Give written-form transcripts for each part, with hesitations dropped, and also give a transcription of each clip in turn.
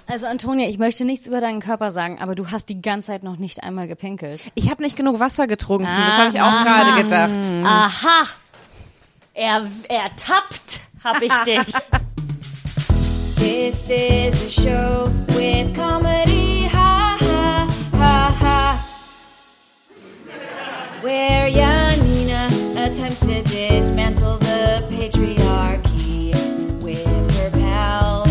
Also Antonia, ich möchte nichts über deinen Körper sagen, aber du hast die ganze Zeit noch nicht einmal gepinkelt. Ich habe nicht genug Wasser getrunken, das habe ich auch gerade gedacht. Aha, ertappt hab ich dich. This is a show with comedy, ha ha ha ha. Where Janina attempts to dismantle the patriarchy with her pals.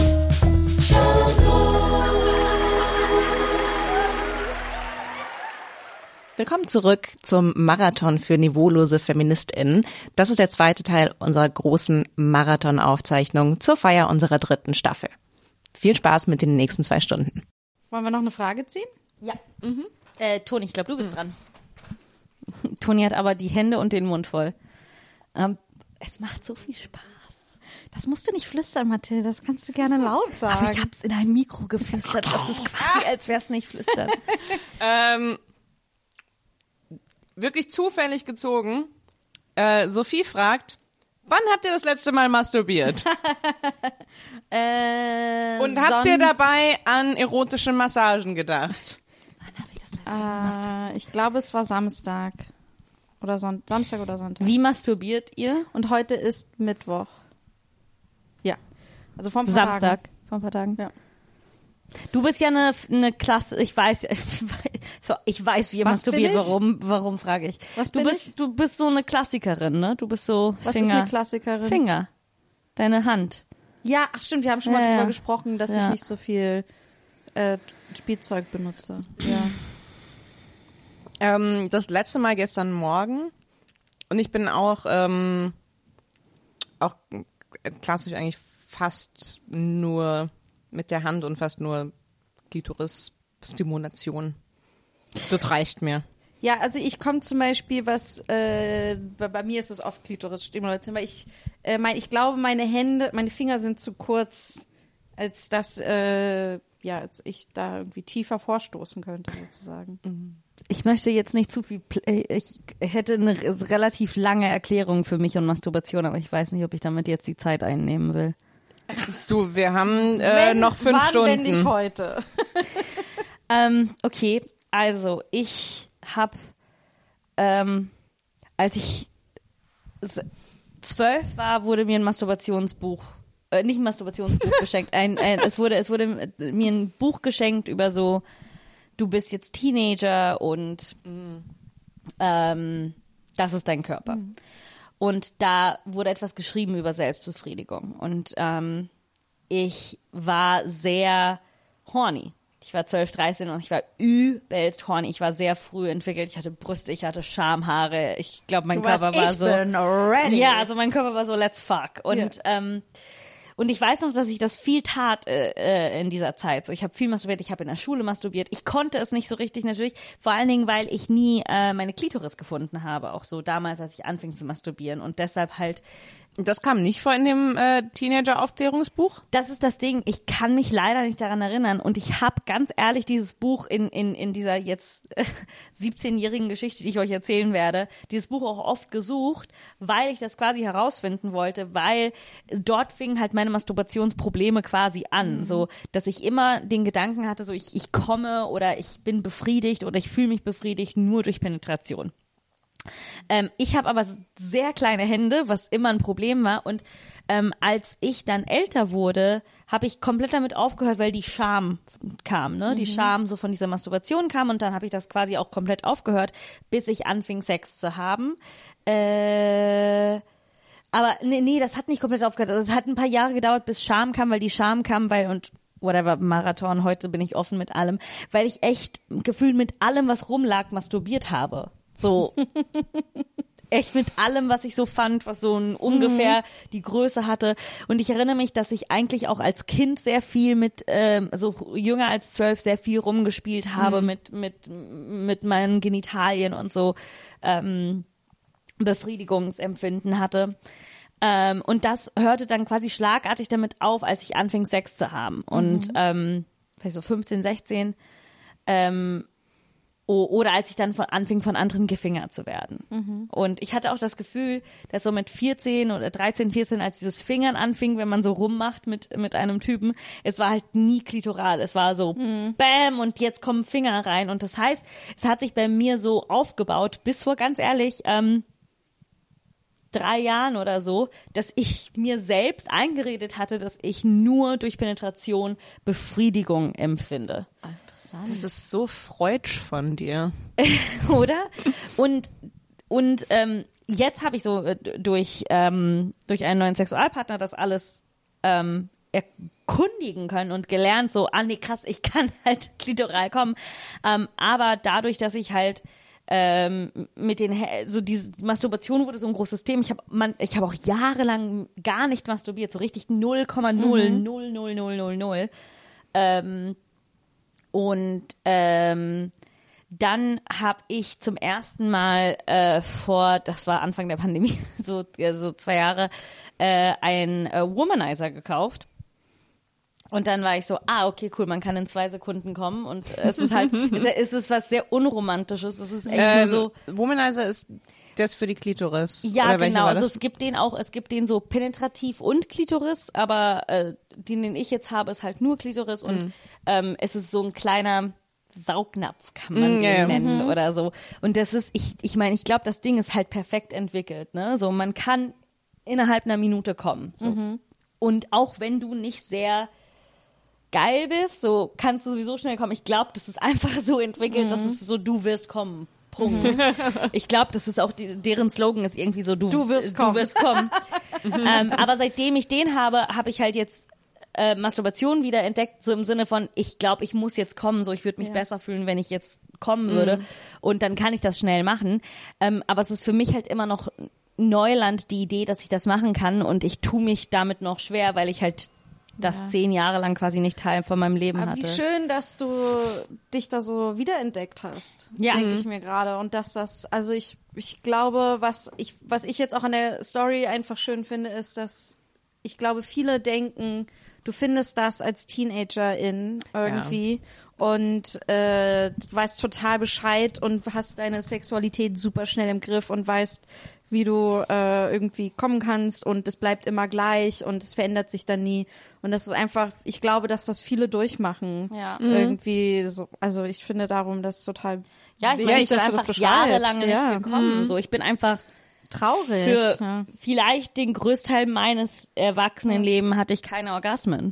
Willkommen zurück zum Marathon für niveaulose FeministInnen. Das ist der zweite Teil unserer großen Marathon-Aufzeichnung zur Feier unserer 3. Staffel. Viel Spaß mit den nächsten 2 Stunden. Wollen wir noch eine Frage ziehen? Ja. Toni, ich glaube, du bist dran. Toni hat aber die Hände und den Mund voll. Es macht so viel Spaß. Das musst du nicht flüstern, Mathilde, das kannst du gerne laut sagen. Aber ich hab's in ein Mikro geflüstert. Das ist quasi, als wär's nicht flüstern. Wirklich zufällig gezogen. Sophie fragt, wann habt ihr das letzte Mal masturbiert? Und habt ihr dabei an erotische Massagen gedacht? Wann habe ich das letzte Mal masturbiert? Ich glaube, es war Samstag. Oder Samstag oder Sonntag. Wie masturbiert ihr? Und heute ist Mittwoch. Ja. Also vor ein paar Samstag. Tagen. Vor ein paar Tagen. Ja. Du bist ja eine Klasse, ich weiß, wie ihr Was masturbiert, bin ich? warum frage ich? Was du bin bist, du bist so eine Klassikerin, ne? Du bist so Was Finger. ist eine Klassikerin? Finger. Deine Hand. Ja, ach stimmt, wir haben schon mal Ja, drüber ja. gesprochen, dass Ja. ich nicht so viel Spielzeug benutze. Ja. Das letzte Mal gestern Morgen. Und ich bin auch klassisch eigentlich fast nur mit der Hand und fast nur Klitoris-Stimulation. Das reicht mir. Ja, also ich komme zum Beispiel, bei mir ist es oft Klitoris-Stimulation, weil ich glaube, meine Finger sind zu kurz, als dass als ich da irgendwie tiefer vorstoßen könnte, sozusagen. Ich möchte jetzt nicht zu viel, ich hätte eine relativ lange Erklärung für mich und Masturbation, aber ich weiß nicht, ob ich damit jetzt die Zeit einnehmen will. Du, wir haben noch 5 Stunden. Wenn nicht heute. Okay, also ich habe, als ich 12 war, wurde mir ein Masturbationsbuch, nicht ein Masturbationsbuch geschenkt, es wurde mir ein Buch geschenkt über so, du bist jetzt Teenager und das ist dein Körper. Und da wurde etwas geschrieben über Selbstbefriedigung. Und ich war sehr horny. Ich war 12, 13 und ich war übelst horny. Ich war sehr früh entwickelt. Ich hatte Brüste, ich hatte Schamhaare. Ich glaube, mein Körper war so. Bin ready. Ja, also mein Körper war so, let's fuck. Und ich weiß noch, dass ich das viel tat in dieser Zeit. So, ich habe viel masturbiert, ich habe in der Schule masturbiert. Ich konnte es nicht so richtig natürlich, vor allen Dingen, weil ich nie meine Klitoris gefunden habe, auch so damals, als ich anfing zu masturbieren. Und deshalb halt. Das kam nicht vor in dem Teenager-Aufklärungsbuch? Das ist das Ding. Ich kann mich leider nicht daran erinnern. Und ich habe ganz ehrlich dieses Buch in dieser jetzt 17-jährigen Geschichte, die ich euch erzählen werde, dieses Buch auch oft gesucht, weil ich das quasi herausfinden wollte, weil dort fingen halt meine Masturbationsprobleme quasi an. So, dass ich immer den Gedanken hatte, so ich komme oder ich bin befriedigt oder ich fühle mich befriedigt nur durch Penetration. Ich habe aber sehr kleine Hände, was immer ein Problem war. Und als ich dann älter wurde, habe ich komplett damit aufgehört, weil die Scham kam, ne? Die Scham so von dieser Masturbation kam und dann habe ich das quasi auch komplett aufgehört, bis ich anfing, Sex zu haben. Aber nee, das hat nicht komplett aufgehört. Also es hat ein paar Jahre gedauert, bis Scham kam, weil die Scham kam, whatever, Marathon, heute bin ich offen mit allem, weil ich echt gefühlt mit allem, was rumlag, masturbiert habe. So, echt mit allem, was ich so fand, was so ungefähr die Größe hatte. Und ich erinnere mich, dass ich eigentlich auch als Kind sehr viel mit, so jünger als 12, sehr viel rumgespielt habe mit meinen Genitalien und so Befriedigungsempfinden hatte. Und das hörte dann quasi schlagartig damit auf, als ich anfing, Sex zu haben. Und vielleicht so 15, 16, Oder als ich dann anfing, von anderen gefingert zu werden. Und ich hatte auch das Gefühl, dass so mit 14 oder 13, 14, als dieses Fingern anfing, wenn man so rummacht mit einem Typen, es war halt nie klitoral. Es war so Bäm und jetzt kommen Finger rein. Und das heißt, es hat sich bei mir so aufgebaut, bis vor, ganz ehrlich, 3 Jahren oder so, dass ich mir selbst eingeredet hatte, dass ich nur durch Penetration Befriedigung empfinde. Interessant. Das ist so freudsch von dir. Oder? Und jetzt habe ich so durch einen neuen Sexualpartner das alles erkundigen können und gelernt, so, nee, krass, ich kann halt klitoral kommen. Aber dadurch, dass ich halt mit so diese Masturbation wurde so ein großes Thema. Ich habe auch jahrelang gar nicht masturbiert, so richtig 0,00000. Dann habe ich zum ersten Mal das war Anfang der Pandemie, so 2 Jahre, ein Womanizer gekauft. Und dann war ich so, okay, cool, man kann in 2 Sekunden kommen und es ist halt, es ist was sehr Unromantisches, es ist echt nur so. Womanizer ist das für die Klitoris. Ja, oder genau, also das? es gibt den so penetrativ und Klitoris, aber den ich jetzt habe, ist halt nur Klitoris und es ist so ein kleiner Saugnapf, kann man den nennen oder so. Und das ist, ich meine, ich glaube, das Ding ist halt perfekt entwickelt, ne, so man kann innerhalb einer Minute kommen, so. Und auch wenn du nicht sehr geil bist, so kannst du sowieso schnell kommen. Ich glaube, das ist einfach so entwickelt, dass es so, du wirst kommen. Punkt. Ich glaube, das ist auch deren Slogan ist irgendwie so, du wirst kommen. Aber seitdem ich den habe ich halt jetzt Masturbation wieder entdeckt, so im Sinne von, ich glaube, ich muss jetzt kommen, so ich würde mich besser fühlen, wenn ich jetzt kommen würde und dann kann ich das schnell machen. Aber es ist für mich halt immer noch Neuland, die Idee, dass ich das machen kann und ich tue mich damit noch schwer, weil ich halt das 10 Jahre lang quasi nicht Teil von meinem Leben Aber hatte. wie schön, dass du dich da so wiederentdeckt hast, Ja. denke ich mir gerade. Und dass das, also ich glaube, was ich jetzt auch an der Story einfach schön finde, ist, dass ich glaube, viele denken, du findest das als Teenagerin irgendwie und weißt total Bescheid und hast deine Sexualität super schnell im Griff und weißt, wie du irgendwie kommen kannst und es bleibt immer gleich und es verändert sich dann nie. Und das ist einfach, ich glaube, dass das viele durchmachen. Ja. Irgendwie so, also ich finde darum, das ist total Ja, ich wichtig, meine, ich bin dass du das einfach beschreibst. jahrelang nicht gekommen. So, ich bin einfach traurig. für vielleicht den Größteil meines Erwachsenenlebens hatte ich keine Orgasmen.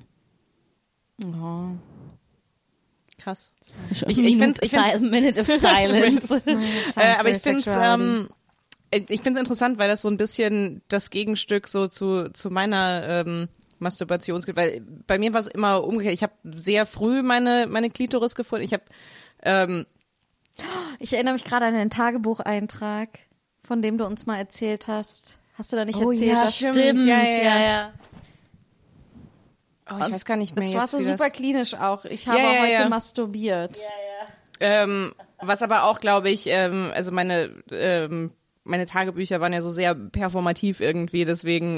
Krass. Ich finde Minute of Silence. Aber ich finde es interessant, weil das so ein bisschen das Gegenstück so zu meiner Masturbationsgefühl, weil bei mir war es immer umgekehrt. Ich habe sehr früh meine Klitoris gefunden. Ich erinnere mich gerade an einen Tagebucheintrag, von dem du uns mal erzählt hast. Hast du da nicht erzählt? Ja, dass- stimmt. Ja. Oh, ich weiß gar nicht mehr Das jetzt, war so wie super das... klinisch auch. Ich habe Ja, heute ja. masturbiert. Was aber auch, glaube ich, also meine Tagebücher waren ja so sehr performativ irgendwie, deswegen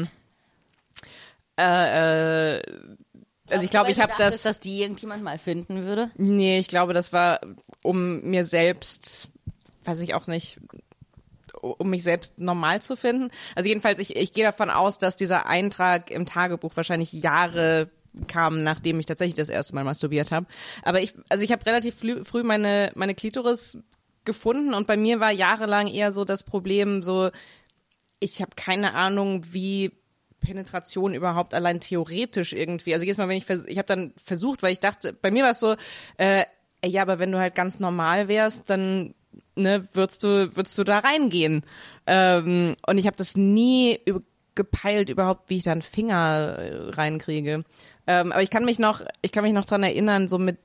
also ich glaube, ich habe das... dass die irgendjemand mal finden würde. Nee, ich glaube, das war, um mir selbst, weiß ich auch nicht, um mich selbst normal zu finden. Also jedenfalls, ich gehe davon aus, dass dieser Eintrag im Tagebuch wahrscheinlich Jahre kam, nachdem ich tatsächlich das erste Mal masturbiert habe. Aber ich habe relativ früh meine Klitoris gefunden und bei mir war jahrelang eher so das Problem, so ich habe keine Ahnung, wie Penetration überhaupt allein theoretisch irgendwie. Also jedes Mal, wenn ich habe dann versucht, weil ich dachte, bei mir war es so, ja, aber wenn du halt ganz normal wärst, dann würdest du da reingehen. Und ich habe das nie gepeilt überhaupt, wie ich da einen Finger reinkriege. Aber ich kann mich noch dran erinnern, so mit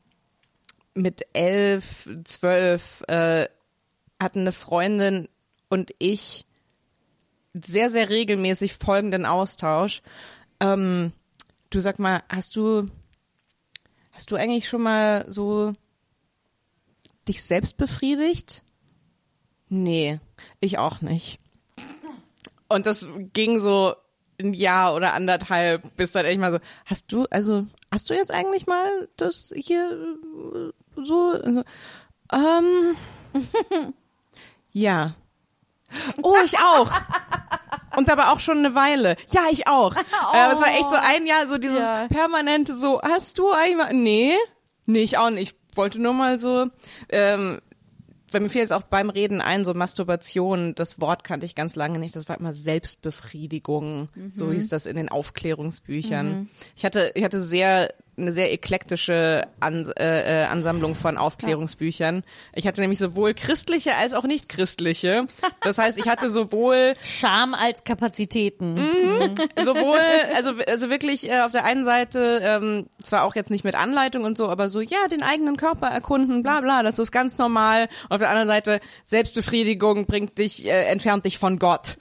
11, 12 hatten eine Freundin und ich sehr, sehr regelmäßig folgenden Austausch. Du, sag mal, hast du eigentlich schon mal so dich selbst befriedigt? Nee, ich auch nicht. Und das ging so ein Jahr oder anderthalb, bis dann echt mal so, hast du jetzt eigentlich mal das hier so? Ja. Oh, ich auch. Und aber auch schon eine Weile. Ja, ich auch. Es war echt so ein Jahr, so dieses permanente so, hast du eigentlich mal, nee, ich auch nicht. Ich wollte nur mal so, bei mir fiel jetzt auch beim Reden ein, so Masturbation, das Wort kannte ich ganz lange nicht, das war immer Selbstbefriedigung, so hieß das in den Aufklärungsbüchern. Ich hatte eine sehr eklektische Ansammlung von Aufklärungsbüchern. Ich hatte nämlich sowohl christliche als auch nicht christliche. Das heißt, ich hatte sowohl Scham als Kapazitäten. sowohl, also wirklich auf der einen Seite, zwar auch jetzt nicht mit Anleitung und so, aber so, ja, den eigenen Körper erkunden, bla bla, das ist ganz normal. Und auf der anderen Seite, Selbstbefriedigung entfernt dich von Gott.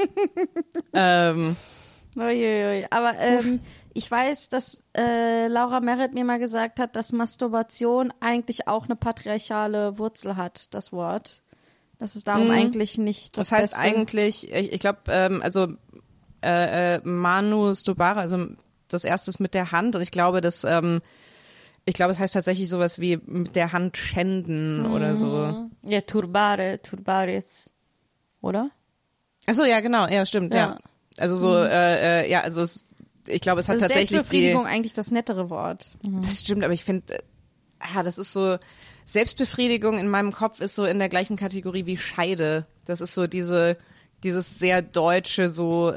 Uiuiui. Aber ich weiß, dass Laura Merritt mir mal gesagt hat, dass Masturbation eigentlich auch eine patriarchale Wurzel hat, das Wort. Dass es darum eigentlich nicht das heißt Beste. eigentlich, ich glaube, Manu Stobara, also das erste ist mit der Hand und ich glaube, es heißt tatsächlich sowas wie mit der Hand schänden oder so. Ja, turbares, oder? Ach so, ja, genau, ja, stimmt, ja. Also so, ich glaube, es hat Das ist tatsächlich Selbstbefriedigung eigentlich das nettere Wort. Das stimmt, aber ich finde, das ist so, Selbstbefriedigung in meinem Kopf ist so in der gleichen Kategorie wie Scheide. Das ist so dieses sehr deutsche, so,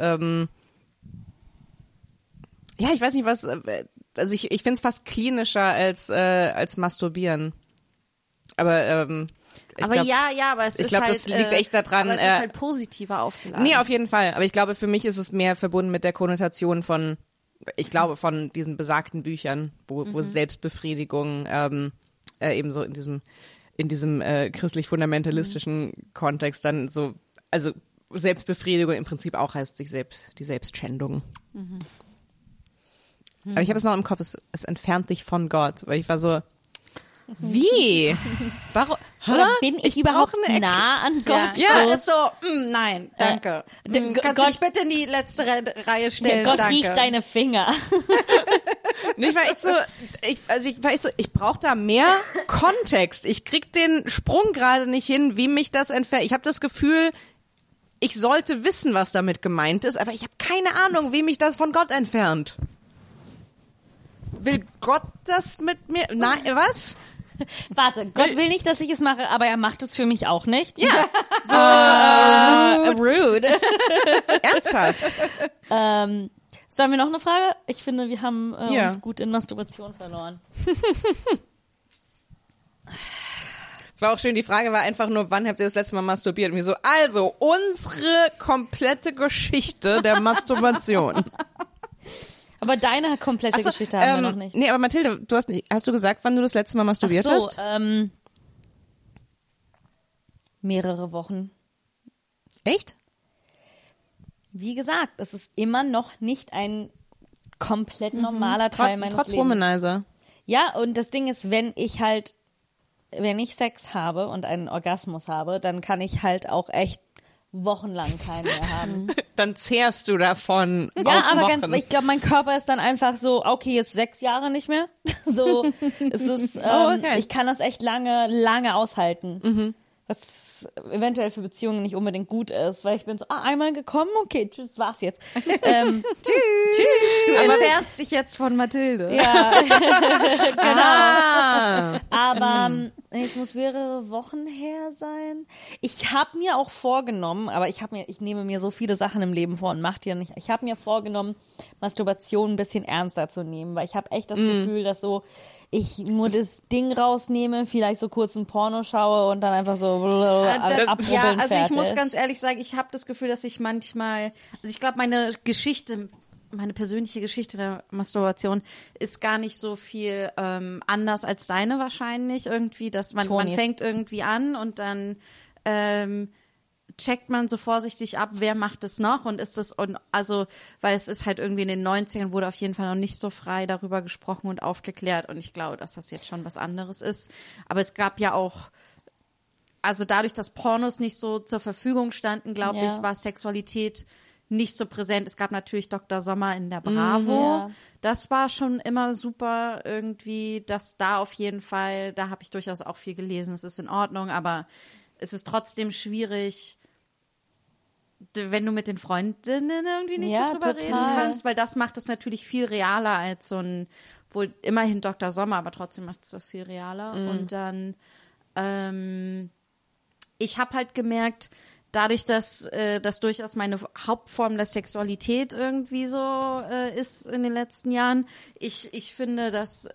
ich weiß nicht was, also ich finde es fast klinischer als Masturbieren. Aber, ich Aber glaub, aber es ich ist glaube, halt, das liegt echt daran. aber es ist halt positiver aufgeladen. Nee, auf jeden Fall. Aber ich glaube, für mich ist es mehr verbunden mit der Konnotation von diesen besagten Büchern, wo Selbstbefriedigung eben so in diesem christlich-fundamentalistischen Kontext dann so, also Selbstbefriedigung im Prinzip auch heißt die Selbstschändung. Aber ich habe es noch im Kopf, es entfernt dich von Gott, weil ich war so, wie? Warum? Oder bin ich überhaupt brauche eine nah an Gott? Ja, So. ist so, nein, danke. Kannst du dich bitte in die letzte Reihe stellen? Gott danke. riecht deine Finger. Nee, ich war echt so, ich brauche da mehr Kontext. Ich krieg den Sprung gerade nicht hin, wie mich das entfernt. Ich habe das Gefühl, ich sollte wissen, was damit gemeint ist, aber ich habe keine Ahnung, wie mich das von Gott entfernt. Will Gott das mit mir? Nein, was? Warte, Gott will nicht, dass ich es mache, aber er macht es für mich auch nicht. Ja, Rude. ernsthaft. Sollen wir noch eine Frage? Ich finde, wir haben Ja. uns gut in Masturbation verloren. Es war auch schön, die Frage war einfach nur, wann habt ihr das letzte Mal masturbiert? Und wir so, also, unsere komplette Geschichte der Masturbation. Aber deine komplette Ach so, Geschichte haben wir noch nicht. Nee, aber Mathilde, hast du gesagt, wann du das letzte Mal masturbiert Ach so, hast? mehrere Wochen. Echt? Wie gesagt, es ist immer noch nicht ein komplett normaler Teil meines Trotz Lebens. Womanizer. Ja, und das Ding ist, wenn ich Sex habe und einen Orgasmus habe, dann kann ich halt auch echt wochenlang keinen mehr haben. Dann zehrst du davon. Ja, auf aber Wochen. ich glaube, mein Körper ist dann einfach so, okay, jetzt 6 Jahre nicht mehr. So, es ist, okay. ich kann das echt lange aushalten. Was eventuell für Beziehungen nicht unbedingt gut ist, weil ich bin so, einmal gekommen, okay, tschüss, war's jetzt. Tschüss. Du entfernst dich jetzt von Mathilde. Ja, Ah. aber es muss mehrere Wochen her sein. Ich habe mir auch vorgenommen, aber ich nehme mir so viele Sachen im Leben vor und mache die ja nicht. Ich habe mir vorgenommen, Masturbation ein bisschen ernster zu nehmen, weil ich habe echt das Gefühl, dass so ich nur das Ding rausnehme, vielleicht so kurz ein Porno schaue und dann einfach so abrubbeln, Ja, also ich fertig. muss ganz ehrlich sagen, ich habe das Gefühl, dass ich manchmal, also ich glaube, meine persönliche Geschichte der Masturbation ist gar nicht so viel anders als deine wahrscheinlich irgendwie, dass man Tonis. fängt irgendwie an und dann checkt man so vorsichtig ab, wer macht es noch und ist das, und also, weil es ist halt irgendwie in den 90ern wurde auf jeden Fall noch nicht so frei darüber gesprochen und aufgeklärt und ich glaube, dass das jetzt schon was anderes ist. Aber es gab ja auch, also dadurch, dass Pornos nicht so zur Verfügung standen, glaube Ja. ich, war Sexualität nicht so präsent. Es gab natürlich Dr. Sommer in der Bravo. Ja. Das war schon immer super irgendwie, dass da auf jeden Fall, da habe ich durchaus auch viel gelesen. Es ist in Ordnung, aber es ist trotzdem schwierig, wenn du mit den Freundinnen irgendwie nicht Ja, so drüber total. reden kannst, weil das macht es natürlich viel realer als so ein, wohl immerhin Dr. Sommer, aber trotzdem macht es das viel realer. Und dann, ich habe halt gemerkt, dadurch, dass das durchaus meine Hauptform der Sexualität irgendwie so ist in den letzten Jahren, ich finde, dass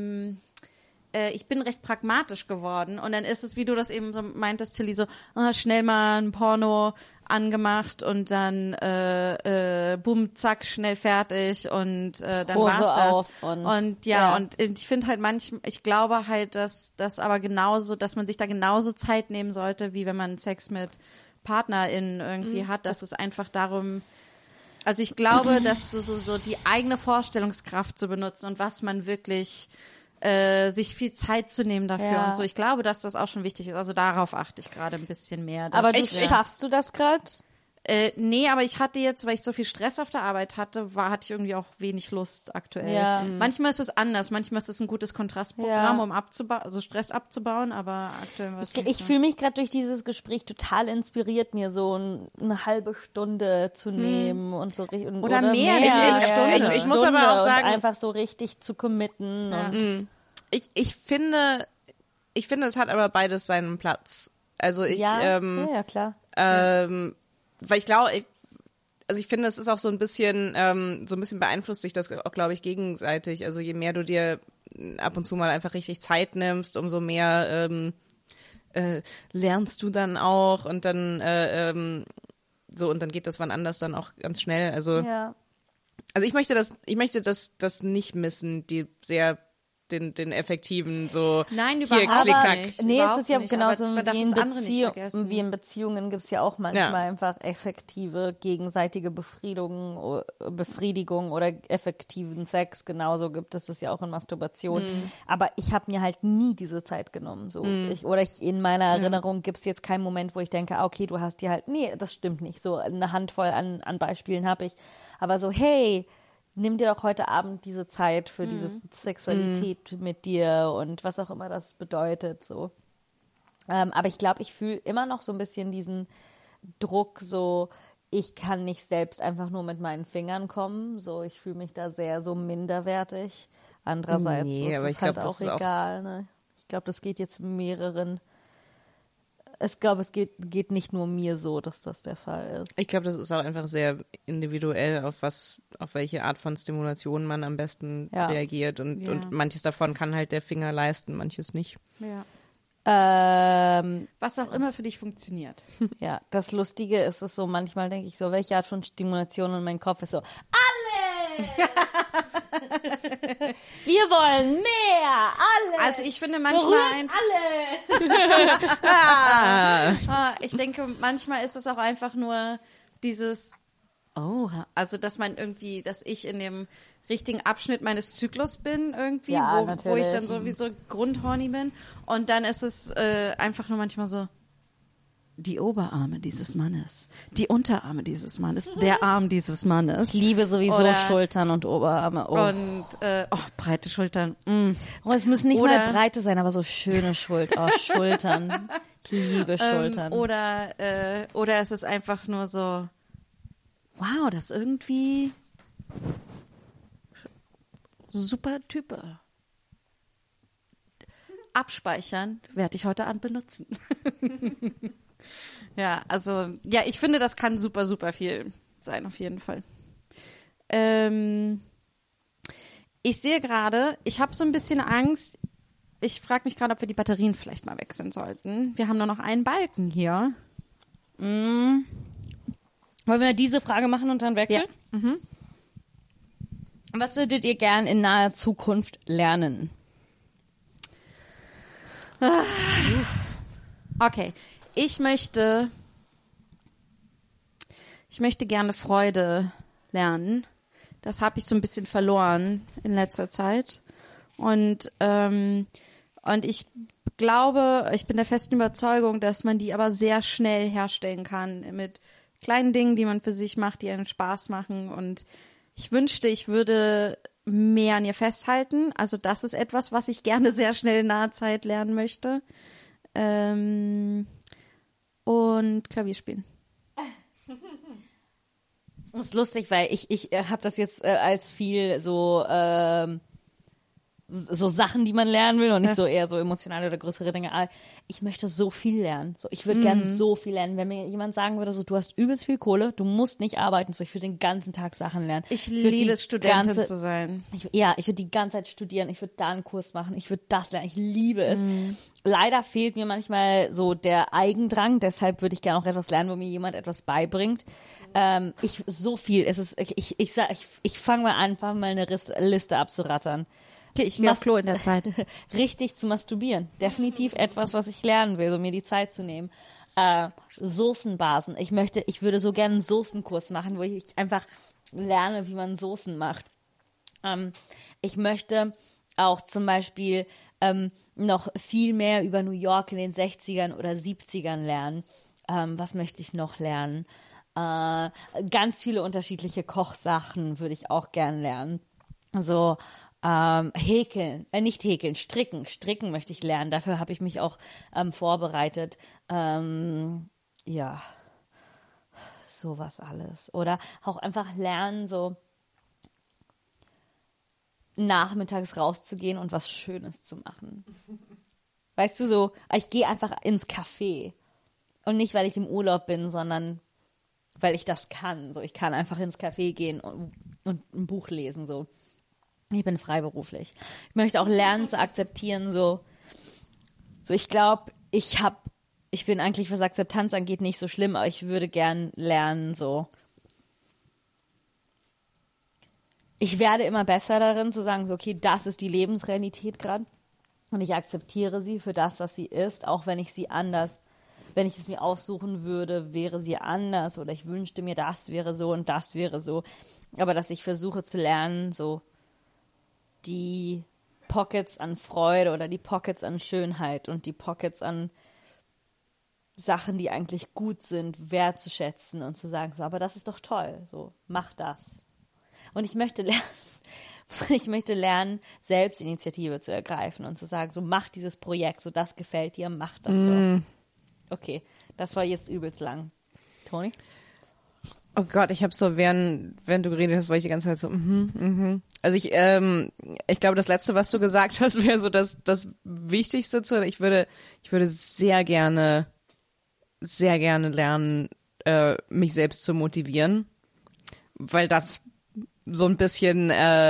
ich bin recht pragmatisch geworden und dann ist es, wie du das eben so meintest, Tilly, so schnell mal ein Porno angemacht und dann bumm, zack, schnell fertig und dann Hose war's das. auf Und ich finde halt ich glaube halt, dass das aber genauso, dass man sich da genauso Zeit nehmen sollte, wie wenn man Sex mit PartnerInnen irgendwie hat, dass es einfach darum, also ich glaube, dass so die eigene Vorstellungskraft zu benutzen und was man wirklich sich viel Zeit zu nehmen dafür Ja. und so. Ich glaube, dass das auch schon wichtig ist. Also darauf achte ich gerade ein bisschen mehr. dass Aber du ich- schaffst du das gerade? Nee, aber ich hatte jetzt, weil ich so viel Stress auf der Arbeit hatte, hatte ich irgendwie auch wenig Lust aktuell. Ja. Manchmal ist es anders, manchmal ist es ein gutes Kontrastprogramm, Ja. um also Stress abzubauen, aber aktuell war es nicht Ich so. fühle mich gerade durch dieses Gespräch total inspiriert, mir so eine halbe Stunde zu nehmen und so richtig. Oder mehr, nicht eine Stunde. Ich muss aber auch sagen- und einfach so richtig zu committen. Und Ich finde, es hat aber beides seinen Platz. Also ja, klar. weil ich glaube, ich finde, es ist auch so ein bisschen beeinflusst sich das auch, glaube ich, gegenseitig. Also je mehr du dir ab und zu mal einfach richtig Zeit nimmst, umso mehr lernst du dann auch und dann und dann geht das wann anders dann auch ganz schnell. Also ich möchte das nicht missen, die sehr den effektiven so Nein, hier überhaupt klick, Aber klack. nicht. nee, es Überhaupt ist ja nicht, genauso aber man darf wie in, das andere nicht vergessen. wie in Beziehungen gibt es ja auch manchmal Ja. einfach effektive gegenseitige Befriedigung oder effektiven Sex. Genauso gibt es das ja auch in Masturbation. Aber ich habe mir halt nie diese Zeit genommen. So. In meiner Erinnerung gibt es jetzt keinen Moment, wo ich denke, okay, du hast dir halt, nee, das stimmt nicht. So eine Handvoll an Beispielen habe ich. Aber so, hey, nimm dir doch heute Abend diese Zeit für diese Sexualität mit dir und was auch immer das bedeutet. So. Aber ich glaube, ich fühle immer noch so ein bisschen diesen Druck, so ich kann nicht selbst einfach nur mit meinen Fingern kommen. So, ich fühle mich da sehr so minderwertig. Andererseits Nee, ist aber es ich glaub, halt auch das ist auch- egal. Ne? Ich glaube, das geht jetzt mehreren. Ich glaube, es geht nicht nur mir so, dass das der Fall ist. Ich glaube, das ist auch einfach sehr individuell, auf welche Art von Stimulation man am besten Ja. reagiert und manches davon kann halt der Finger leisten, manches nicht. Ja. Ähm, Was auch immer für dich funktioniert. Ja, das Lustige ist es so, manchmal denke ich so, welche Art von Stimulation und mein Kopf ist so, alles! Wir wollen mehr, alles! Also ich finde manchmal Berührt alle! ich denke, manchmal ist es auch einfach nur dieses, also dass ich in dem richtigen Abschnitt meines Zyklus bin irgendwie, Ja, wo ich natürlich. dann sowieso grundhorny bin und dann ist es einfach nur manchmal so, die Oberarme dieses Mannes, die Unterarme dieses Mannes, der Arm dieses Mannes. Ich liebe sowieso Oder- Schultern und Oberarme. Oh. Und breite Schultern. Oh, es müssen nicht Oder- mal breite sein, aber so schöne Schultern. Oh, Schultern. Ich liebe Schultern. Oder es ist einfach nur so, wow, das ist irgendwie super Type. Abspeichern werde ich heute Abend benutzen. Ja, also, ja, ich finde, das kann super, super viel sein, auf jeden Fall. Ich sehe gerade, ich habe so ein bisschen Angst. Ich frage mich gerade, ob wir die Batterien vielleicht mal wechseln sollten. Wir haben nur noch einen Balken hier. Wollen wir diese Frage machen und dann wechseln? Ja. Was würdet ihr gern in naher Zukunft lernen? Okay, ich möchte gerne Freude lernen. Das habe ich so ein bisschen verloren in letzter Zeit. Und ich glaube, ich bin der festen Überzeugung, dass man die aber sehr schnell herstellen kann mit kleinen Dingen, die man für sich macht, die einem Spaß machen. Und ich wünschte, ich würde mehr an ihr festhalten. Also das ist etwas, was ich gerne sehr schnell in naher Zeit lernen möchte. Und Klavier spielen. Das ist lustig, weil ich habe das jetzt als viel so Sachen, die man lernen will und nicht so eher so emotionale oder größere Dinge. Aber ich möchte so viel lernen. So, ich würde gern so viel lernen. Wenn mir jemand sagen würde, so, du hast übelst viel Kohle, du musst nicht arbeiten, so, ich würde den ganzen Tag Sachen lernen. Ich liebe es, Studentin zu sein. Ich würde die ganze Zeit studieren, ich würde da einen Kurs machen, ich würde das lernen, ich liebe es. Leider fehlt mir manchmal so der Eigendrang, deshalb würde ich gerne auch etwas lernen, wo mir jemand etwas beibringt. Ich fange mal an, einfach mal eine Liste abzurattern. Okay, ich gehe aufs Klo in der Zeit. Richtig zu masturbieren. Definitiv etwas, was ich lernen will, so mir die Zeit zu nehmen. Soßenbasen. Ich würde so gerne einen Soßenkurs machen, wo ich einfach lerne, wie man Soßen macht. Ich möchte auch zum Beispiel noch viel mehr über New York in den 60ern oder 70ern lernen. Was möchte ich noch lernen? Ganz viele unterschiedliche Kochsachen würde ich auch gern lernen. So häkeln, nicht häkeln, stricken. Stricken möchte ich lernen. Dafür habe ich mich auch vorbereitet. Ja, sowas alles. Oder auch einfach lernen, so nachmittags rauszugehen und was Schönes zu machen. Weißt du, so, ich gehe einfach ins Café. Und nicht, weil ich im Urlaub bin, sondern weil ich das kann. So, ich kann einfach ins Café gehen und ein Buch lesen, so. Ich bin freiberuflich. Ich möchte auch lernen zu akzeptieren, so ich glaube, ich bin eigentlich, was Akzeptanz angeht, nicht so schlimm, aber ich würde gern lernen, so. Ich werde immer besser darin, zu sagen, so, okay, das ist die Lebensrealität gerade und ich akzeptiere sie für das, was sie ist, auch wenn ich es mir aussuchen würde, wäre sie anders oder ich wünschte mir, das wäre so und das wäre so. Aber dass ich versuche zu lernen, so die Pockets an Freude oder die Pockets an Schönheit und die Pockets an Sachen, die eigentlich gut sind, wertzuschätzen und zu sagen, so, aber das ist doch toll, so, mach das. Und ich möchte lernen, Selbstinitiative zu ergreifen und zu sagen, so, mach dieses Projekt, so, das gefällt dir, mach das doch. Okay, das war jetzt übelst lang. Toni? Oh Gott, ich habe so, während du geredet hast, war ich die ganze Zeit so, Also ich glaube, das Letzte, was du gesagt hast, wäre so das Wichtigste. Ich würde sehr gerne lernen, mich selbst zu motivieren, weil das so ein bisschen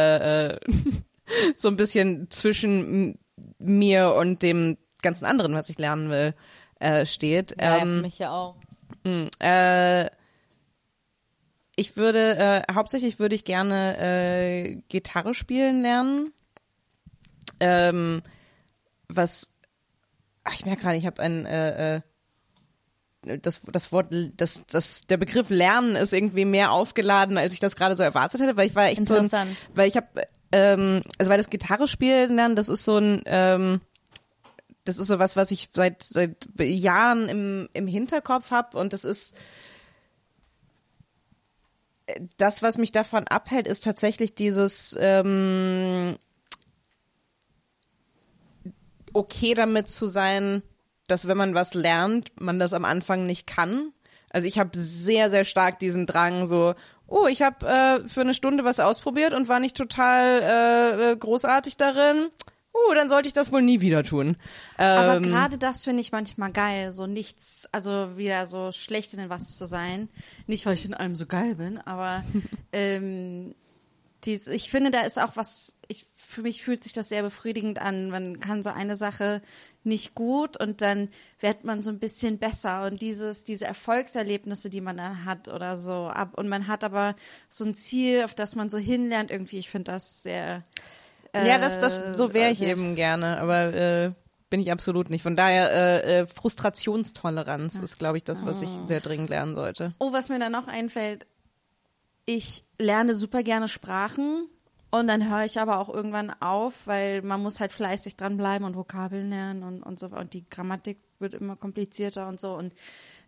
zwischen mir und dem ganzen anderen, was ich lernen will, steht. Ja, für mich ja auch. Hauptsächlich würde ich gerne Gitarre spielen lernen. Ich merke gerade, ich habe der Begriff Lernen ist irgendwie mehr aufgeladen, als ich das gerade so erwartet hätte, weil ich war echt interessant. Weil das Gitarre spielen lernen, das ist so ein, das ist so was ich seit Jahren im Hinterkopf habe und das ist das, was mich davon abhält, ist tatsächlich dieses okay damit zu sein, dass wenn man was lernt, man das am Anfang nicht kann. Also ich habe sehr, sehr stark diesen Drang so, ich habe für eine Stunde was ausprobiert und war nicht total großartig darin. Dann sollte ich das wohl nie wieder tun. Aber gerade das finde ich manchmal geil, so nichts, also wieder so schlecht in was zu sein. Nicht, weil ich in allem so geil bin, aber ich finde, da ist auch was, für mich fühlt sich das sehr befriedigend an. Man kann so eine Sache nicht gut und dann wird man so ein bisschen besser und diese Erfolgserlebnisse, die man dann hat oder so, und man hat aber so ein Ziel, auf das man so hinlernt irgendwie. Ich finde das sehr... so wäre ich eben gerne, aber bin ich absolut nicht. Von daher Frustrationstoleranz ist, glaube ich, das, was ich sehr dringend lernen sollte. Oh, was mir da noch einfällt, ich lerne super gerne Sprachen und dann höre ich aber auch irgendwann auf, weil man muss halt fleißig dranbleiben und Vokabeln lernen und so und die Grammatik wird immer komplizierter und so und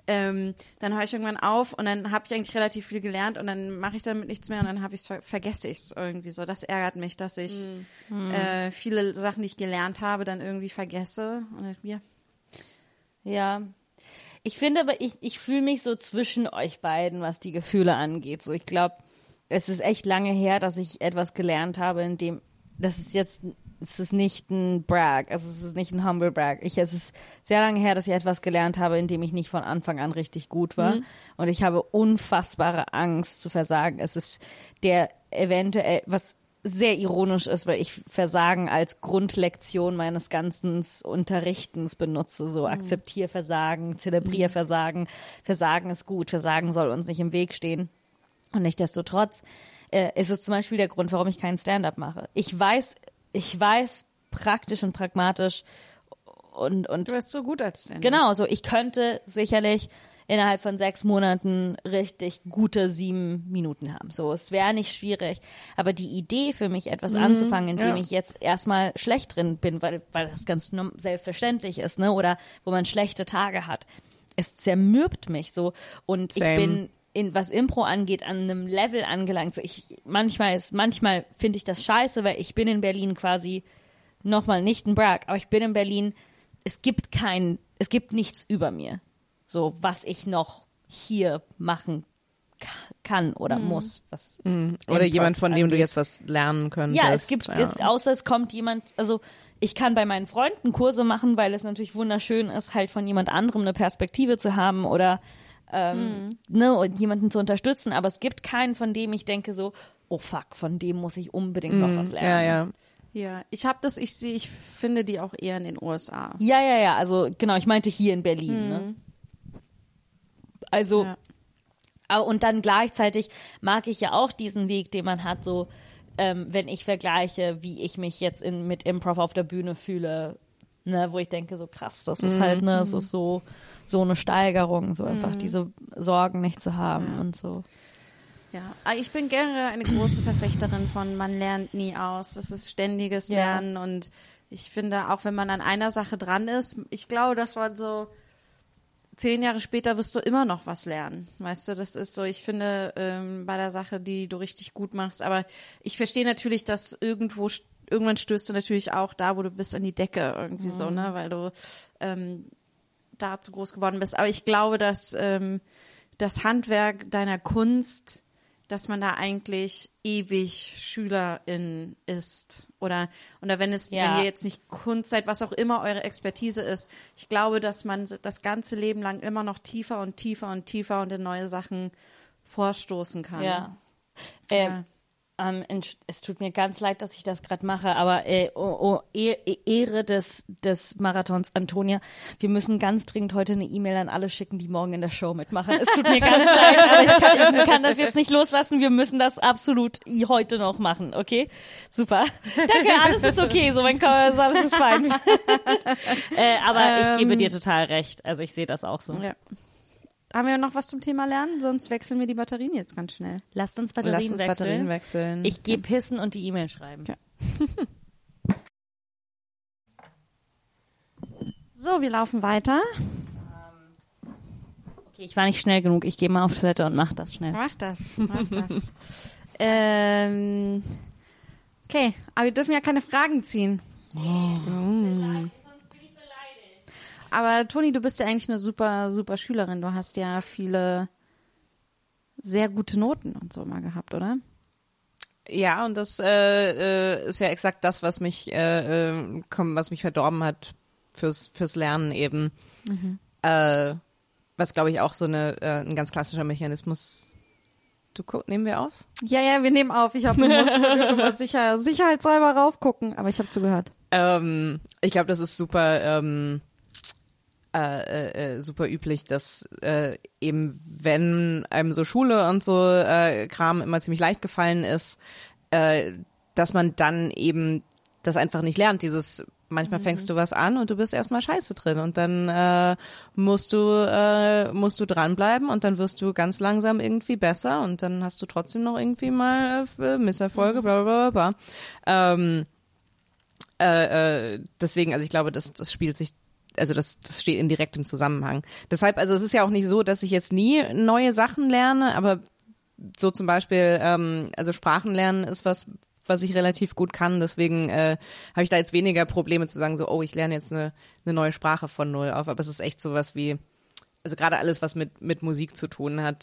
dann höre ich irgendwann auf und dann habe ich eigentlich relativ viel gelernt und dann mache ich damit nichts mehr und dann vergesse ich es irgendwie so. Das ärgert mich, dass ich viele Sachen, die ich gelernt habe, dann irgendwie vergesse. Und ja. Ja. Ich finde aber, ich fühle mich so zwischen euch beiden, was die Gefühle angeht. So, ich glaube, es ist echt lange her, dass ich etwas gelernt habe, in dem, es ist nicht ein Brag, also es ist nicht ein Humble Brag. Es ist sehr lange her, dass ich etwas gelernt habe, in dem ich nicht von Anfang an richtig gut war. Und ich habe unfassbare Angst zu versagen. Es ist der eventuell, was sehr ironisch ist, weil ich Versagen als Grundlektion meines ganzen Unterrichtens benutze. So akzeptier Versagen, zelebrier Versagen. Versagen ist gut, Versagen soll uns nicht im Weg stehen. Und nichtsdestotrotz ist es zum Beispiel der Grund, warum ich keinen Stand-up mache. Ich weiß praktisch und pragmatisch und Du bist so gut als Stand-up. genau, so ich könnte sicherlich innerhalb von 6 Monaten richtig gute 7 Minuten haben. So, es wäre nicht schwierig. Aber die Idee für mich, etwas anzufangen, in dem ich jetzt erstmal schlecht drin bin, weil das ganz selbstverständlich ist, ne? Oder wo man schlechte Tage hat, es zermürbt mich so. Und ich bin was Impro angeht, an einem Level angelangt. So manchmal finde ich das scheiße, weil ich bin in Berlin quasi nochmal nicht ein Brag, aber ich bin in Berlin, es gibt nichts über mir. So, was ich noch hier machen kann oder muss. Was Oder jemand, von dem du jetzt was lernen könntest. Ja, außer es kommt jemand, also ich kann bei meinen Freunden Kurse machen, weil es natürlich wunderschön ist, halt von jemand anderem eine Perspektive zu haben oder und jemanden zu unterstützen, aber es gibt keinen, von dem ich denke so, oh fuck, von dem muss ich unbedingt noch was lernen. Ja, ich finde die auch eher in den USA. Ja, also genau, ich meinte hier in Berlin, ne? Also, und dann gleichzeitig mag ich ja auch diesen Weg, den man hat, so, wenn ich vergleiche, wie ich mich jetzt mit Improv auf der Bühne fühle, ne, wo ich denke, so krass, das ist halt, ne, es ist so eine Steigerung, so einfach diese Sorgen nicht zu haben und so. Ja, aber ich bin generell eine große Verfechterin von, man lernt nie aus, es ist ständiges Lernen und ich finde, auch wenn man an einer Sache dran ist, ich glaube, das war so 10 Jahre später wirst du immer noch was lernen, weißt du, das ist so, ich finde, bei der Sache, die du richtig gut machst, aber ich verstehe natürlich, dass irgendwann stößt du natürlich auch da, wo du bist, an die Decke irgendwie so, ne, weil du da zu groß geworden bist, aber ich glaube, dass das Handwerk deiner Kunst, dass man da eigentlich ewig Schülerin ist oder wenn ihr jetzt nicht Kunst seid, was auch immer eure Expertise ist, ich glaube, dass man das ganze Leben lang immer noch tiefer und tiefer und tiefer und in neue Sachen vorstoßen kann. Ja. Es tut mir ganz leid, dass ich das gerade mache, aber Ehre des Marathons, Antonia, wir müssen ganz dringend heute eine E-Mail an alle schicken, die morgen in der Show mitmachen. Es tut mir ganz leid, aber ich kann das jetzt nicht loslassen. Wir müssen das absolut heute noch machen, okay? Super. Danke, alles ist okay, so alles ist fein. Aber ich gebe dir total recht. Also ich sehe das auch so. Ja. Haben wir noch was zum Thema Lernen? Sonst wechseln wir die Batterien jetzt ganz schnell. Lasst uns Batterien wechseln. Ich gehe pissen und die E-Mail schreiben. Ja. So, wir laufen weiter. Okay, ich war nicht schnell genug. Ich gehe mal auf Toilette und mach das schnell. Mach das. Okay, aber wir dürfen ja keine Fragen ziehen. Aber Toni, du bist ja eigentlich eine super, super Schülerin. Du hast ja viele sehr gute Noten und so mal gehabt, oder? Ja, und das ist ja exakt das, was mich verdorben hat fürs Lernen eben. Was, glaube ich, auch so ein ganz klassischer Mechanismus. Nehmen wir auf? Ja, wir nehmen auf. Ich muss sicherheitshalber raufgucken, aber ich habe zugehört. Ich glaube, das ist super super üblich, dass eben, wenn einem so Schule und so Kram immer ziemlich leicht gefallen ist, dass man dann eben das einfach nicht lernt. Manchmal fängst du was an und du bist erstmal scheiße drin und dann musst du dranbleiben und dann wirst du ganz langsam irgendwie besser und dann hast du trotzdem noch irgendwie mal Misserfolge, bla bla bla bla. Deswegen, also ich glaube, das spielt sich also das steht in direktem Zusammenhang. Deshalb, also es ist ja auch nicht so, dass ich jetzt nie neue Sachen lerne, aber so zum Beispiel, also Sprachen lernen ist was ich relativ gut kann, deswegen habe ich da jetzt weniger Probleme zu sagen, so, oh, ich lerne jetzt eine neue Sprache von null auf, aber es ist echt sowas wie, also gerade alles, was mit Musik zu tun hat,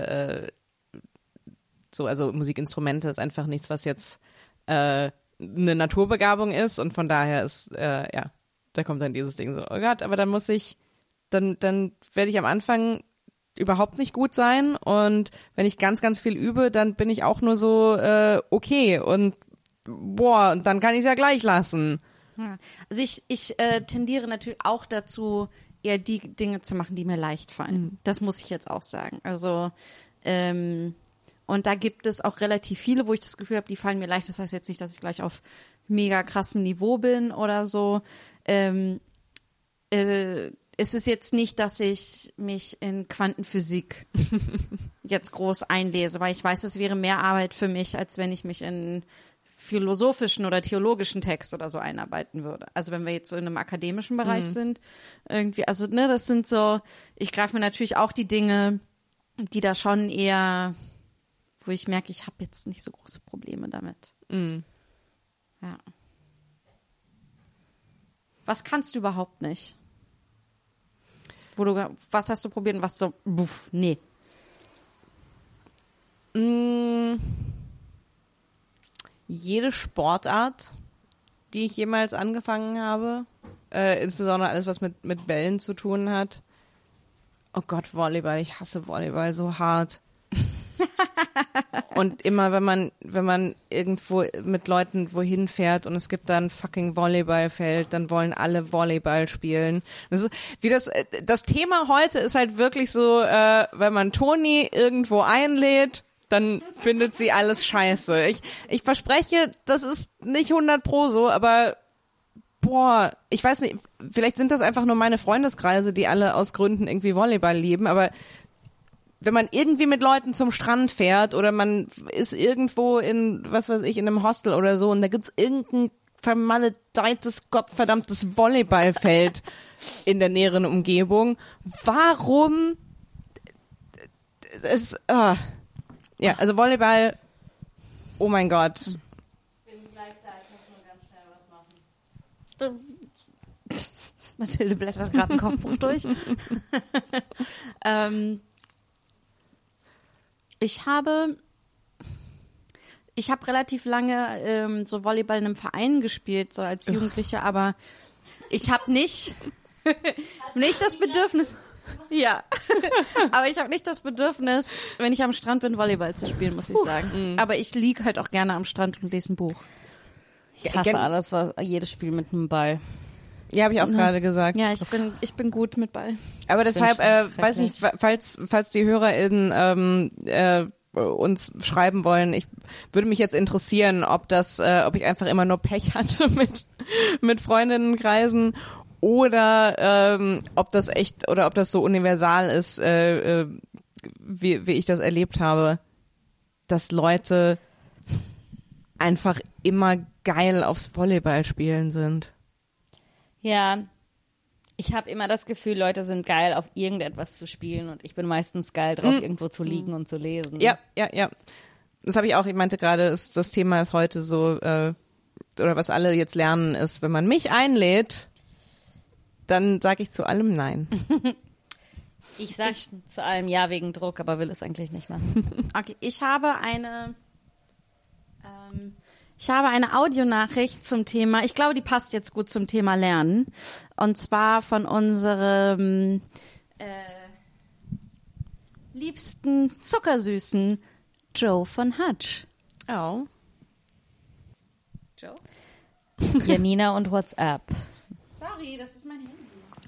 so, also Musikinstrumente ist einfach nichts, was jetzt eine Naturbegabung ist und von daher ist, ja, da kommt dann dieses Ding so, oh Gott, aber dann dann werde ich am Anfang überhaupt nicht gut sein und wenn ich ganz, ganz viel übe, dann bin ich auch nur so okay und boah, dann kann ich es ja gleich lassen. Ja. Also ich tendiere natürlich auch dazu, eher die Dinge zu machen, die mir leicht fallen. Das muss ich jetzt auch sagen. Also und da gibt es auch relativ viele, wo ich das Gefühl habe, die fallen mir leicht. Das heißt jetzt nicht, dass ich gleich auf mega krassem Niveau bin oder so. Es ist jetzt nicht, dass ich mich in Quantenphysik jetzt groß einlese, weil ich weiß, es wäre mehr Arbeit für mich, als wenn ich mich in philosophischen oder theologischen Text oder so einarbeiten würde. Also wenn wir jetzt so in einem akademischen Bereich sind, irgendwie, also ne, das sind so, ich greife mir natürlich auch die Dinge, die da schon eher, wo ich merke, ich habe jetzt nicht so große Probleme damit. Ja. Was kannst du überhaupt nicht? Was hast du probiert und was so, nee. Jede Sportart, die ich jemals angefangen habe, insbesondere alles, was mit Bällen zu tun hat. Oh Gott, Volleyball, ich hasse Volleyball so hart. Und immer, wenn man irgendwo mit Leuten wohin fährt und es gibt da ein fucking Volleyballfeld, dann wollen alle Volleyball spielen. Das ist, wie das Thema heute ist halt wirklich so, wenn man Toni irgendwo einlädt, dann findet sie alles scheiße. Ich verspreche, das ist nicht 100% so, aber boah, ich weiß nicht, vielleicht sind das einfach nur meine Freundeskreise, die alle aus Gründen irgendwie Volleyball lieben, aber wenn man irgendwie mit Leuten zum Strand fährt oder man ist irgendwo in, was weiß ich, in einem Hostel oder so und da gibt's irgendein vermaledeites, gottverdammtes Volleyballfeld in der näheren Umgebung. Warum? Ja, also Volleyball, oh mein Gott. Ich bin gleich da, ich muss nur ganz schnell was machen. Mathilde blättert gerade ein Kochbuch durch. Ich habe relativ lange so Volleyball in einem Verein gespielt, so als Jugendliche, aber ich habe nicht das Bedürfnis. Ja, aber ich habe nicht das Bedürfnis, wenn ich am Strand bin, Volleyball zu spielen, muss ich sagen. Aber ich liege halt auch gerne am Strand und lese ein Buch. Ich hasse alles, jedes Spiel mit einem Ball. Ja, habe ich auch gerade gesagt. Ja, ich bin gut mit Ball. Aber deshalb, weiß nicht, falls die HörerInnen uns schreiben wollen, ich würde mich jetzt interessieren, ob ich einfach immer nur Pech hatte mit Freundinnenkreisen oder ob das echt oder ob das so universal ist, wie ich das erlebt habe, dass Leute einfach immer geil aufs Volleyballspielen sind. Ja, ich habe immer das Gefühl, Leute sind geil, auf irgendetwas zu spielen und ich bin meistens geil drauf, irgendwo zu liegen und zu lesen. Ja. Das habe ich auch, ich meinte gerade, das Thema ist heute so, oder was alle jetzt lernen ist, wenn man mich einlädt, dann sage ich zu allem Nein. Ich sage zu allem Ja wegen Druck, aber will es eigentlich nicht machen. Okay, ich habe eine Audionachricht zum Thema, ich glaube, die passt jetzt gut zum Thema Lernen. Und zwar von unserem liebsten, zuckersüßen Joe von Hutch. Oh. Joe? Janina und WhatsApp. Sorry, das ist mein Handy.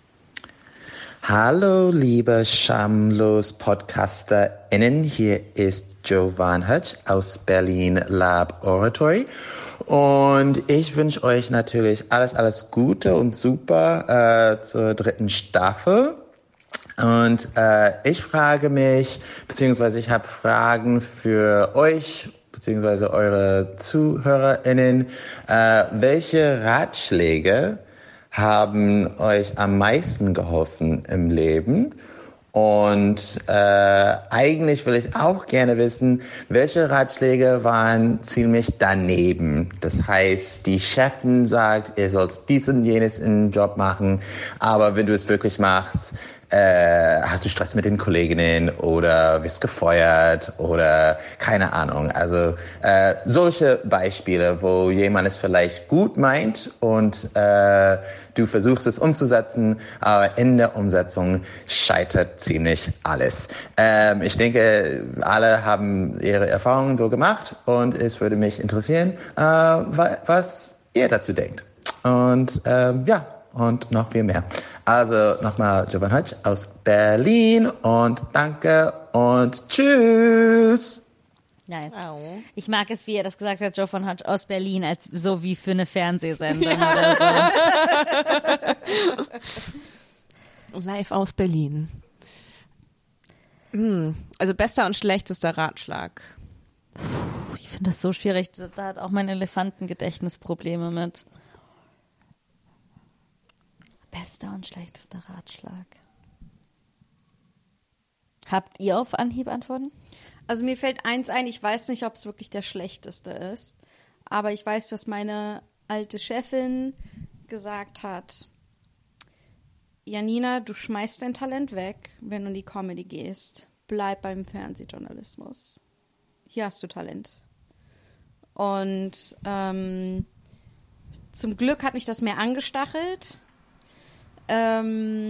Hallo, liebe schamlos PodcasterInnen, hier ist Joe von Hutch aus Berlin Laboratory und ich wünsche euch natürlich alles Gute und super zur 3. Staffel und ich frage mich, beziehungsweise ich habe Fragen für euch, beziehungsweise eure ZuhörerInnen, welche Ratschläge haben euch am meisten geholfen im Leben? Und eigentlich will ich auch gerne wissen, welche Ratschläge waren ziemlich daneben. Das heißt, die Chefin sagt, ihr sollt dies und jenes in den Job machen, aber wenn du es wirklich machst, hast du Stress mit den Kolleginnen oder wirst gefeuert oder keine Ahnung. Also solche Beispiele, wo jemand es vielleicht gut meint und du versuchst es umzusetzen, aber in der Umsetzung scheitert ziemlich alles. Ich denke, alle haben ihre Erfahrungen so gemacht und es würde mich interessieren, was ihr dazu denkt. Und und noch viel mehr. Also nochmal Jovan Hutch aus Berlin und danke und tschüss. Nice. Ich mag es, wie er das gesagt hat, Jovan Hutch aus Berlin, als so wie für eine Fernsehsendung oder so. Live aus Berlin. Also bester und schlechtester Ratschlag. Ich finde das so schwierig. Da hat auch mein Elefantengedächtnis Probleme mit. Bester und schlechtester Ratschlag. Habt ihr auf Anhieb Antworten? Also mir fällt eins ein, ich weiß nicht, ob es wirklich der schlechteste ist, aber ich weiß, dass meine alte Chefin gesagt hat, Janina, du schmeißt dein Talent weg, wenn du in die Comedy gehst. Bleib beim Fernsehjournalismus. Hier hast du Talent. Und zum Glück hat mich das mehr angestachelt. Aber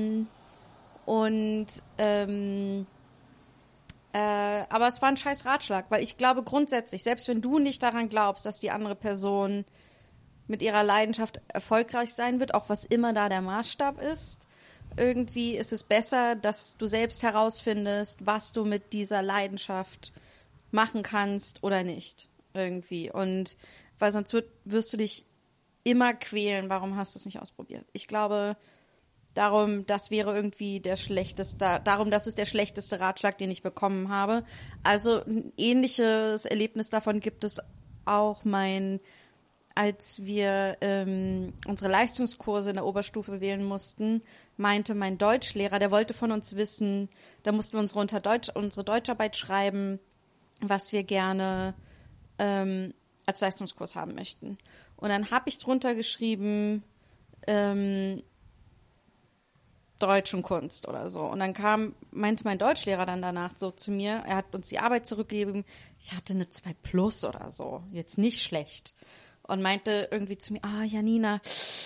es war ein scheiß Ratschlag, weil ich glaube grundsätzlich, selbst wenn du nicht daran glaubst, dass die andere Person mit ihrer Leidenschaft erfolgreich sein wird, auch was immer da der Maßstab ist, irgendwie ist es besser, dass du selbst herausfindest, was du mit dieser Leidenschaft machen kannst oder nicht irgendwie. Und weil sonst wirst du dich immer quälen, warum hast du es nicht ausprobiert? Ich glaube, das wäre irgendwie das ist der schlechteste Ratschlag, den ich bekommen habe. Also ein ähnliches Erlebnis davon gibt es auch als wir unsere Leistungskurse in der Oberstufe wählen mussten, meinte mein Deutschlehrer, der wollte von uns wissen, da mussten wir unsere Deutscharbeit schreiben, was wir gerne als Leistungskurs haben möchten. Und dann habe ich drunter geschrieben, Deutsch und Kunst oder so. Und dann meinte mein Deutschlehrer dann danach so zu mir, er hat uns die Arbeit zurückgegeben, ich hatte eine 2+ oder so, jetzt nicht schlecht. Und meinte irgendwie zu mir, Janina,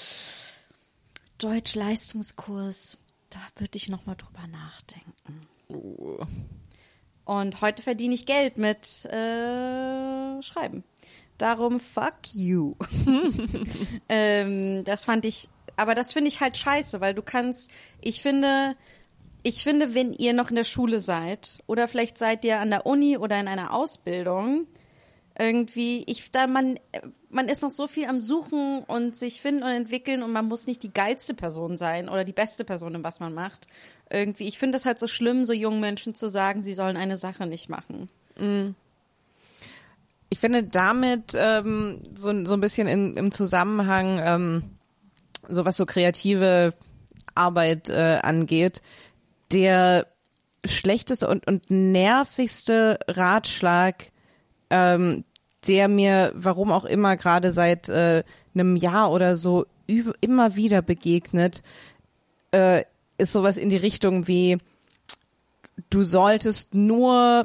Deutsch-Leistungskurs, da würde ich nochmal drüber nachdenken. Und heute verdiene ich Geld mit Schreiben. Darum fuck you. Aber das finde ich halt scheiße, weil ich finde, wenn ihr noch in der Schule seid oder vielleicht seid ihr an der Uni oder in einer Ausbildung, irgendwie, man ist noch so viel am Suchen und sich finden und entwickeln und man muss nicht die geilste Person sein oder die beste Person, in was man macht. Irgendwie, ich finde das halt so schlimm, so jungen Menschen zu sagen, sie sollen eine Sache nicht machen. Ich finde damit so ein bisschen im Zusammenhang, so was so kreative Arbeit angeht, der schlechteste und nervigste Ratschlag, der mir, warum auch immer, gerade seit einem Jahr oder so immer wieder begegnet, ist sowas in die Richtung wie, du solltest nur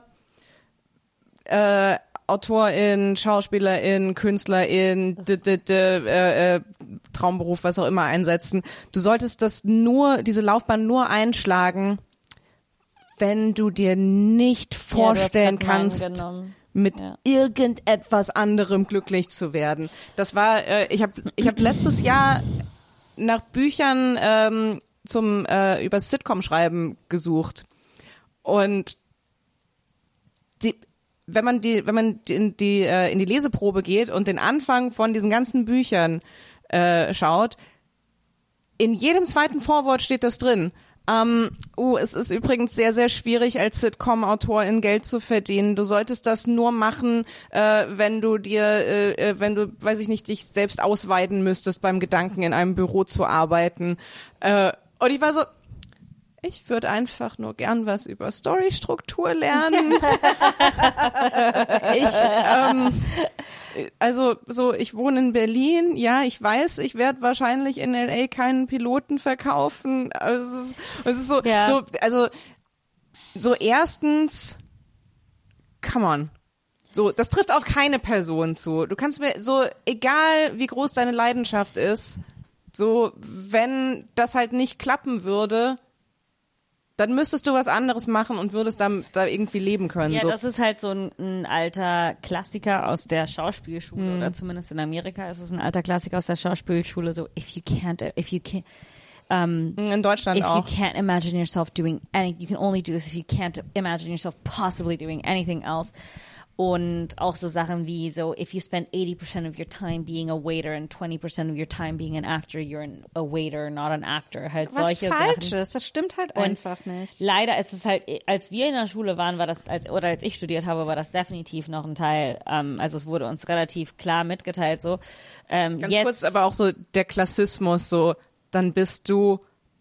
Autorin, Schauspielerin, Künstlerin, Traumberuf, was auch immer einsetzen. Du solltest diese Laufbahn nur einschlagen, wenn du dir nicht vorstellen kannst, mit irgendetwas anderem glücklich zu werden. Das war, ich hab letztes Jahr nach Büchern über Sitcom-Schreiben gesucht. Und wenn man in die Leseprobe geht und den Anfang von diesen ganzen Büchern schaut, in jedem zweiten Vorwort steht das drin. Es ist übrigens sehr, sehr schwierig, als Sitcom-Autorin Geld zu verdienen. Du solltest das nur machen, wenn du, weiß ich nicht, dich selbst ausweiden müsstest beim Gedanken, in einem Büro zu arbeiten. Und ich war so, ich würde einfach nur gern was über Storystruktur lernen. Ich wohne in Berlin. Ja, ich weiß, ich werde wahrscheinlich in LA keinen Piloten verkaufen. Also es ist so, Ja. so erstens, come on. So, das trifft auf keine Person zu. Du kannst mir so, egal wie groß deine Leidenschaft ist, so, wenn das halt nicht klappen würde, dann müsstest du was anderes machen und würdest da irgendwie leben können. Ja, so. das ist halt so ein alter Klassiker aus der Schauspielschule oder zumindest in Amerika ist es ein alter Klassiker aus der Schauspielschule. So, if you can't, in Deutschland if auch. you can't imagine yourself doing anything, you can only do this if you can't imagine yourself possibly doing anything else. Und auch so Sachen wie so, if you spend 80% of your time being a waiter and 20% of your time being an actor, you're a waiter, not an actor. Halt Was solche Falsches, Sachen. das stimmt halt einfach nicht. Leider ist es halt, als wir in der Schule waren, war das, als ich studiert habe, war das definitiv noch ein Teil, also es wurde uns relativ klar mitgeteilt, so. Ganz jetzt, kurz, aber auch so der Klassismus, so, dann bist du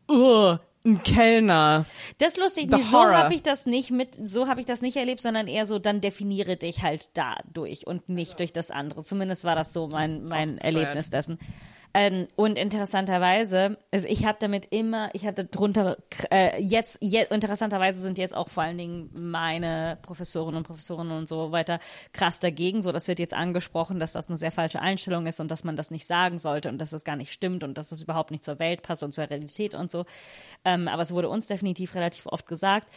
ein Kellner. das ist lustig, The nee, so horror. habe ich das nicht erlebt, sondern eher so, dann definiere dich halt dadurch und nicht durch das andere. Zumindest war das so mein Erlebnis dessen. Und interessanterweise, also ich habe darunter, interessanterweise sind jetzt auch vor allen Dingen meine Professorinnen und Professoren und so weiter krass dagegen, so, das wird jetzt angesprochen, dass das eine sehr falsche Einstellung ist und dass man das nicht sagen sollte und dass das gar nicht stimmt und dass das überhaupt nicht zur Welt passt und zur Realität und so. Aber es wurde uns definitiv relativ oft gesagt.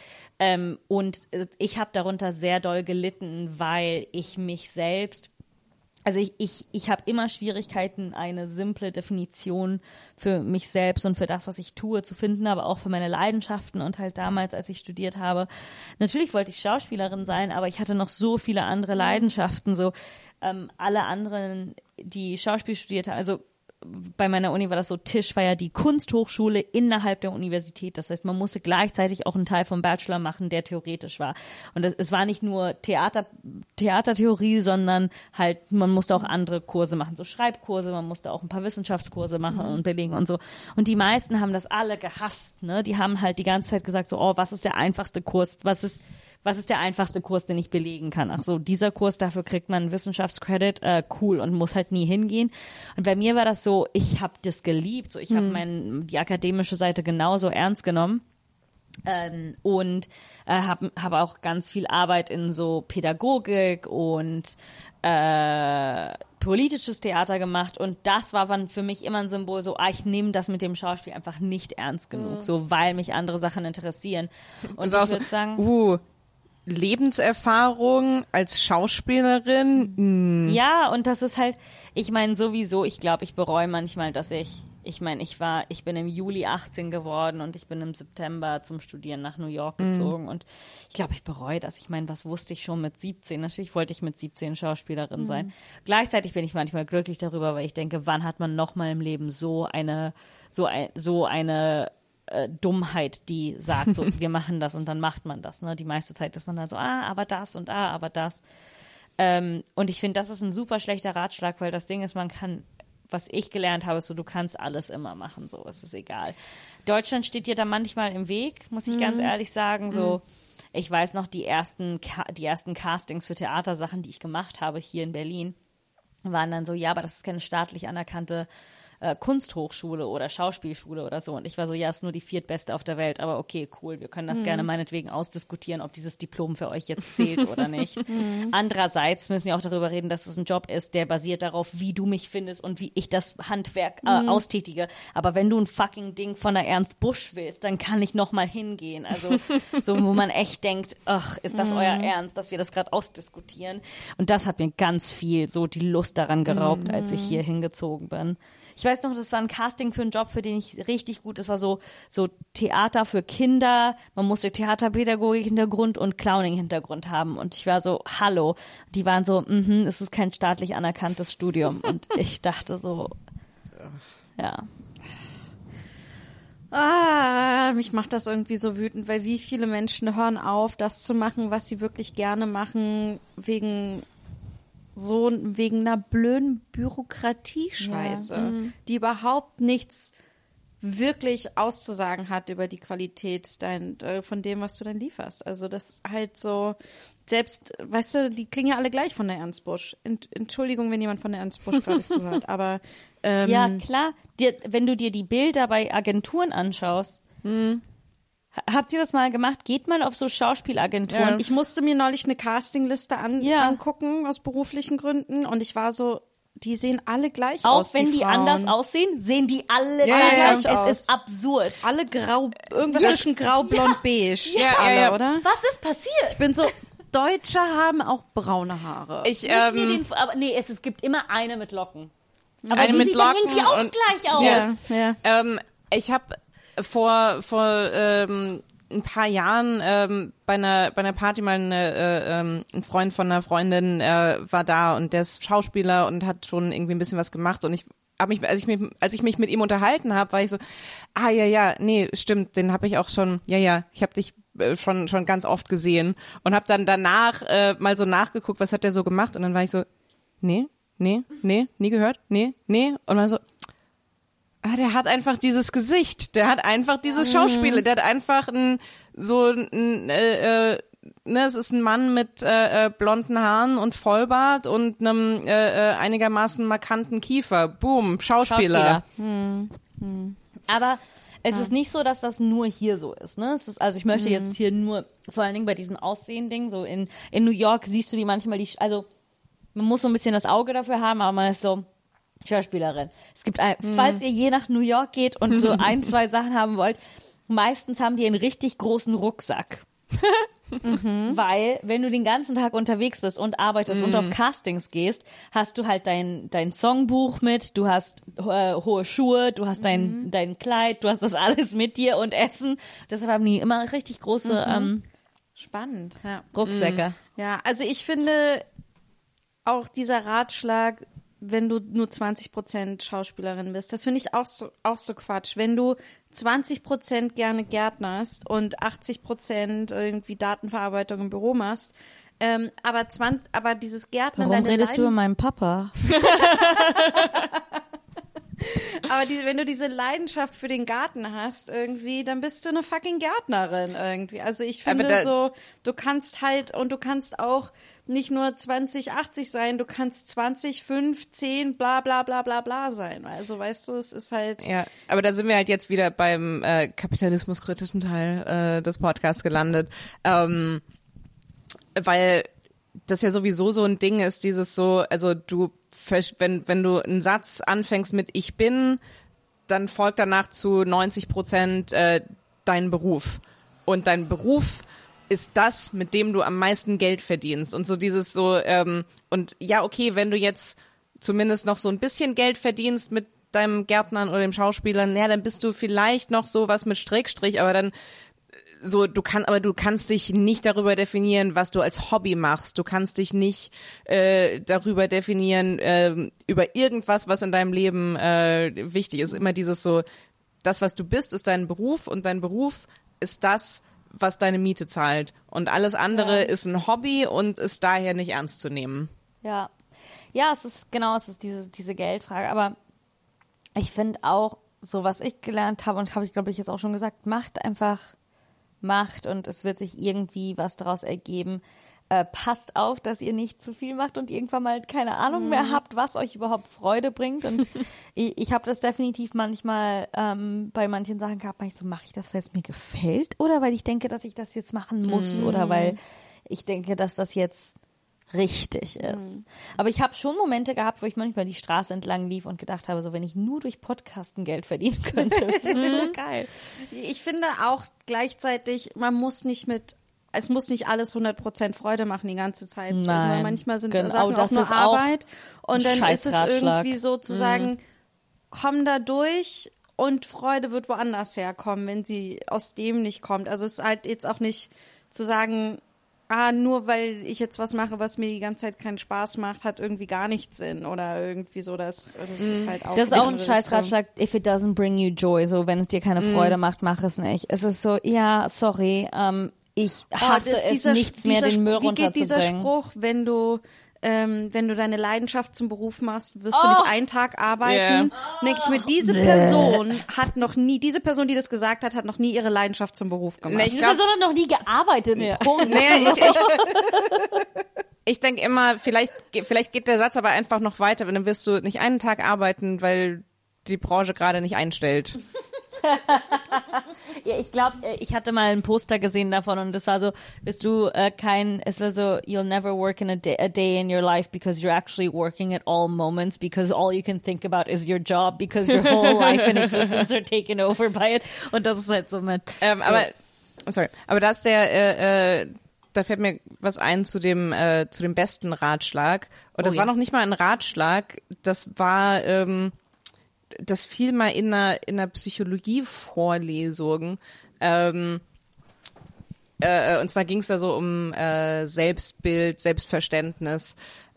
Und ich habe darunter sehr doll gelitten, weil ich mich selbst, also ich habe immer Schwierigkeiten, eine simple Definition für mich selbst und für das, was ich tue, zu finden, aber auch für meine Leidenschaften und halt damals, als ich studiert habe. Natürlich wollte ich Schauspielerin sein, aber ich hatte noch so viele andere Leidenschaften, so alle anderen, die Schauspiel studiert haben, also bei meiner Uni war das so, Tisch war ja die Kunsthochschule innerhalb der Universität. Das heißt, man musste gleichzeitig auch einen Teil vom Bachelor machen, der theoretisch war. Und es war nicht nur Theatertheorie, sondern halt, man musste auch andere Kurse machen, so Schreibkurse, man musste auch ein paar Wissenschaftskurse machen und belegen und so. Und die meisten haben das alle gehasst, ne? Die haben halt die ganze Zeit gesagt so, oh, was ist der einfachste Kurs, was ist der einfachste Kurs, den ich belegen kann? Ach so, dieser Kurs, dafür kriegt man einen Wissenschaftscredit, cool, und muss halt nie hingehen. Und bei mir war das so, ich habe das geliebt, so ich habe die akademische Seite genauso ernst genommen. Und habe auch ganz viel Arbeit in so Pädagogik und politisches Theater gemacht und das war dann für mich immer ein Symbol, so, ich nehme das mit dem Schauspiel einfach nicht ernst genug, so, weil mich andere Sachen interessieren. Und ich würde sagen, Lebenserfahrung als Schauspielerin. Ja, und das ist halt, ich meine sowieso, ich glaube, ich bereue manchmal, dass ich bin im Juli 18 geworden und ich bin im September zum Studieren nach New York gezogen und ich glaube, ich bereue das. Ich meine, was wusste ich schon mit 17? Natürlich wollte ich mit 17 Schauspielerin sein. Gleichzeitig bin ich manchmal glücklich darüber, weil ich denke, wann hat man noch mal im Leben so eine Dummheit, die sagt, so, wir machen das und dann macht man das. Ne? Die meiste Zeit ist man dann so, aber das und aber das. Und ich finde, das ist ein super schlechter Ratschlag, weil das Ding ist, was ich gelernt habe, ist so, du kannst alles immer machen, so, es ist egal. Deutschland steht dir da manchmal im Weg, muss ich ganz ehrlich sagen, so, ich weiß noch, die ersten Castings für Theatersachen, die ich gemacht habe hier in Berlin, waren dann so, ja, aber das ist keine staatlich anerkannte Kunsthochschule oder Schauspielschule oder so. Und ich war so, ja, ist nur die viertbeste auf der Welt, aber okay, cool, wir können das gerne meinetwegen ausdiskutieren, ob dieses Diplom für euch jetzt zählt oder nicht. Andererseits müssen wir auch darüber reden, dass es ein Job ist, der basiert darauf, wie du mich findest und wie ich das Handwerk austätige. Aber wenn du ein fucking Ding von der Ernst Busch willst, dann kann ich noch mal hingehen. Also so, wo man echt denkt, ach, ist das euer Ernst, dass wir das gerade ausdiskutieren? Und das hat mir ganz viel so die Lust daran geraubt, als ich hier hingezogen bin. Ich weiß noch, das war ein Casting für einen Job, für den ich richtig gut, das war so Theater für Kinder, man musste Theaterpädagogik-Hintergrund und Clowning-Hintergrund haben und ich war so, hallo, die waren so, es ist kein staatlich anerkanntes Studium und ich dachte so, ja. mich macht das irgendwie so wütend, weil wie viele Menschen hören auf, das zu machen, was sie wirklich gerne machen, wegen einer blöden Bürokratie-Scheiße, die überhaupt nichts wirklich auszusagen hat über die Qualität von dem, was du dann lieferst. Also das halt so, selbst, weißt du, die klingen ja alle gleich von der Ernst Busch. Entschuldigung, wenn jemand von der Ernst Busch gerade zuhört, aber ja, klar. Wenn du dir die Bilder bei Agenturen anschaust, habt ihr das mal gemacht? Geht mal auf so Schauspielagenturen. Ja. Ich musste mir neulich eine Castingliste angucken aus beruflichen Gründen und ich war so, die sehen alle gleich aus. Auch wenn die Frauen. anders aussehen, sehen die alle gleich gleich aus. Es ist absurd. Alle grau, irgendwas zwischen grau, blond, beige. Alle, oder? Was ist passiert? Ich bin so, Deutsche haben auch braune Haare. Aber nee, es gibt immer eine mit Locken. Aber Eine die mit sieht dann Locken irgendwie auch und- gleich aus. Ja. Ich habe vor ein paar Jahren bei einer Party mal ein Freund von einer Freundin war da und der ist Schauspieler und hat schon irgendwie ein bisschen was gemacht und ich habe mich, als ich mich mit ihm unterhalten habe, war ich so, nee, stimmt, den habe ich auch schon, ich habe dich schon ganz oft gesehen und habe dann danach mal so nachgeguckt, was hat der so gemacht und dann war ich so, nee, nie gehört, nee und dann so, der hat einfach dieses Gesicht, der hat einfach dieses Schauspiel, der hat einfach es ist ein Mann mit blonden Haaren und Vollbart und einem einigermaßen markanten Kiefer. Boom, Schauspieler. Aber es ist nicht so, dass das nur hier so ist, ne? Es ist, also ich möchte jetzt hier nur, vor allen Dingen bei diesem Aussehen-Ding, so in New York siehst du die manchmal, also man muss so ein bisschen das Auge dafür haben, aber man ist so Schauspielerin. Es gibt, falls ihr je nach New York geht und so 1, 2 Sachen haben wollt, meistens haben die einen richtig großen Rucksack. Weil, wenn du den ganzen Tag unterwegs bist und arbeitest und auf Castings gehst, hast du halt dein Songbuch mit, du hast hohe Schuhe, du hast dein Kleid, du hast das alles mit dir und Essen. Deshalb haben die immer richtig große Spannend, ja. Rucksäcke. Ja, also ich finde auch dieser Ratschlag, wenn du nur 20% Schauspielerin bist, das finde ich auch so Quatsch. Wenn du 20% gerne gärtnerst und 80% irgendwie Datenverarbeitung im Büro machst, aber dieses Gärtnern Warum deine redest du über meinen Papa? Aber wenn du diese Leidenschaft für den Garten hast irgendwie, dann bist du eine fucking Gärtnerin irgendwie. Also ich finde du kannst auch nicht nur 2080 sein, du kannst 20, 5, 10, bla bla bla bla bla sein. Also weißt du, es ist halt... Ja, aber da sind wir halt jetzt wieder beim kapitalismuskritischen Teil des Podcasts gelandet, weil das ja sowieso so ein Ding ist, dieses so, also wenn du einen Satz anfängst mit Ich bin, dann folgt danach zu 90% dein Beruf. Und dein Beruf ist das, mit dem du am meisten Geld verdienst. Und so dieses so, und ja, okay, wenn du jetzt zumindest noch so ein bisschen Geld verdienst mit deinem Gärtnern oder dem Schauspielern, ja, dann bist du vielleicht noch so was mit Strickstrich, aber dann so, du kannst dich nicht darüber definieren, was du als Hobby machst. Du kannst dich nicht darüber definieren, über irgendwas, was in deinem Leben wichtig ist. Immer dieses so, das, was du bist, ist dein Beruf und dein Beruf ist das, was deine Miete zahlt. Und alles andere ist ein Hobby und ist daher nicht ernst zu nehmen. Ja, es ist diese Geldfrage. Aber ich finde auch, so was ich gelernt habe und habe ich, glaube ich, jetzt auch schon gesagt, macht und es wird sich irgendwie was daraus ergeben. Passt auf, dass ihr nicht zu viel macht und irgendwann mal keine Ahnung mehr habt, was euch überhaupt Freude bringt. Und ich habe das definitiv manchmal bei manchen Sachen gehabt, weil ich so, mache ich das, weil es mir gefällt oder weil ich denke, dass ich das jetzt machen muss oder weil ich denke, dass das jetzt richtig ist. Aber ich habe schon Momente gehabt, wo ich manchmal die Straße entlang lief und gedacht habe, so wenn ich nur durch Podcasten Geld verdienen könnte, das ist so geil. Ich finde auch gleichzeitig, es muss nicht alles 100% Freude machen die ganze Zeit. Nein, manchmal sind genau, Sachen das auch nur ist auch Arbeit und dann ist es Scheißratschlag. irgendwie so zu sagen, komm da durch und Freude wird woanders herkommen, wenn sie aus dem nicht kommt. Also es ist halt jetzt auch nicht zu sagen, nur weil ich jetzt was mache, was mir die ganze Zeit keinen Spaß macht, hat irgendwie gar nichts Sinn oder irgendwie so, das ist halt auch. Das ist auch ein scheiß Ratschlag, if it doesn't bring you joy, so wenn es dir keine Freude macht, mach es nicht. Es ist so, ja, sorry, ich hasse nichts mehr, den Müll runterzubringen. Wie geht dieser Spruch, wenn du deine Leidenschaft zum Beruf machst, wirst du nicht einen Tag arbeiten. Denke ich mir, diese Person, die das gesagt hat, hat noch nie ihre Leidenschaft zum Beruf gemacht. Diese Person hat noch nie gearbeitet. Punkt. Ich denke immer, vielleicht geht der Satz aber einfach noch weiter, wenn dann wirst du nicht einen Tag arbeiten, weil die Branche gerade nicht einstellt. Ja, ich glaube, ich hatte mal ein Poster gesehen davon und das war so, you'll never work in a day in your life because you're actually working at all moments because all you can think about is your job because your whole life and existence are taken over by it. Und das ist halt so mit. Aber da ist da fällt mir was ein zu dem besten Ratschlag. Und das war noch nicht mal ein Ratschlag, das war, das fiel mal in einer Psychologie-Vorlesung. Und zwar ging es da so um Selbstbild, Selbstverständnis.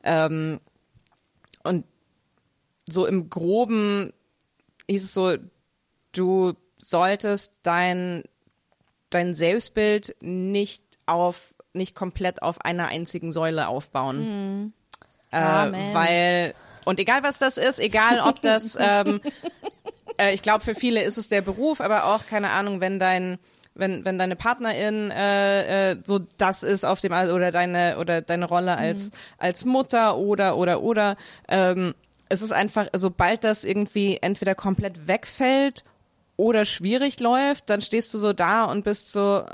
Und so im Groben hieß es so, du solltest dein Selbstbild nicht komplett auf einer einzigen Säule aufbauen. Weil, und egal was das ist, egal ob das, ich glaube für viele ist es der Beruf, aber auch, keine Ahnung, wenn deine Partnerin so das ist auf dem, oder deine Rolle als Mutter oder es ist einfach, sobald das irgendwie entweder komplett wegfällt oder schwierig läuft, dann stehst du so da und bist so,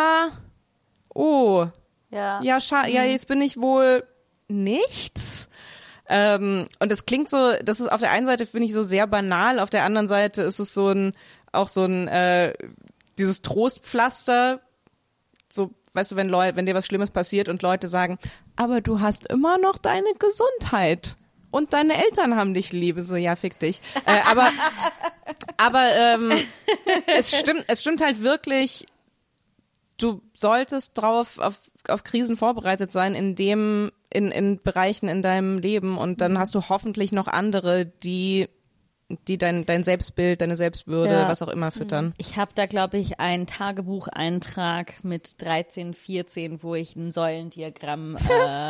jetzt bin ich wohl nichts. Und das klingt so, das ist auf der einen Seite, finde ich, so sehr banal, auf der anderen Seite ist es dieses Trostpflaster, so, weißt du, wenn dir was Schlimmes passiert und Leute sagen, aber du hast immer noch deine Gesundheit und deine Eltern haben dich lieb, so, ja, fick dich. Aber es stimmt halt wirklich, du solltest auf Krisen vorbereitet sein in Bereichen in deinem Leben und dann hast du hoffentlich noch andere, die dein Selbstbild, deine Selbstwürde, was auch immer füttern. Ich habe da, glaube ich, einen Tagebucheintrag mit 13, 14, wo ich ein Säulendiagramm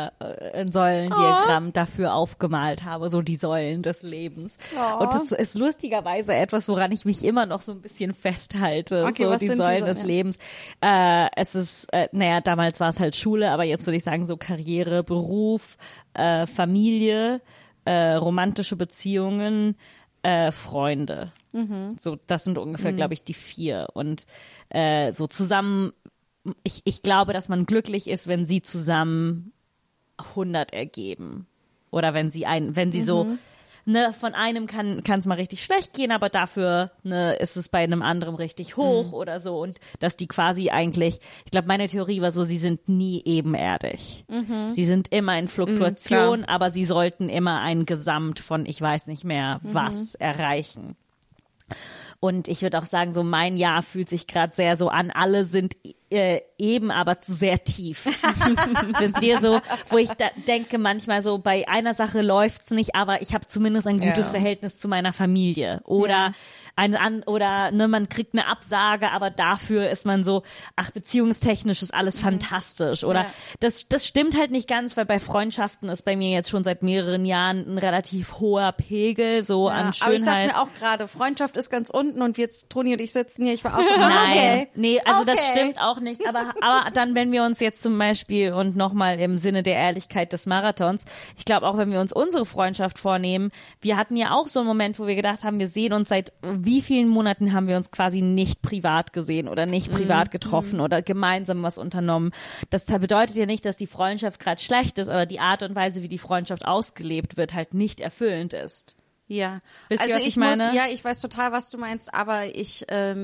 dafür aufgemalt habe, so die Säulen des Lebens. Oh. Und das ist lustigerweise etwas, woran ich mich immer noch so ein bisschen festhalte, okay, so die Säulen des Lebens. Es ist, damals war es halt Schule, aber jetzt würde ich sagen so Karriere, Beruf, Familie, romantische Beziehungen, Freunde. So, das sind ungefähr, glaube ich, die 4. Und so zusammen, ich glaube, dass man glücklich ist, wenn sie zusammen 100 ergeben. Oder wenn sie so, von einem kann es mal richtig schlecht gehen, aber dafür ist es bei einem anderen richtig hoch oder so. Und dass die quasi eigentlich, ich glaube, meine Theorie war so, sie sind nie ebenerdig. Sie sind immer in Fluktuation, aber sie sollten immer ein Gesamt von, ich weiß nicht mehr, was erreichen. Und ich würde auch sagen, so mein Jahr fühlt sich gerade sehr so an, alle sind eben, aber sehr tief. Wisst ihr, so, wo ich denke manchmal so, bei einer Sache läuft's nicht, aber ich habe zumindest ein gutes Verhältnis zu meiner Familie. Oder man kriegt eine Absage, aber dafür ist man so, beziehungstechnisch ist alles fantastisch. Oder das stimmt halt nicht ganz, weil bei Freundschaften ist bei mir jetzt schon seit mehreren Jahren ein relativ hoher Pegel so an Schönheit. Aber ich dachte mir auch gerade, Freundschaft ist ganz unten und jetzt Toni und ich sitzen hier, ich war auch so, nein, nee, also das stimmt auch nicht, aber dann, wenn wir uns jetzt zum Beispiel und nochmal im Sinne der Ehrlichkeit des Marathons, ich glaube auch, wenn wir uns unsere Freundschaft vornehmen, wir hatten ja auch so einen Moment, wo wir gedacht haben, wir sehen uns seit wie vielen Monaten haben wir uns quasi nicht privat gesehen oder nicht privat getroffen oder gemeinsam was unternommen. Das bedeutet ja nicht, dass die Freundschaft gerade schlecht ist, aber die Art und Weise, wie die Freundschaft ausgelebt wird, halt nicht erfüllend ist. Ja. Wisst ihr, was ich meine? Ich weiß total, was du meinst, aber ich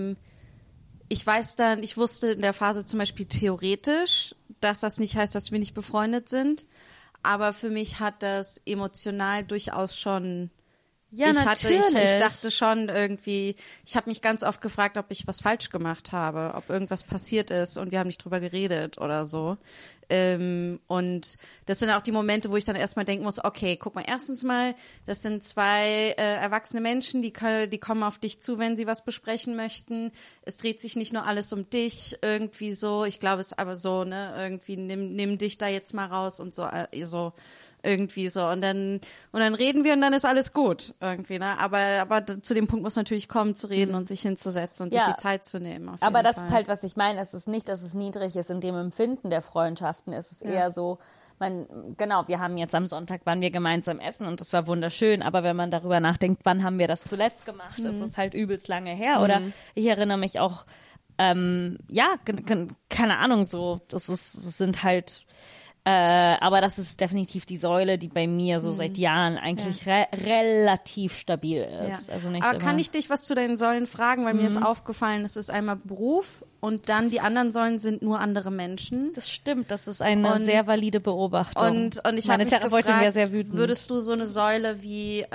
wusste in der Phase zum Beispiel theoretisch, dass das nicht heißt, dass wir nicht befreundet sind, aber für mich hat das emotional durchaus schon Ja, ich natürlich. dachte schon irgendwie, ich habe mich ganz oft gefragt, ob ich was falsch gemacht habe, ob irgendwas passiert ist und wir haben nicht drüber geredet oder so. Und das sind auch die Momente, wo ich dann erstmal denken muss, okay, guck mal, erstens mal, das sind zwei erwachsene Menschen, die kommen auf dich zu, wenn sie was besprechen möchten. Es dreht sich nicht nur alles um dich, irgendwie so, ich glaube, es ist aber so, ne, irgendwie nimm dich da jetzt mal raus und so irgendwie so und dann reden wir und dann ist alles gut irgendwie, ne? Aber zu dem Punkt muss man natürlich kommen, zu reden und sich hinzusetzen und sich die Zeit zu nehmen. Auf Aber jeden das Fall. ist halt, was ich meine. Es ist nicht, dass es niedrig ist in dem Empfinden der Freundschaften. Es ist eher so, genau, wir haben jetzt am Sonntag, waren wir gemeinsam essen und das war wunderschön. Aber wenn man darüber nachdenkt, wann haben wir das zuletzt gemacht, das ist halt übelst lange her. Oder ich erinnere mich auch, keine Ahnung, so, das sind halt, aber das ist definitiv die Säule, die bei mir so seit Jahren eigentlich relativ stabil ist. Ja. Also nicht aber immer. kann ich dich was zu deinen Säulen fragen? Weil mir ist aufgefallen, es ist einmal Beruf und dann die anderen Säulen sind nur andere Menschen. Das stimmt, das ist eine sehr valide Beobachtung. Und ich habe Meine mich Therapeutin gefragt, wäre sehr wütend. würdest du so eine Säule wie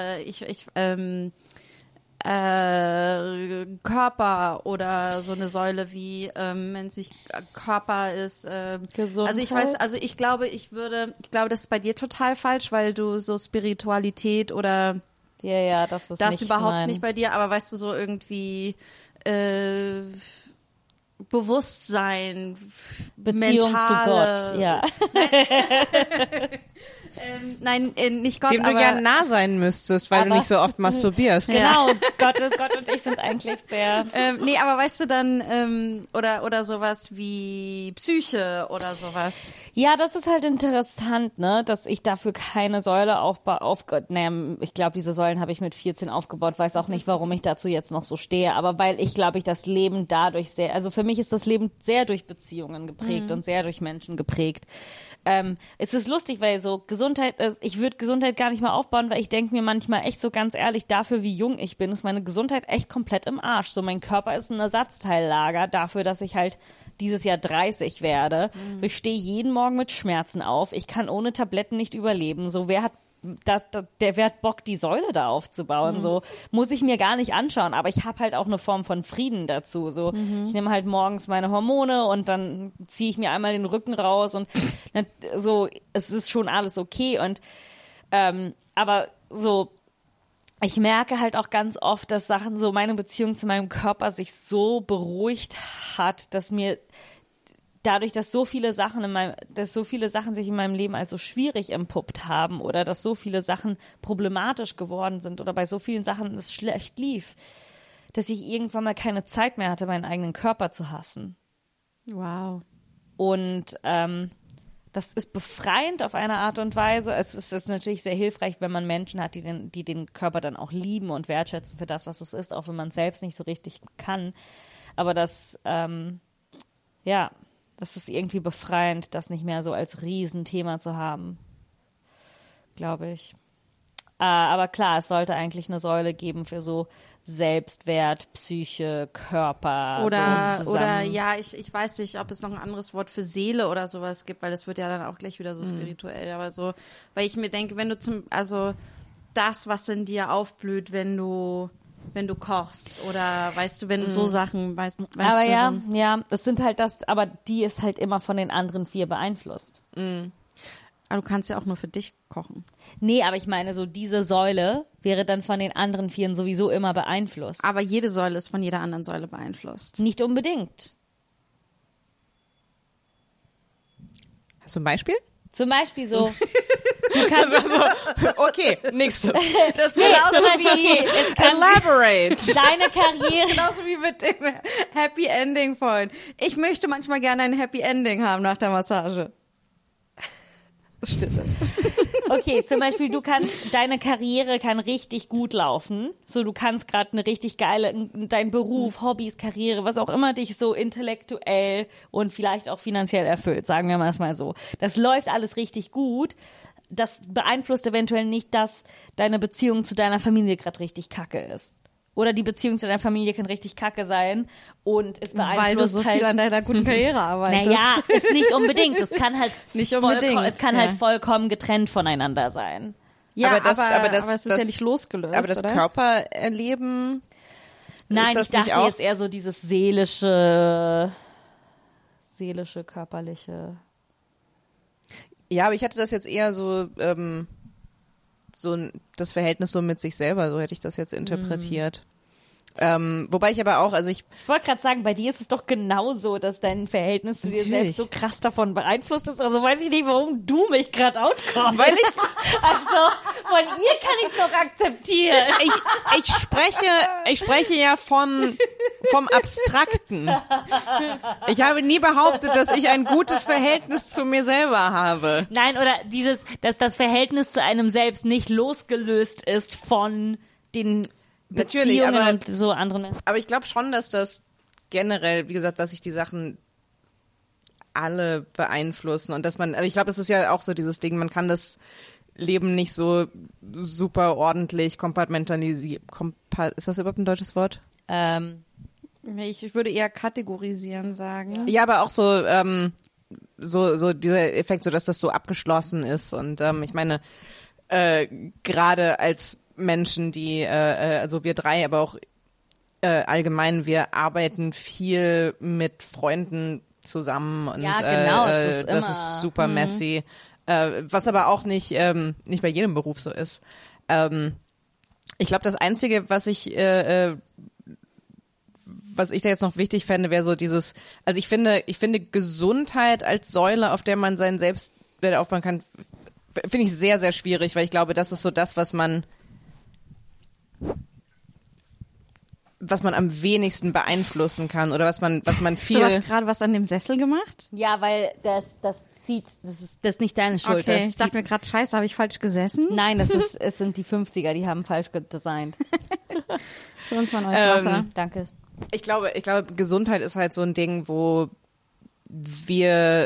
Körper oder so eine Säule wie menschlich Körper ist Gesundheit? ich glaube, das ist bei dir total falsch, weil du so Spiritualität oder ja, das ist das nicht überhaupt nicht bei dir, aber weißt du, so irgendwie Bewusstsein, Beziehung mentale, zu Gott, ja. Nein, nicht Gott, Dem du aber gern nah sein müsstest, weil du Aber- nicht so oft masturbierst. Genau, Gott und ich sind eigentlich sehr... nee, aber weißt du dann, oder sowas wie Psyche oder sowas. Ja, das ist halt interessant, ne, dass ich dafür keine Säule ich glaube, diese Säulen habe ich mit 14 aufgebaut, weiß auch nicht, warum ich dazu jetzt noch so stehe, aber weil ich glaube, ich das Leben dadurch also für mich ist das Leben sehr durch Beziehungen geprägt und sehr durch Menschen geprägt. Es ist lustig, weil so Gesundheit, ich würde Gesundheit gar nicht mal aufbauen, weil ich denke mir manchmal echt so ganz ehrlich, dafür wie jung ich bin, ist meine Gesundheit echt komplett im Arsch. So mein Körper ist ein Ersatzteillager dafür, dass ich halt dieses Jahr 30 werde. So, ich stehe jeden Morgen mit Schmerzen auf. Ich kann ohne Tabletten nicht überleben. So, wer hat Bock, die Säule da aufzubauen? So muss ich mir gar nicht anschauen, aber ich habe halt auch eine Form von Frieden dazu. So, ich nehme halt morgens meine Hormone und dann ziehe ich mir einmal den Rücken raus und so, es ist schon alles okay. Und aber so, ich merke halt auch ganz oft, dass Sachen, so meine Beziehung zu meinem Körper sich so beruhigt hat, dass mir dadurch, dass so viele Sachen sich in meinem Leben als so schwierig entpuppt haben oder dass so viele Sachen problematisch geworden sind oder bei so vielen Sachen es schlecht lief, dass ich irgendwann mal keine Zeit mehr hatte, meinen eigenen Körper zu hassen. Wow. Und das ist befreiend auf eine Art und Weise. Es ist natürlich sehr hilfreich, wenn man Menschen hat, die den Körper dann auch lieben und wertschätzen für das, was es ist, auch wenn man es selbst nicht so richtig kann. Aber das ist irgendwie befreiend, das nicht mehr so als Riesenthema zu haben, glaube ich. Aber klar, es sollte eigentlich eine Säule geben für so Selbstwert, Psyche, Körper. Oder ja, ich weiß nicht, ob es noch ein anderes Wort für Seele oder sowas gibt, weil das wird ja dann auch gleich wieder so spirituell. Aber so, weil ich mir denke, wenn du das, was in dir aufblüht, wenn du kochst oder weißt du, wenn du so Sachen weißt aber du, ja, das sind halt aber die ist halt immer von den anderen 4 beeinflusst. aber du kannst ja auch nur für dich kochen. Nee, aber ich meine, so diese Säule wäre dann von den anderen 4 sowieso immer beeinflusst. Aber jede Säule ist von jeder anderen Säule beeinflusst. Nicht unbedingt. Hast du ein Beispiel? Zum Beispiel so, du kannst Okay, nächstes. Das Elaborate. deine Karriere, genauso wie mit dem Happy Ending vorhin. Ich möchte manchmal gerne ein Happy Ending haben nach der Massage. Das stimmt. okay, zum Beispiel deine Karriere kann richtig gut laufen. So, du kannst gerade eine richtig dein Beruf, Hobbys, Karriere, was auch immer dich so intellektuell und vielleicht auch finanziell erfüllt, sagen wir mal das mal so. Das läuft alles richtig gut. Das beeinflusst eventuell nicht, dass deine Beziehung zu deiner Familie gerade richtig kacke ist. Oder die Beziehung zu deiner Familie kann richtig kacke sein und es beeinflusst Weil du so viel an deiner guten Karriere arbeitest. Naja, ist nicht unbedingt. Es kann halt Nicht unbedingt, halt vollkommen getrennt voneinander sein. Ja, aber es ist ja nicht losgelöst, aber das oder? Körpererleben. Nein, ist das ich dachte nicht auch- jetzt eher so dieses seelische, körperliche. Ja, aber ich hatte das jetzt eher so, das Verhältnis so mit sich selber, so hätte ich das jetzt interpretiert. Wobei ich aber auch, also ich wollte gerade sagen, bei dir ist es doch genauso, dass dein Verhältnis zu dir Natürlich. selbst so krass davon beeinflusst ist. Also weiß ich nicht, warum du mich gerade outcallst. Weil ich- Also von ihr kann ich es doch akzeptieren. ich spreche ja vom Abstrakten. Ich habe nie behauptet, dass ich ein gutes Verhältnis zu mir selber habe. Nein, oder dass das Verhältnis zu einem selbst nicht losgelöst ist von den Natürlich, Beziehungen aber- und so anderen Menschen. Aber ich glaube schon, dass das generell, wie gesagt, dass sich die Sachen alle beeinflussen und dass man, also ich glaube, es ist ja auch so dieses Ding, man kann das Leben nicht so super ordentlich kompartmentalisieren. Ist das überhaupt ein deutsches Wort? Nee, ich würde eher kategorisieren sagen. Ja, aber auch so, so dieser Effekt, so dass das so abgeschlossen ist. Und ich meine, gerade als Menschen, die, also wir drei, aber auch allgemein, wir arbeiten viel mit Freunden zusammen und Ja, genau, es ist das immer- ist super messy. Was aber auch nicht bei jedem Beruf so ist. Ich glaube, das Einzige, was ich da jetzt noch wichtig fände, wäre so dieses, also ich finde Gesundheit als Säule, auf der man sein Selbstbild aufbauen kann, finde ich sehr, sehr schwierig, weil ich glaube, das ist so das, was man am wenigsten beeinflussen kann oder was man viel. Du hast gerade was an dem Sessel gemacht? Ja, weil das ist nicht deine Schuld. Okay, Das ich dachte mir gerade, scheiße, habe ich falsch gesessen? Nein, es sind die 50er, die haben falsch designt. Für uns mal neues Wasser. Danke. Ich glaube, Gesundheit ist halt so ein Ding, wo wir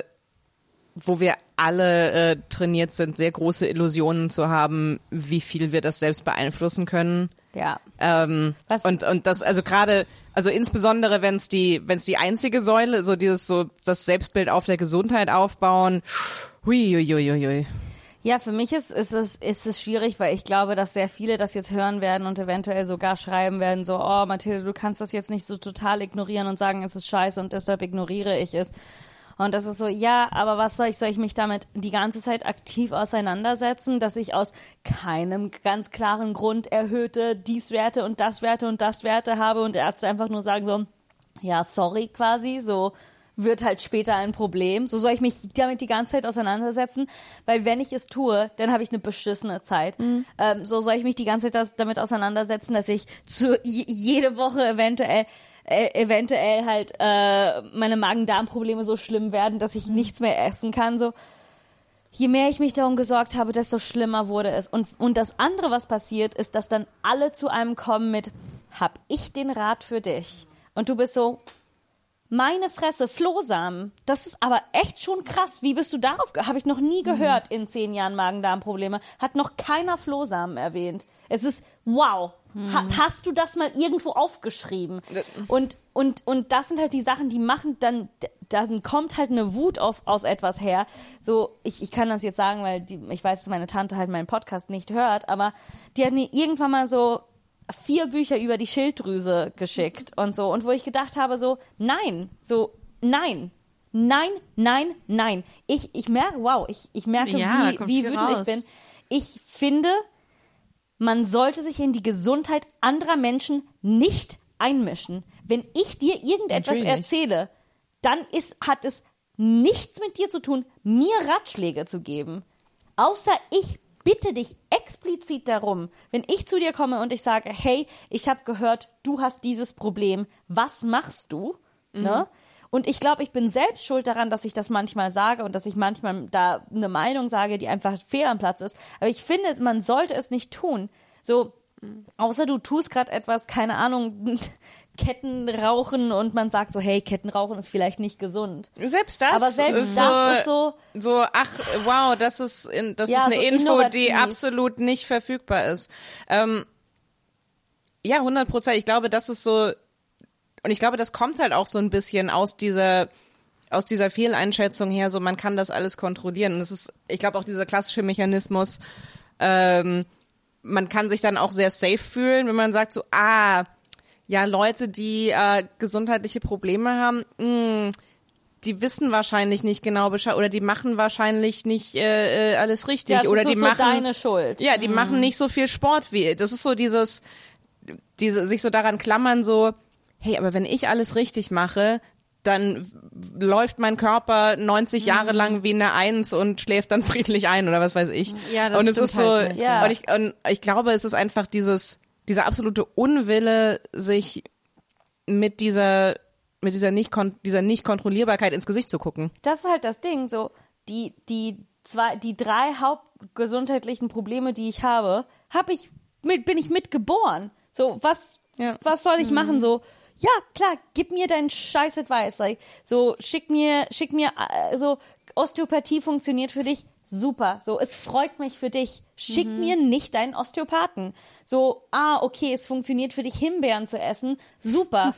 alle trainiert sind, sehr große Illusionen zu haben, wie viel wir das selbst beeinflussen können. Ja. Was- Und das, also gerade, also insbesondere wenn es die einzige Säule, so das Selbstbild auf der Gesundheit aufbauen, hui. Ja, für mich ist es schwierig, weil ich glaube, dass sehr viele das jetzt hören werden und eventuell sogar schreiben werden, so, oh, Mathilde, du kannst das jetzt nicht so total ignorieren und sagen, es ist scheiße und deshalb ignoriere ich es. Und das ist so, ja, aber was soll ich mich damit die ganze Zeit aktiv auseinandersetzen, dass ich aus keinem ganz klaren Grund erhöhte Dies-Werte und das Werte habe und Ärzte einfach nur sagen so, ja, sorry quasi, so wird halt später ein Problem. So soll ich mich damit die ganze Zeit auseinandersetzen, weil wenn ich es tue, dann habe ich eine beschissene Zeit. So soll ich mich die ganze Zeit damit auseinandersetzen, dass ich jede Woche eventuell halt meine Magen-Darm-Probleme so schlimm werden, dass ich nichts mehr essen kann. So, je mehr ich mich darum gesorgt habe, desto schlimmer wurde es. Und das andere, was passiert, ist, dass dann alle zu einem kommen mit, hab ich den Rat für dich? Und du bist so, meine Fresse, Flohsamen. Das ist aber echt schon krass. Wie bist du darauf? Habe ich noch nie gehört in 10 Jahren Magen-Darm-Probleme. Hat noch keiner Flohsamen erwähnt. Es ist wow. Hast du das mal irgendwo aufgeschrieben? Und das sind halt die Sachen, die machen dann kommt halt eine Wut aus etwas her. So, ich kann das jetzt sagen, weil ich weiß, dass meine Tante halt meinen Podcast nicht hört, aber die hat mir irgendwann mal so 4 Bücher über die Schilddrüse geschickt und so. Und wo ich gedacht habe, so, nein. Ich merke, wow, ich merke, Ja, kommt wie viel wütend ich raus. bin. Ich finde, man sollte sich in die Gesundheit anderer Menschen nicht einmischen. Wenn ich dir irgendetwas Natürlich. erzähle, dann hat es nichts mit dir zu tun, mir Ratschläge zu geben. Außer ich bitte dich explizit darum, wenn ich zu dir komme und ich sage, hey, ich habe gehört, du hast dieses Problem, was machst du? Ne? Und ich glaube, ich bin selbst schuld daran, dass ich das manchmal sage und dass ich manchmal da eine Meinung sage, die einfach fehl am Platz ist. Aber ich finde, man sollte es nicht tun. So, außer du tust gerade etwas, keine Ahnung, Kettenrauchen und man sagt so, hey, Kettenrauchen ist vielleicht nicht gesund. Selbst das Aber selbst ist das ist so, ach, wow, das ist eine so Info, innovativ. die absolut nicht verfügbar ist. Ja, 100%. Ich glaube, das ist so, und ich glaube, das kommt halt auch so ein bisschen aus dieser Fehleinschätzung her, so man kann das alles kontrollieren. Und es ist, ich glaube, auch dieser klassische Mechanismus, Man kann sich dann auch sehr safe fühlen, wenn man sagt so, ja, Leute, die gesundheitliche Probleme haben, die wissen wahrscheinlich nicht genau Bescheid oder die machen wahrscheinlich nicht alles richtig. Ja, das oder ist die so machen deine Schuld. Ja, die machen nicht so viel Sport wie. Das ist so diese sich so daran klammern, so, hey, aber wenn ich alles richtig mache, dann läuft mein Körper 90 Jahre lang wie eine Eins und schläft dann friedlich ein oder was weiß ich. Ja, das und es stimmt ist so, halt nicht, ja. und ich glaube, es ist einfach dieser absolute Unwille, sich mit dieser Nicht-Kontrollierbarkeit ins Gesicht zu gucken. Das ist halt das Ding, so die 3 hauptgesundheitlichen Probleme, die ich habe, bin ich mitgeboren. So, was soll ich machen? So, ja, klar, gib mir deinen scheiß Advice. Like, so, schick mir, so, Osteopathie funktioniert für dich. Super, so, es freut mich für dich. Schick mir nicht deinen Osteopathen. So, okay, es funktioniert für dich, Himbeeren zu essen. Super.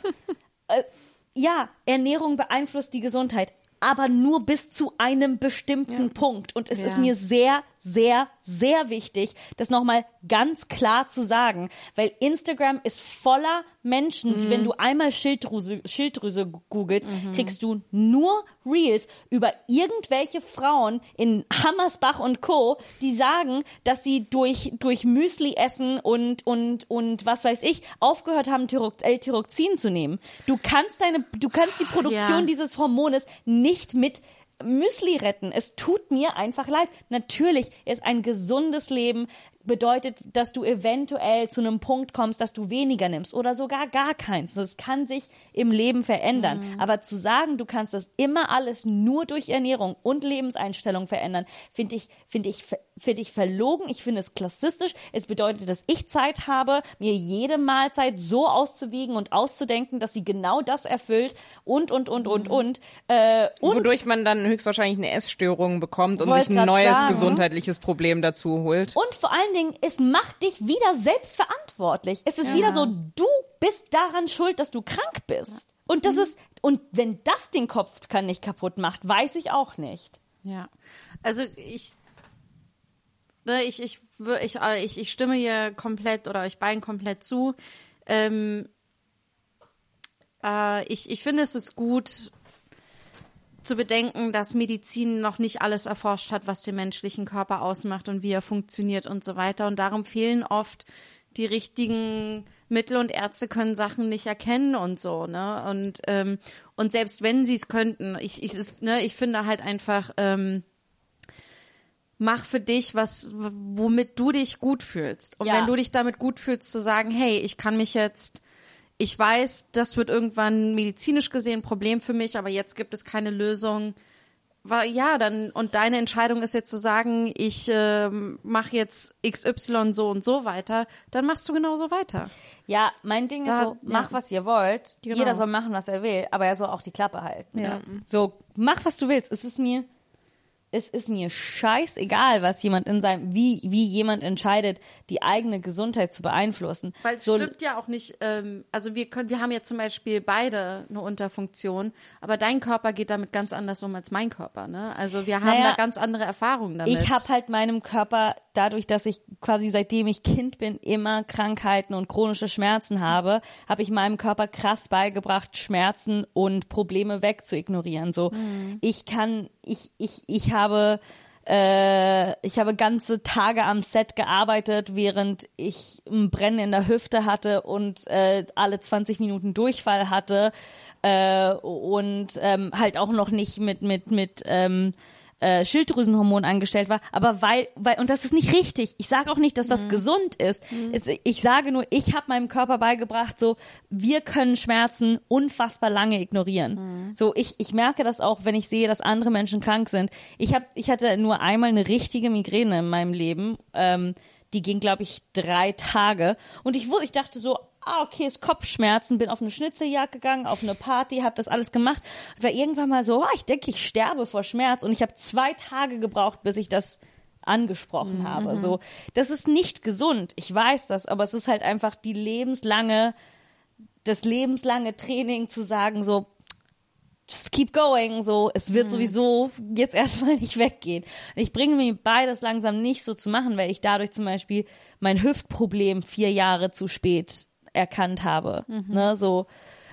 Ja, Ernährung beeinflusst die Gesundheit, aber nur bis zu einem bestimmten Punkt. Und es ist mir sehr, sehr, sehr wichtig, das nochmal ganz klar zu sagen, weil Instagram ist voller Menschen, die, wenn du einmal Schilddrüse googelst, kriegst du nur Reels über irgendwelche Frauen in Hammersbach und Co., die sagen, dass sie durch Müsli essen und was weiß ich, aufgehört haben, L-Tyroxin zu nehmen. Du kannst die Produktion dieses Hormones nicht mit Müsli retten. Es tut mir einfach leid. Natürlich ist ein gesundes Leben bedeutet, dass du eventuell zu einem Punkt kommst, dass du weniger nimmst oder sogar gar keins. Das kann sich im Leben verändern. Aber zu sagen, du kannst das immer alles nur durch Ernährung und Lebenseinstellung verändern, finde ich verlogen. Ich finde es klassistisch. Es bedeutet, dass ich Zeit habe, mir jede Mahlzeit so auszuwiegen und auszudenken, dass sie genau das erfüllt und. Wodurch man dann höchstwahrscheinlich eine Essstörung bekommt und Wollte sich ein grad neues sagen. gesundheitliches Problem dazu holt. Und vor allen Dingen, es macht dich wieder selbstverantwortlich. Es ist wieder so, du bist daran schuld, dass du krank bist. Und das ist, und wenn das den Kopf nicht kaputt macht, weiß ich auch nicht. Ja, also ich stimme hier komplett oder euch beiden komplett zu. Ich finde, es ist gut zu bedenken, dass Medizin noch nicht alles erforscht hat, was den menschlichen Körper ausmacht und wie er funktioniert und so weiter. Und darum fehlen oft die richtigen Mittel und Ärzte können Sachen nicht erkennen und so, ne? Und selbst wenn sie es könnten, ich finde halt einfach, mach für dich was, womit du dich gut fühlst. Und wenn du dich damit gut fühlst, zu sagen, hey, ich weiß, das wird irgendwann medizinisch gesehen ein Problem für mich, aber jetzt gibt es keine Lösung. Und deine Entscheidung ist jetzt zu sagen, ich mache jetzt XY so und so weiter, dann machst du genauso weiter. Ja, mein Ding ist so, mach was ihr wollt. Genau. Jeder soll machen, was er will, aber er soll auch die Klappe halten. Ja. So, mach was du willst. Es ist mir scheißegal, was jemand wie jemand entscheidet, die eigene Gesundheit zu beeinflussen. Weil es stimmt ja auch nicht, also wir haben ja zum Beispiel beide eine Unterfunktion, aber dein Körper geht damit ganz anders um als mein Körper, ne? Also wir haben da ganz andere Erfahrungen damit. Ich habe halt meinem Körper, dadurch, dass ich quasi seitdem ich Kind bin, immer Krankheiten und chronische Schmerzen habe ich meinem Körper krass beigebracht, Schmerzen und Probleme wegzuignorieren. So, ich habe ganze Tage am Set gearbeitet, während ich ein Brennen in der Hüfte hatte und alle 20 Minuten Durchfall hatte und halt auch noch nicht mit Schilddrüsenhormon angestellt war, aber weil und das ist nicht richtig. Ich sage auch nicht, dass das gesund ist. Ich sage nur, ich habe meinem Körper beigebracht, so, wir können Schmerzen unfassbar lange ignorieren. So, ich merke das auch, wenn ich sehe, dass andere Menschen krank sind. Ich hatte nur einmal eine richtige Migräne in meinem Leben. Die ging, glaube ich, 3 Tage. Und ich dachte so, okay, ist Kopfschmerzen, bin auf eine Schnitzeljagd gegangen, auf eine Party, habe das alles gemacht und war irgendwann mal so, ich denke, ich sterbe vor Schmerz und ich habe 2 Tage gebraucht, bis ich das angesprochen habe. So, das ist nicht gesund, ich weiß das, aber es ist halt einfach das lebenslange Training zu sagen so, just keep going, so, es wird sowieso jetzt erstmal nicht weggehen. Ich bringe mir bei, das langsam nicht so zu machen, weil ich dadurch zum Beispiel mein Hüftproblem 4 Jahre zu spät erkannt habe, ne, so,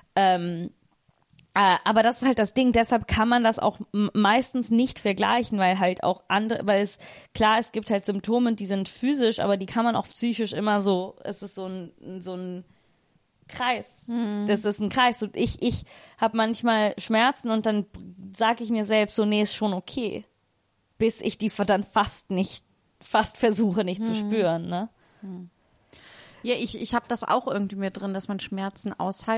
aber das ist halt das Ding, deshalb kann man das auch meistens nicht vergleichen, weil halt auch andere, es gibt halt Symptome, die sind physisch, aber die kann man auch psychisch immer so, es ist so ein Kreis. Das ist ein Kreis. Und ich habe manchmal Schmerzen und dann sage ich mir selbst so, nee, ist schon okay. Bis ich die dann fast versuche nicht zu spüren, ne? Ja, ich habe das auch irgendwie mit drin, dass man Schmerzen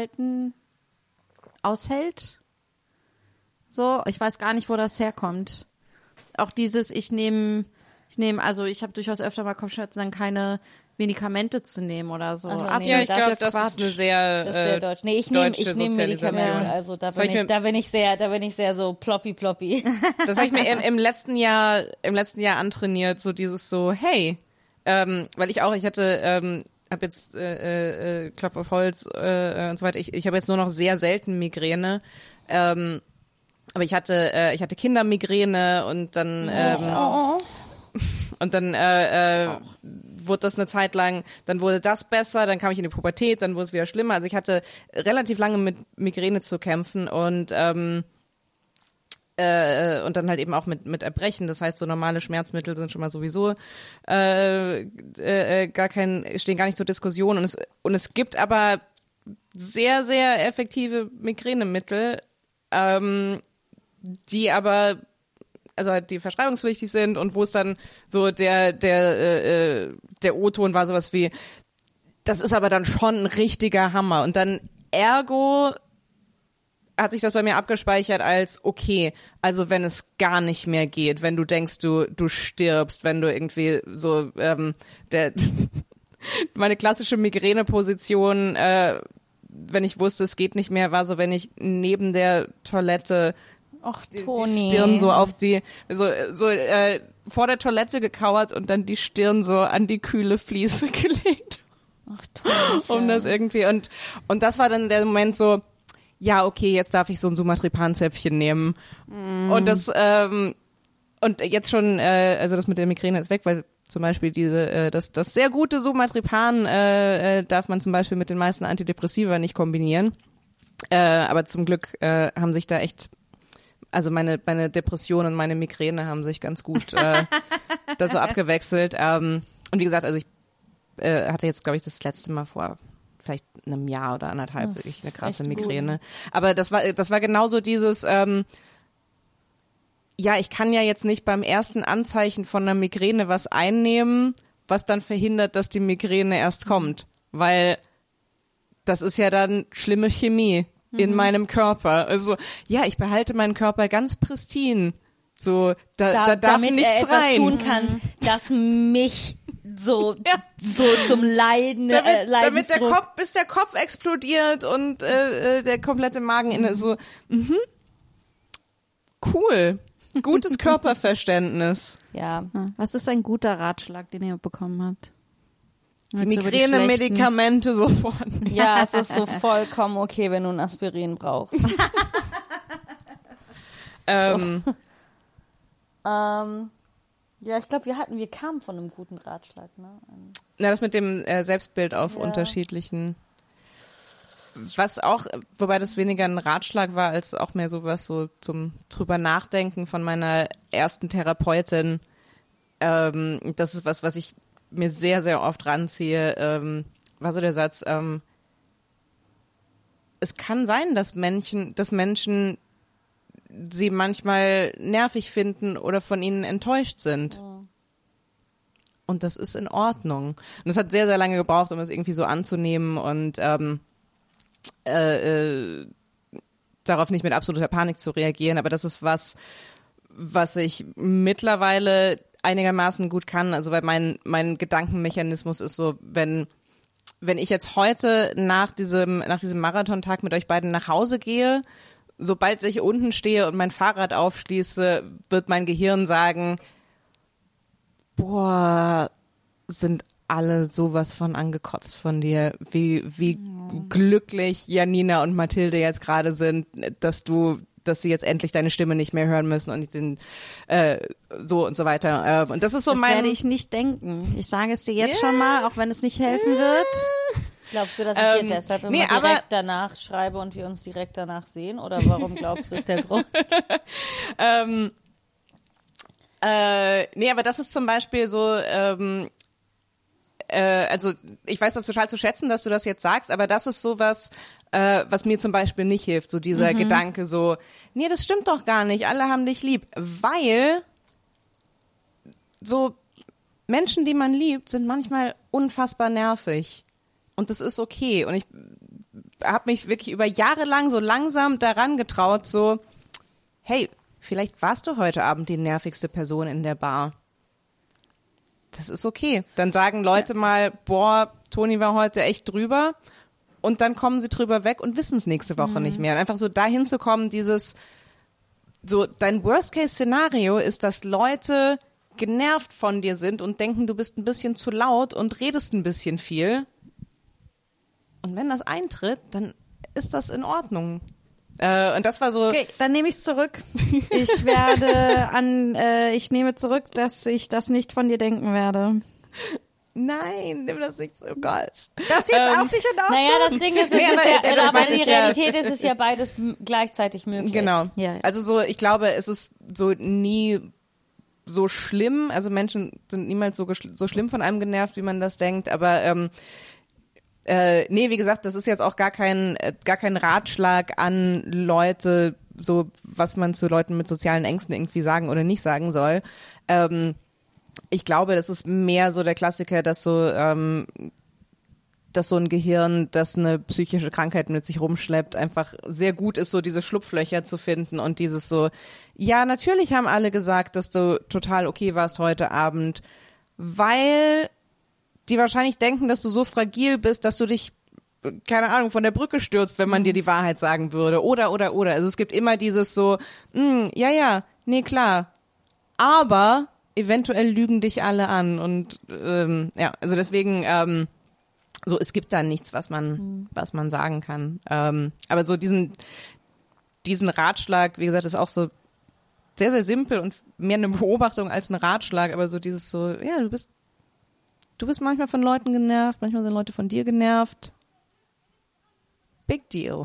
aushält. So, ich weiß gar nicht, wo das herkommt. Auch dieses, ich habe durchaus öfter mal Kopfschmerzen, dann keine Medikamente zu nehmen oder so. Also, Ja, ich glaube, das ist eine sehr, das ist sehr deutsch. Nee, ich nehme Medikamente, also da bin ich sehr so ploppy. Das habe ich mir im letzten Jahr antrainiert, so dieses so, hey, weil ich hatte, habe jetzt Klopf auf Holz und so weiter. Ich habe jetzt nur noch sehr selten Migräne, aber ich hatte Kindermigräne und dann wurde das eine Zeit lang, dann wurde das besser, dann kam ich in die Pubertät, dann wurde es wieder schlimmer. Also ich hatte relativ lange mit Migräne zu kämpfen und dann halt eben auch mit Erbrechen. Das heißt, so normale Schmerzmittel sind schon mal sowieso stehen gar nicht zur Diskussion. Und es gibt aber sehr, sehr effektive Migränemittel, die aber also halt die verschreibungspflichtig sind und wo es dann so der O-Ton war sowas wie, das ist aber dann schon ein richtiger Hammer. Und dann ergo hat sich das bei mir abgespeichert als, okay, also wenn es gar nicht mehr geht, wenn du denkst, du stirbst, wenn du irgendwie so meine klassische Migräneposition, wenn ich wusste, es geht nicht mehr, war so, wenn ich neben der Toilette die Stirn so auf vor der Toilette gekauert und dann die Stirn so an die kühle Fliese gelegt. Ach, Toni. Um das irgendwie und das war dann der Moment so, ja, okay, jetzt darf ich so ein Sumatripan-Zäpfchen nehmen. Und das und jetzt schon, also das mit der Migräne ist weg, weil zum Beispiel das sehr gute Sumatripan darf man zum Beispiel mit den meisten Antidepressiva nicht kombinieren. Aber zum Glück haben sich da echt, also meine Depression und meine Migräne haben sich ganz gut da so abgewechselt. Und wie gesagt, also ich hatte jetzt, glaube ich, das letzte Mal vor vielleicht einem Jahr oder anderthalb wirklich eine krasse Migräne. Gut. Aber das war genauso dieses, ja, ich kann ja jetzt nicht beim ersten Anzeichen von einer Migräne was einnehmen, was dann verhindert, dass die Migräne erst kommt. Weil das ist ja dann schlimme Chemie in meinem Körper. Also, ja, ich behalte meinen Körper ganz pristin. So, da darf damit nichts er etwas rein. tun kann, das mich so zum Leiden, damit bis der Kopf explodiert und der komplette Magen inne so, cool. Gutes Körperverständnis. Ja. Was ist ein guter Ratschlag, den ihr bekommen habt? Migräne-Medikamente sofort. Ja, es ist so vollkommen okay, wenn du ein Aspirin brauchst. Ja, ich glaube, wir kamen von einem guten Ratschlag, ne? Na, das mit dem Selbstbild auf unterschiedlichen, wobei das weniger ein Ratschlag war, als auch mehr sowas so zum drüber nachdenken von meiner ersten Therapeutin. Das ist was ich mir sehr, sehr oft ranziehe, war so der Satz, es kann sein, dass Menschen sie manchmal nervig finden oder von ihnen enttäuscht sind. Ja. Und das ist in Ordnung. Und es hat sehr, sehr lange gebraucht, um es irgendwie so anzunehmen und darauf nicht mit absoluter Panik zu reagieren. Aber das ist was ich mittlerweile einigermaßen gut kann. Also weil mein Gedankenmechanismus ist so, wenn ich jetzt heute nach diesem Marathontag mit euch beiden nach Hause gehe, sobald ich unten stehe und mein Fahrrad aufschließe, wird mein Gehirn sagen, boah, sind alle sowas von angekotzt von dir, wie glücklich Janina und Mathilde jetzt gerade sind, dass du dass sie jetzt endlich deine Stimme nicht mehr hören müssen und den so und so weiter. Und das ist so Das mein... werde ich nicht denken. Ich sage es dir jetzt schon mal, auch wenn es nicht helfen wird. Glaubst du, dass ich dir deshalb immer aber- direkt danach schreibe und wir uns direkt danach sehen? Oder warum glaubst du, ist der Grund? Nee, aber das ist zum Beispiel so, also ich weiß das total zu schätzen, dass du das jetzt sagst, aber das ist sowas, was mir zum Beispiel nicht hilft, so dieser Gedanke so, nee, das stimmt doch gar nicht, alle haben dich lieb, weil so Menschen, die man liebt, sind manchmal unfassbar nervig und das ist okay und ich habe mich wirklich über Jahre lang so langsam daran getraut, so, hey, vielleicht warst du heute Abend die nervigste Person in der Bar. Das ist okay. Dann sagen Leute mal, boah, Toni war heute echt drüber und dann kommen sie drüber weg und wissen es nächste Woche nicht mehr. Und einfach so dahin zu kommen, dieses, so dein Worst-Case-Szenario ist, dass Leute genervt von dir sind und denken, du bist ein bisschen zu laut und redest ein bisschen viel. Und wenn das eintritt, dann ist das in Ordnung. Und das war so. Okay, dann nehme ich es zurück. Ich nehme zurück, dass ich das nicht von dir denken werde. Nein, nimm das nicht so Gott. Das ist jetzt auch nicht in Ordnung. Naja, das Ding ist, aber in der Realität ist es ja beides gleichzeitig möglich. Genau. Ja. Also so, ich glaube, es ist so nie so schlimm. Also Menschen sind niemals so schlimm von einem genervt, wie man das denkt. Aber nee, wie gesagt, das ist jetzt auch gar kein Ratschlag an Leute, so was man zu Leuten mit sozialen Ängsten irgendwie sagen oder nicht sagen soll. Ich glaube, das ist mehr so der Klassiker, dass so ein Gehirn, das eine psychische Krankheit mit sich rumschleppt, einfach sehr gut ist, so diese Schlupflöcher zu finden und dieses so, ja, natürlich haben alle gesagt, dass du total okay warst heute Abend, weil die wahrscheinlich denken, dass du so fragil bist, dass du dich, keine Ahnung, von der Brücke stürzt, wenn man dir die Wahrheit sagen würde. Oder. Also es gibt immer dieses so, ja, nee, klar. Aber eventuell lügen dich alle an. Und ja, also deswegen, so, es gibt da nichts, was man sagen kann. Aber so diesen Ratschlag, wie gesagt, ist auch so sehr, sehr simpel und mehr eine Beobachtung als ein Ratschlag, aber so dieses so, ja, du bist manchmal von Leuten genervt, manchmal sind Leute von dir genervt. Big deal.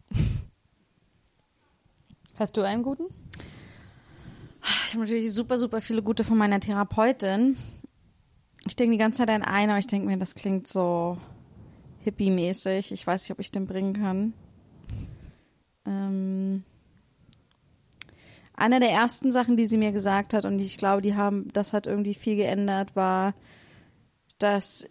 Hast du einen guten? Ich habe natürlich super, super viele gute von meiner Therapeutin. Ich denke die ganze Zeit an einen, aber ich denke mir, das klingt so hippie-mäßig. Ich weiß nicht, ob ich den bringen kann. Eine der ersten Sachen, die sie mir gesagt hat, und ich glaube, das hat irgendwie viel geändert, war, dass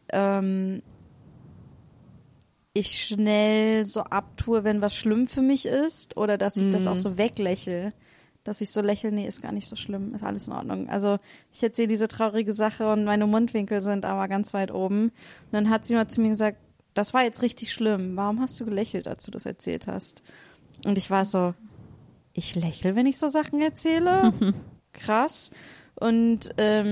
ich schnell so abtue, wenn was schlimm für mich ist, oder dass ich das auch so weglächle. Dass ich so lächle, nee, ist gar nicht so schlimm, ist alles in Ordnung. Also ich erzähle diese traurige Sache und meine Mundwinkel sind aber ganz weit oben. Und dann hat sie mal zu mir gesagt, das war jetzt richtig schlimm. Warum hast du gelächelt, als du das erzählt hast? Und ich war so, ich lächle, wenn ich so Sachen erzähle? Krass. Und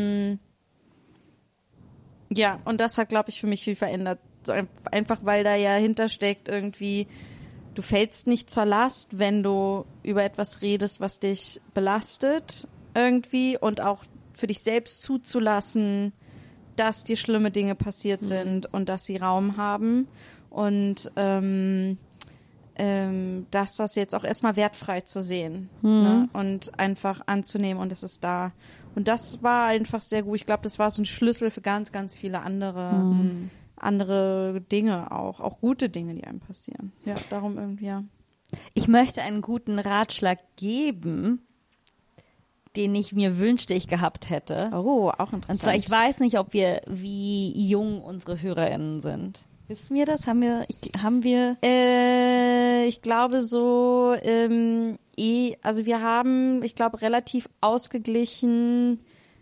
ja, und das hat, glaube ich, für mich viel verändert. So einfach, weil da ja hintersteckt irgendwie, du fällst nicht zur Last, wenn du über etwas redest, was dich belastet irgendwie, und auch für dich selbst zuzulassen, dass dir schlimme Dinge passiert sind und dass sie Raum haben und dass das jetzt auch erstmal wertfrei zu sehen, ne? Und einfach anzunehmen, und es ist da. Und das war einfach sehr gut. Ich glaube, das war so ein Schlüssel für ganz, ganz viele andere Dinge auch gute Dinge, die einem passieren. Ja, darum irgendwie, ja. Ich möchte einen guten Ratschlag geben, den ich mir wünschte, ich gehabt hätte. Oh, auch interessant. Und zwar, ich weiß nicht, wie jung unsere HörerInnen sind. Wissen wir das? Haben wir? Ich glaube so, also wir haben, ich glaube, relativ ausgeglichen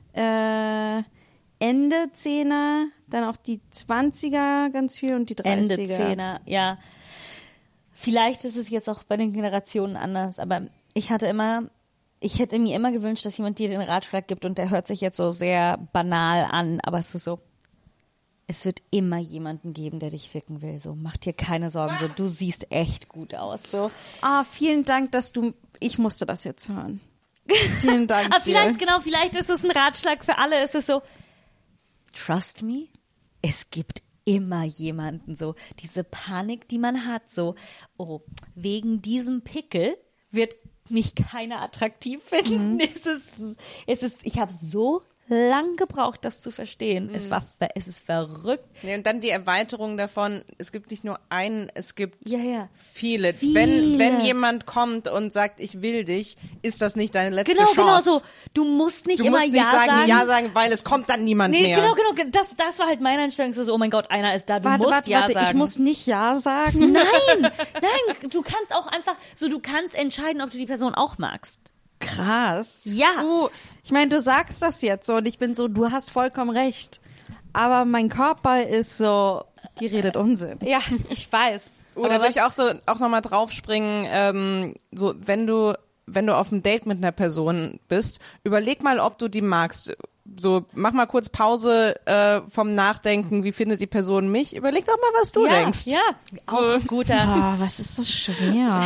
Ende 10er, dann auch die 20er ganz viel und die 30er. Ende 10er, ja. Vielleicht ist es jetzt auch bei den Generationen anders, aber ich hätte mir immer gewünscht, dass jemand dir den Ratschlag gibt, und der hört sich jetzt so sehr banal an, aber es ist so, es wird immer jemanden geben, der dich ficken will, so, mach dir keine Sorgen, so, du siehst echt gut aus, so. Vielen Dank, dass du ich musste das jetzt hören. Vielen Dank Aber dir. vielleicht ist es ein Ratschlag für alle. Es ist so, trust me, es gibt immer jemanden so. Diese Panik, die man hat, so, oh, wegen diesem Pickel wird mich keiner attraktiv finden. Es ist, ich habe so lang gebraucht, das zu verstehen. Es ist verrückt. Ja, und dann die Erweiterung davon, es gibt nicht nur einen, es gibt viele. Viele. Wenn jemand kommt und sagt, ich will dich, ist das nicht deine letzte Genau Chance. so. Du musst nicht Du immer musst nicht sagen. Ja sagen, weil es kommt dann niemand Nee, mehr. genau. Das war halt meine Einstellung. So, oh mein Gott, einer ist da, du musst Warte, Ja sagen. ich muss nicht Ja sagen. Nein, du kannst auch einfach, so du kannst entscheiden, ob du die Person auch magst. Krass. Ja. Ich meine, du sagst das jetzt so und ich bin so, du hast vollkommen recht. Aber mein Körper ist so, die redet Unsinn. Ja, ich weiß. Oder würde ich auch nochmal draufspringen, so wenn du auf einem Date mit einer Person bist, überleg mal, ob du die magst. So, mach mal kurz Pause vom Nachdenken, wie findet die Person mich? Überleg doch mal, was du denkst. Ja, auch ein guter. Oh, was ist so schwer?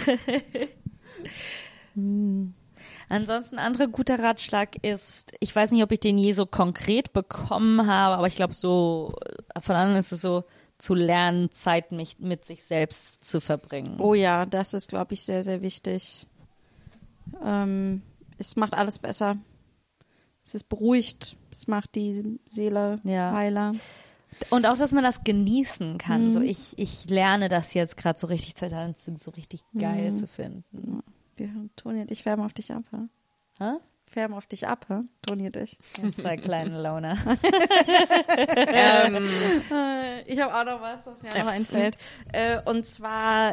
Ansonsten ein anderer guter Ratschlag ist, ich weiß nicht, ob ich den je so konkret bekommen habe, aber ich glaube so, von anderen ist es so, zu lernen, Zeit mit sich selbst zu verbringen. Oh ja, das ist, glaube ich, sehr, sehr wichtig. Es macht alles besser. Es ist beruhigt, es macht die Seele heiler. Und auch, dass man das genießen kann. So, ich lerne das jetzt gerade so richtig Zeit so richtig geil zu finden. Toni und ich färben auf dich ab. Hä? Färben auf dich ab, Toni und ich. Zwei kleine Launer. Ich habe auch noch was mir noch einfällt. Und zwar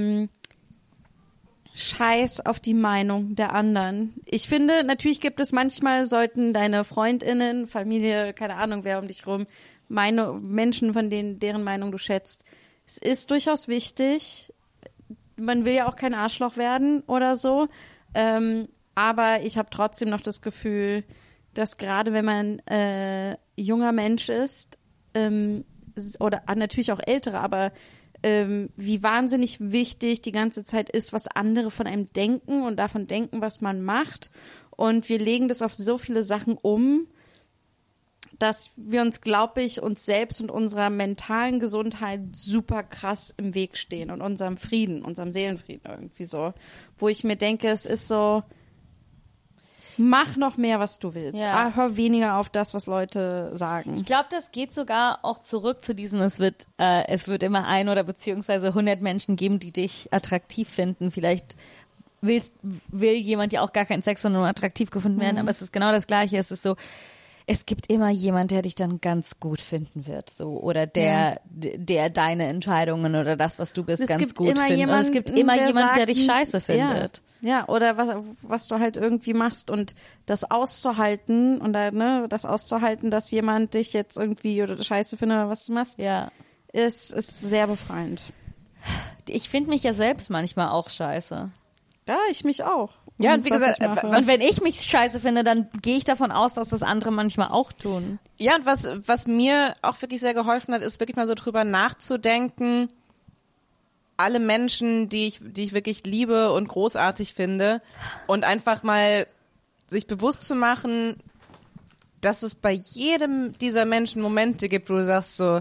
Scheiß auf die Meinung der anderen. Ich finde, natürlich gibt es manchmal, sollten deine FreundInnen, Familie, keine Ahnung, wer um dich rum, Menschen, von deren Meinung du schätzt. Es ist durchaus wichtig. Man will ja auch kein Arschloch werden oder so. Aber ich habe trotzdem noch das Gefühl, dass gerade wenn man junger Mensch ist, oder natürlich auch ältere, aber wie wahnsinnig wichtig die ganze Zeit ist, was andere von einem denken und davon denken, was man macht. Und wir legen das auf so viele Sachen um, dass wir uns, glaube ich, uns selbst und unserer mentalen Gesundheit super krass im Weg stehen und unserem Frieden, unserem Seelenfrieden irgendwie so. Wo ich mir denke, es ist so, mach noch mehr, was du willst. Ja. Hör weniger auf das, was Leute sagen. Ich glaube, das geht sogar auch zurück zu diesem, es wird immer ein oder beziehungsweise 100 Menschen geben, die dich attraktiv finden. Vielleicht will jemand ja auch gar keinen Sex, sondern nur attraktiv gefunden werden, aber es ist genau das Gleiche. Es ist so, es gibt immer jemand, der dich dann ganz gut finden wird, so, oder der deine Entscheidungen oder das, was du bist, ganz gut findet. Und es gibt immer jemand, der dich scheiße findet. Ja, oder was du halt irgendwie machst und das auszuhalten und das auszuhalten, dass jemand dich jetzt irgendwie oder scheiße findet oder was du machst, ist sehr befreiend. Ich finde mich ja selbst manchmal auch scheiße. Ja, ich mich auch. Ja, und wie gesagt, und wenn ich mich scheiße finde, dann gehe ich davon aus, dass das andere manchmal auch tun. Ja, und was mir auch wirklich sehr geholfen hat, ist wirklich mal so drüber nachzudenken, alle Menschen, die ich wirklich liebe und großartig finde, und einfach mal sich bewusst zu machen, dass es bei jedem dieser Menschen Momente gibt, wo du sagst so,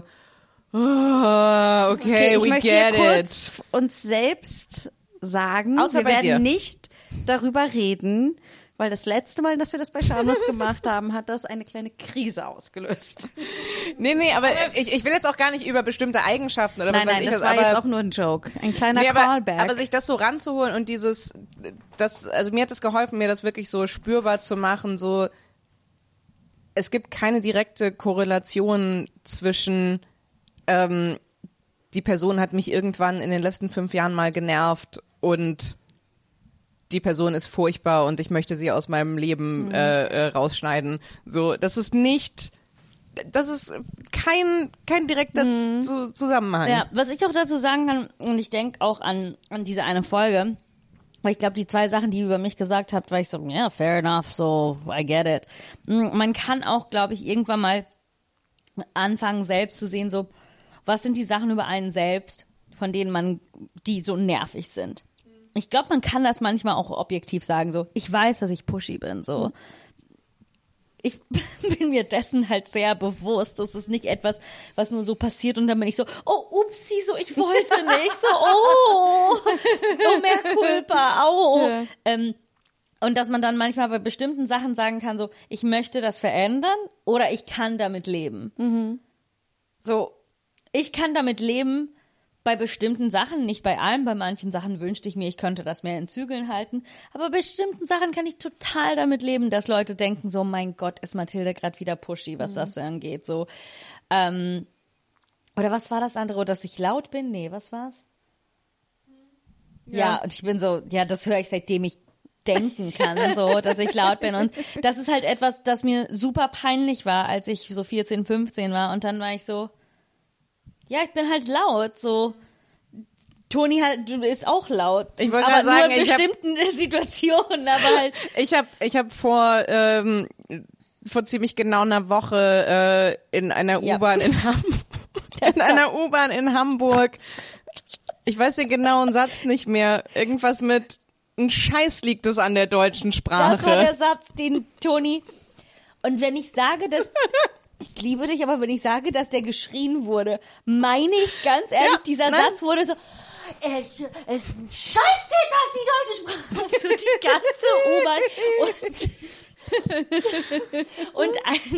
okay, we get it. Kurz uns selbst sagen, Außer wir bei werden dir. nicht darüber reden, weil das letzte Mal, dass wir das bei Schamlos gemacht haben, hat das eine kleine Krise ausgelöst. Nee, aber ich will jetzt auch gar nicht über bestimmte Eigenschaften oder was weiß ich das was, war aber jetzt auch nur ein Joke. Ein kleiner nee, Callback. aber sich das so ranzuholen und also mir hat es geholfen, mir das wirklich so spürbar zu machen, so, es gibt keine direkte Korrelation zwischen, die Person hat mich irgendwann in den letzten 5 Jahren mal genervt und die Person ist furchtbar und ich möchte sie aus meinem Leben rausschneiden. So, das ist kein direkter Zusammenhang. Ja, was ich auch dazu sagen kann, und ich denke auch an diese eine Folge, weil ich glaube, die 2 Sachen, die ihr über mich gesagt habt, war ich so, ja, fair enough, so, I get it. Man kann auch, glaube ich, irgendwann mal anfangen, selbst zu sehen, so, was sind die Sachen über einen selbst, von denen die so nervig sind. ich glaube, man kann das manchmal auch objektiv sagen, so, ich weiß, dass ich pushy bin, so. Ich bin mir dessen halt sehr bewusst. Das ist nicht etwas, was nur so passiert und dann bin ich so, oh, upsi, so, ich wollte nicht, so, oh, mehr Culpa, au. Ja. Und dass man dann manchmal bei bestimmten Sachen sagen kann, so, ich möchte das verändern oder ich kann damit leben. So, ich kann damit leben bei bestimmten Sachen, nicht bei allem. Bei manchen Sachen wünschte ich mir, ich könnte das mehr in Zügeln halten. Aber bei bestimmten Sachen kann ich total damit leben, dass Leute denken, so, mein Gott, ist Mathilde gerade wieder pushy, was das angeht. So, oder was war das andere? Dass ich laut bin? Nee, was war's? Ja, und ich bin so, ja, das höre ich, seitdem ich denken kann, so, dass ich laut bin. Und das ist halt etwas, das mir super peinlich war, als ich so 14, 15 war. Und dann war ich so, ja, ich bin halt laut, so. Toni halt ist auch laut. Ich wollte gerade sagen, nur in bestimmten Situationen, aber halt. Ich hab vor ziemlich genau einer Woche in einer U-Bahn in Hamburg, ich weiß den genauen Satz nicht mehr, irgendwas mit ein Scheiß liegt es an der deutschen Sprache. Das war der Satz, den Toni. Und wenn ich sage, dass ich liebe dich, aber wenn ich sage, dass der geschrien wurde, meine ich ganz ehrlich, dieser Satz wurde so, es ist ein Scheiß, geht das die deutsche Sprache. So die ganze U-Bahn. Und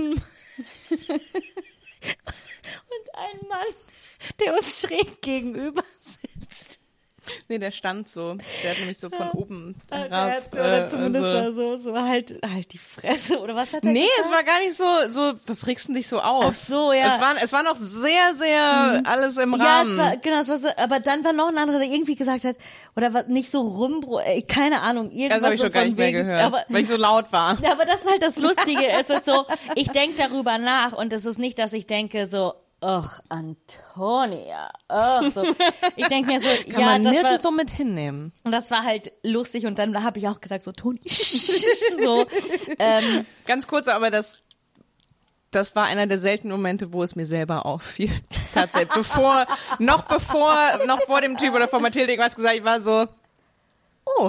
ein Mann, der uns schräg gegenüber sitzt. Nee, der stand so. Der hat nämlich so von oben herab. Oder zumindest war so halt die Fresse. Oder was hat er gesagt? Es war gar nicht so, was regst du dich so auf? Ach so, ja. Es war noch sehr, sehr alles im Rahmen. Ja, es war so, aber dann war noch ein anderer, der irgendwie gesagt hat, oder was, nicht so keine Ahnung, irgendwas. Das habe ich schon so gar nicht mehr gehört, weil ich so laut war. Ja, aber das ist halt das Lustige. Es ist so, ich denke darüber nach und es ist nicht, dass ich denke so, ach, Antonia, so. Ich denke mir so, kann man nirgendwo mit hinnehmen. Und das war halt lustig und dann habe ich auch gesagt so, Toni, so. Ganz kurz, aber das war einer der seltenen Momente, wo es mir selber auffiel. Tatsächlich, noch vor dem Typ oder vor Mathilde irgendwas gesagt, ich war so, oh.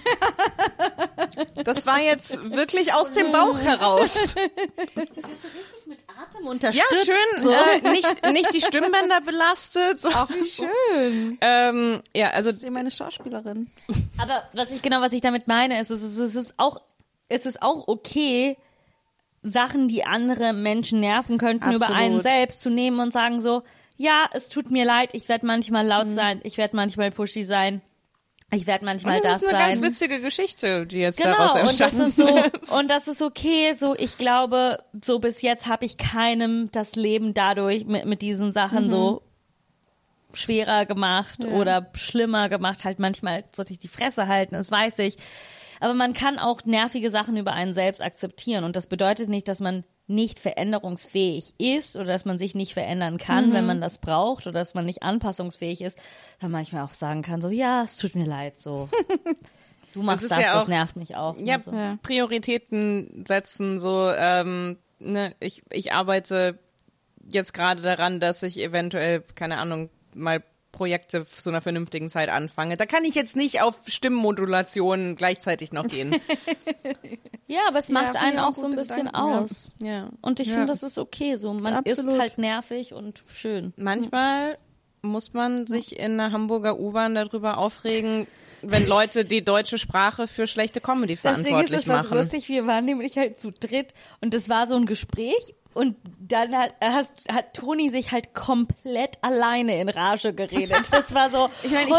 Das war jetzt wirklich aus dem Bauch heraus. Das hast du richtig mit Atem unterstützt. Ja, schön. So. Nicht die Stimmbänder belastet. So. Ach, wie schön. Ja, also. Das ist meine Schauspielerin. Aber was ich damit meine, ist, es ist auch okay, Sachen, die andere Menschen nerven könnten, Absolut. über einen selbst zu nehmen und sagen so, ja, es tut mir leid, ich werde manchmal laut sein, ich werde manchmal pushy sein. Ich werde manchmal das sein. Das ist eine ganz witzige Geschichte, die jetzt daraus entstanden ist. Und das ist okay, so, ich glaube, so bis jetzt habe ich keinem das Leben dadurch mit diesen Sachen so schwerer gemacht oder schlimmer gemacht, halt manchmal sollte ich die Fresse halten, das weiß ich. Aber man kann auch nervige Sachen über einen selbst akzeptieren und das bedeutet nicht, dass man nicht veränderungsfähig ist oder dass man sich nicht verändern kann, wenn man das braucht oder dass man nicht anpassungsfähig ist, weil man manchmal auch sagen kann, so, ja, es tut mir leid, so. Du machst das nervt mich auch. Ja, so. Prioritäten setzen, so, ich arbeite jetzt gerade daran, dass ich eventuell, keine Ahnung, mal Projekte zu einer vernünftigen Zeit anfange. Da kann ich jetzt nicht auf Stimmmodulation gleichzeitig noch gehen. Ja, aber es macht einen auch so ein bisschen aus. Ja. Und ich finde, das ist okay so. Man ist halt nervig und schön. Manchmal muss man sich in einer Hamburger U-Bahn darüber aufregen, wenn Leute die deutsche Sprache für schlechte Comedy verantwortlich machen. Deswegen ist das was lustig. Wir waren nämlich halt zu dritt und es war so ein Gespräch und dann hat Toni sich halt komplett alleine in Rage geredet. Das war so. Ich meine,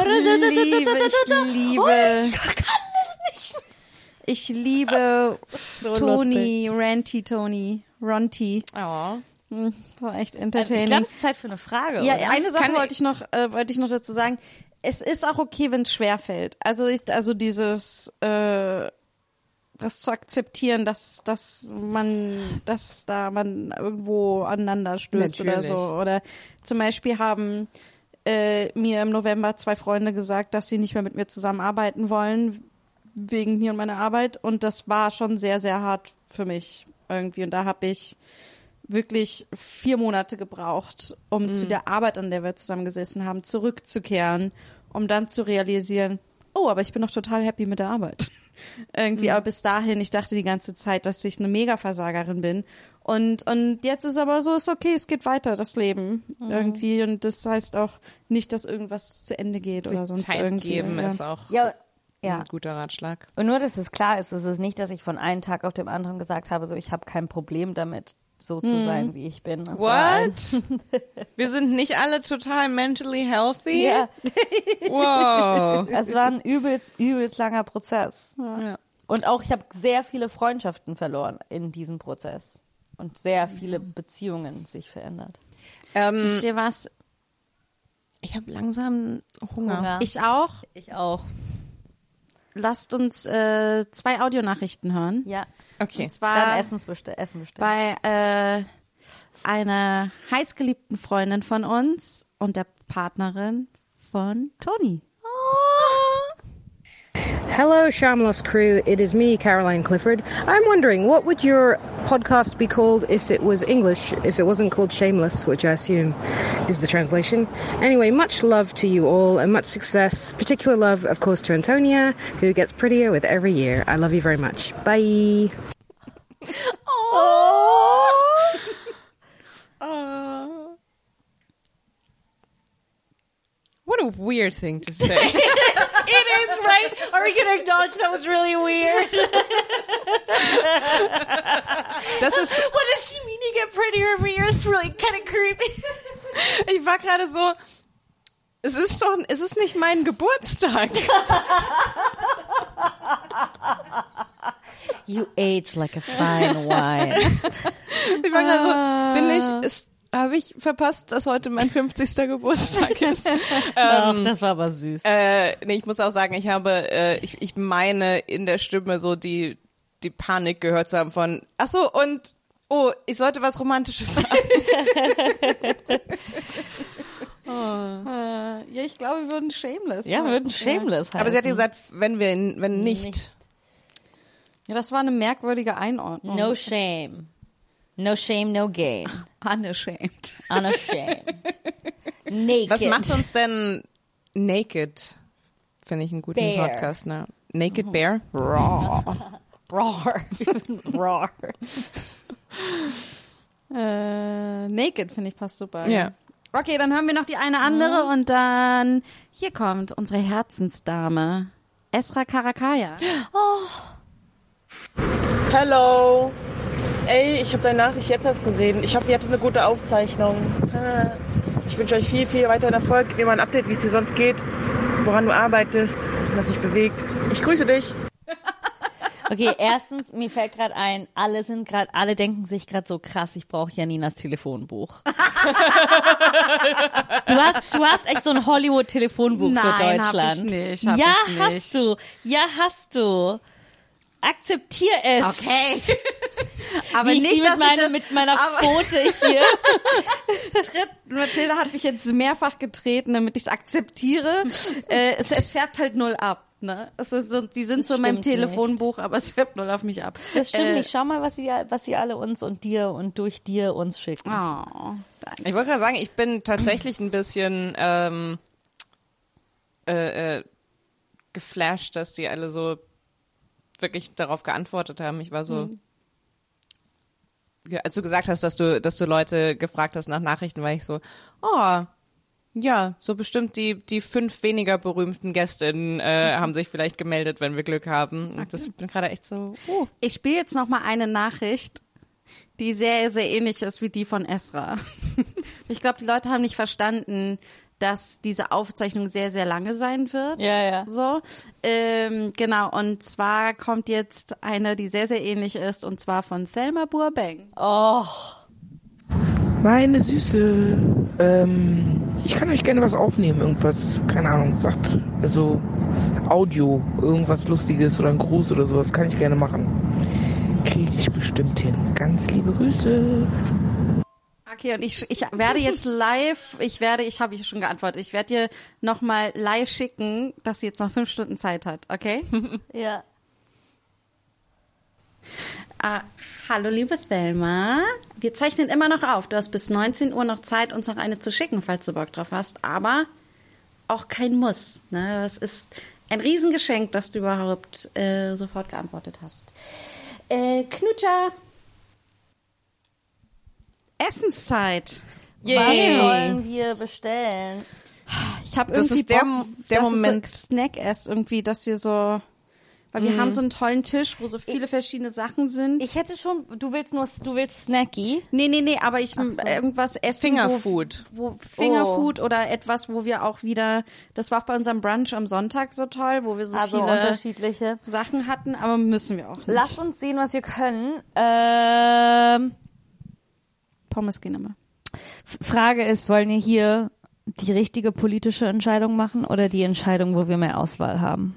ich liebe so Toni, Ronti. Oh. War echt entertaining. Ich glaube, es ist Zeit für eine Frage. Ja, oder? eine Sache wollte ich noch dazu sagen. Es ist auch okay, wenn es schwerfällt. Also dieses das zu akzeptieren, dass man irgendwo aneinander stößt. Natürlich. Oder so. Oder zum Beispiel haben mir im November 2 Freunde gesagt, dass sie nicht mehr mit mir zusammenarbeiten wollen, wegen mir und meiner Arbeit. Und das war schon sehr, sehr hart für mich irgendwie. Und da habe ich wirklich 4 Monate gebraucht, um zu der Arbeit, an der wir zusammengesessen haben, zurückzukehren, um dann zu realisieren, oh, aber ich bin doch total happy mit der Arbeit. Irgendwie, aber bis dahin, ich dachte die ganze Zeit, dass ich eine Mega-Versagerin bin. Und jetzt ist aber so, ist okay, es geht weiter, das Leben irgendwie. Und das heißt auch nicht, dass irgendwas zu Ende geht oder sonst Zeit irgendwie. geben ja. ist auch Ja. ein guter Ratschlag. Und nur, dass es klar ist, es ist nicht, dass ich von einem Tag auf den anderen gesagt habe, so ich habe kein Problem damit, so zu sein, wie ich bin. Das war What? Wir sind nicht alle total mentally healthy? Ja, Wow. es war ein übelst langer Prozess. Ja. Und auch, ich habe sehr viele Freundschaften verloren in diesem Prozess. Und sehr viele Beziehungen sich verändert. Wisst ihr was? Ich habe langsam Hunger. Ich auch. Ich auch. Lasst uns 2 Audionachrichten hören. Ja. Okay. Und zwar Dann Essen bestellen. bei einer heißgeliebten Freundin von uns und der Partnerin von Toni. Hello, Shameless crew. It is me, Caroline Clifford. I'm wondering, what would your podcast be called if it was English, if it wasn't called Shameless, which I assume is the translation? Anyway, much love to you all and much success. Particular love, of course, to Antonia, who gets prettier with every year. I love you very much. Bye. What a weird thing to say. It is, right? Are we going to acknowledge that was really weird? Das ist, What does she mean you get prettier every year? It's really kind of creepy. ich war gerade so, es ist nicht mein Geburtstag. You age like a fine wine. Ich war gerade so, habe ich verpasst, dass heute mein 50. Geburtstag ist. Ach, das war aber süß. Nee, ich muss auch sagen, ich meine in der Stimme so die Panik gehört zu haben von, ach so, und, oh, ich sollte was Romantisches sagen. Ja, ich glaube, wir würden Shameless. Ja, wir würden Shameless heißen. Aber sie hat gesagt, wenn nicht. Ja, das war eine merkwürdige Einordnung. No shame. No shame, no gain. Unashamed. Unashamed. Naked. Was macht uns denn Naked? Finde ich einen guten Bear. Podcast, ne? Naked Bear? Roar. Roar. Naked, finde ich, passt super. Ja. Okay, dann hören wir noch die eine andere und dann hier kommt unsere Herzensdame, Esra Karakaya. Hello. Ey, ich habe deine Nachricht jetzt erst gesehen. Ich hoffe, ihr hattet eine gute Aufzeichnung. Ich wünsche euch viel, viel weiteren Erfolg. Gib mir mal ein Update, wie es dir sonst geht, woran du arbeitest, was dich bewegt. Ich grüße dich. Okay, erstens, mir fällt gerade ein, alle denken sich gerade so krass, ich brauche Janinas Telefonbuch. Du hast echt so ein Hollywood-Telefonbuch für Nein, Deutschland. hab ich nicht, hab ja, ich nicht. hast du. Ja, hast du. Akzeptier es. Okay. Aber Wie ich nicht, sie dass ich das mit meiner Pfote hier. Mathilda hat mich jetzt mehrfach getreten, damit ich es akzeptiere. Es färbt halt null ab. Ne? Es ist so, die sind Das so in meinem stimmt Telefonbuch, aber es färbt null auf mich ab. Das stimmt nicht. Schau mal, was sie alle uns und dir und durch dir uns schicken. Oh, danke. Ich wollte gerade sagen, ich bin tatsächlich ein bisschen geflasht, dass die alle so wirklich darauf geantwortet haben. Ich war so, ja, als du gesagt hast, dass du Leute gefragt hast nach Nachrichten, war ich so, oh, ja, so bestimmt die 5 weniger berühmten Gästinnen haben sich vielleicht gemeldet, wenn wir Glück haben. Und das bin gerade echt so, Ich spiele jetzt noch mal eine Nachricht, die sehr, sehr ähnlich ist wie die von Esra. Ich glaube, die Leute haben nicht verstanden, dass diese Aufzeichnung sehr, sehr lange sein wird. Ja. So, genau. Und zwar kommt jetzt eine, die sehr, sehr ähnlich ist, und zwar von Thelma Burbank. Oh. Meine Süße, ich kann euch gerne was aufnehmen, irgendwas, keine Ahnung, sagt, also Audio, irgendwas Lustiges oder ein Gruß oder sowas, kann ich gerne machen. Kriege ich bestimmt hin. Ganz liebe Grüße. Okay, und ich werde jetzt live, ich habe schon geantwortet, ich werde dir nochmal live schicken, dass sie jetzt noch 5 Stunden Zeit hat, okay? Ja. Hallo liebe Thelma, wir zeichnen immer noch auf. Du hast bis 19 Uhr noch Zeit, uns noch eine zu schicken, falls du Bock drauf hast, aber auch kein Muss. Ne? Es ist Ein Riesengeschenk, dass du überhaupt sofort geantwortet hast. Knutscher. Essenszeit. Was wollen wir bestellen? Ich habe Das irgendwie ist der Bock, Moment. so Snack-Ess irgendwie, dass wir so, weil wir haben so einen tollen Tisch, wo so viele verschiedene Sachen sind. Ich hätte schon, du willst Snacky? Nee, aber ich irgendwas essen. Fingerfood. Wo Fingerfood oder etwas, wo wir auch wieder, das war auch bei unserem Brunch am Sonntag so toll, wo wir so Also viele unterschiedliche. Sachen hatten, aber müssen wir auch nicht. Lasst uns sehen, was wir können. Pommes gehen immer. Frage ist, wollen wir hier die richtige politische Entscheidung machen oder die Entscheidung, wo wir mehr Auswahl haben?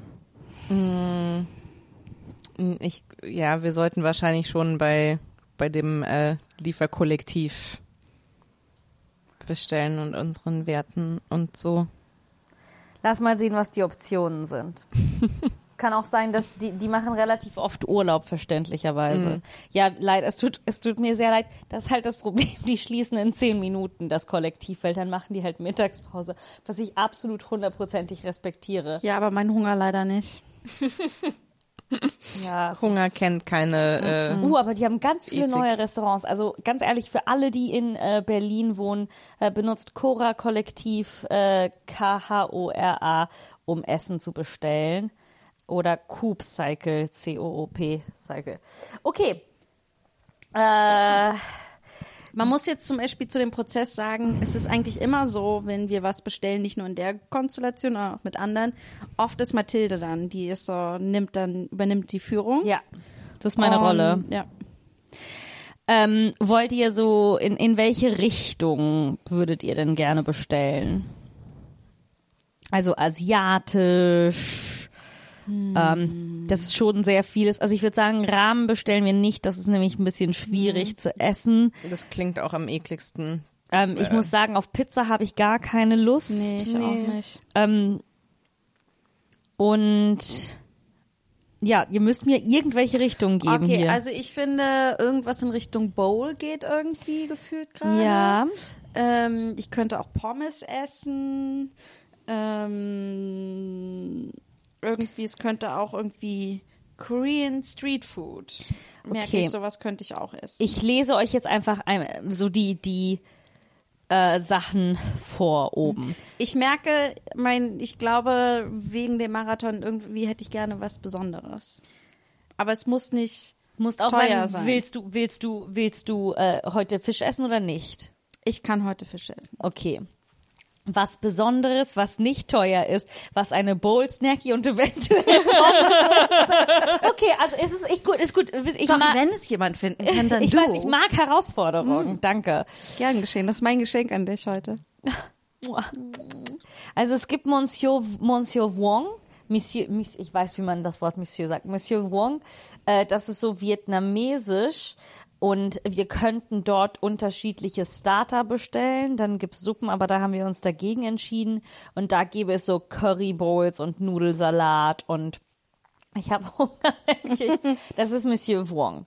Wir sollten wahrscheinlich schon bei dem Lieferkollektiv bestellen und unseren Werten und so. Lass mal sehen, was die Optionen sind. Kann auch sein, dass die machen relativ oft Urlaub, verständlicherweise. Ja, es tut mir sehr leid. Das ist halt das Problem. Die schließen in 10 Minuten das Kollektiv, weil dann machen die halt Mittagspause, was ich absolut 100%ig respektiere. Ja, aber mein Hunger leider nicht. Ja, Hunger kennt keine. aber die haben ganz viele Ethik. neue Restaurants. Also ganz ehrlich, für alle, die in Berlin wohnen, benutzt Cora Kollektiv KHORA, um Essen zu bestellen. Oder Coop Cycle, COOP Cycle. Okay. Man muss jetzt zum Beispiel zu dem Prozess sagen, es ist eigentlich immer so, wenn wir was bestellen, nicht nur in der Konstellation, sondern auch mit anderen. Oft ist Mathilde dann, die ist so, übernimmt die Führung. Ja, das ist meine Rolle. Ja. Wollt ihr so, in welche Richtung würdet ihr denn gerne bestellen? Also asiatisch. Das ist schon sehr vieles. Also ich würde sagen, Ramen bestellen wir nicht. Das ist nämlich ein bisschen schwierig zu essen. Das klingt auch am ekligsten. Ich muss sagen, auf Pizza habe ich gar keine Lust. Nee, ich auch nicht. Und ja, ihr müsst mir irgendwelche Richtungen geben Okay, hier. also ich finde, irgendwas in Richtung Bowl geht irgendwie gefühlt gerade. Ja. Ich könnte auch Pommes essen. Irgendwie, es könnte auch irgendwie Korean Street Food. Merke Okay. ich, sowas könnte ich auch essen. Ich lese euch jetzt einfach so die Sachen vor oben. Ich merke, ich glaube, wegen dem Marathon irgendwie hätte ich gerne was Besonderes. Aber es muss nicht Musst auch teuer sagen, sein. willst du heute Fisch essen oder nicht? Ich kann heute Fisch essen. Okay. Was Besonderes, was nicht teuer ist, was eine Bowl Snacky und eventuell Okay, also ist gut. Wenn es jemand finden kann, dann ich du. weiß, ich mag Herausforderungen. Danke. Gern geschehen. Das ist mein Geschenk an dich heute. Also es gibt Monsieur Wong. Ich weiß, wie man das Wort Monsieur sagt. Monsieur Wong, das ist so vietnamesisch. Und wir könnten dort unterschiedliche Starter bestellen. Dann gibt's Suppen, aber da haben wir uns dagegen entschieden. Und da gäbe es so Curry Bowls und Nudelsalat und ich habe Hunger. Das ist Monsieur Wong.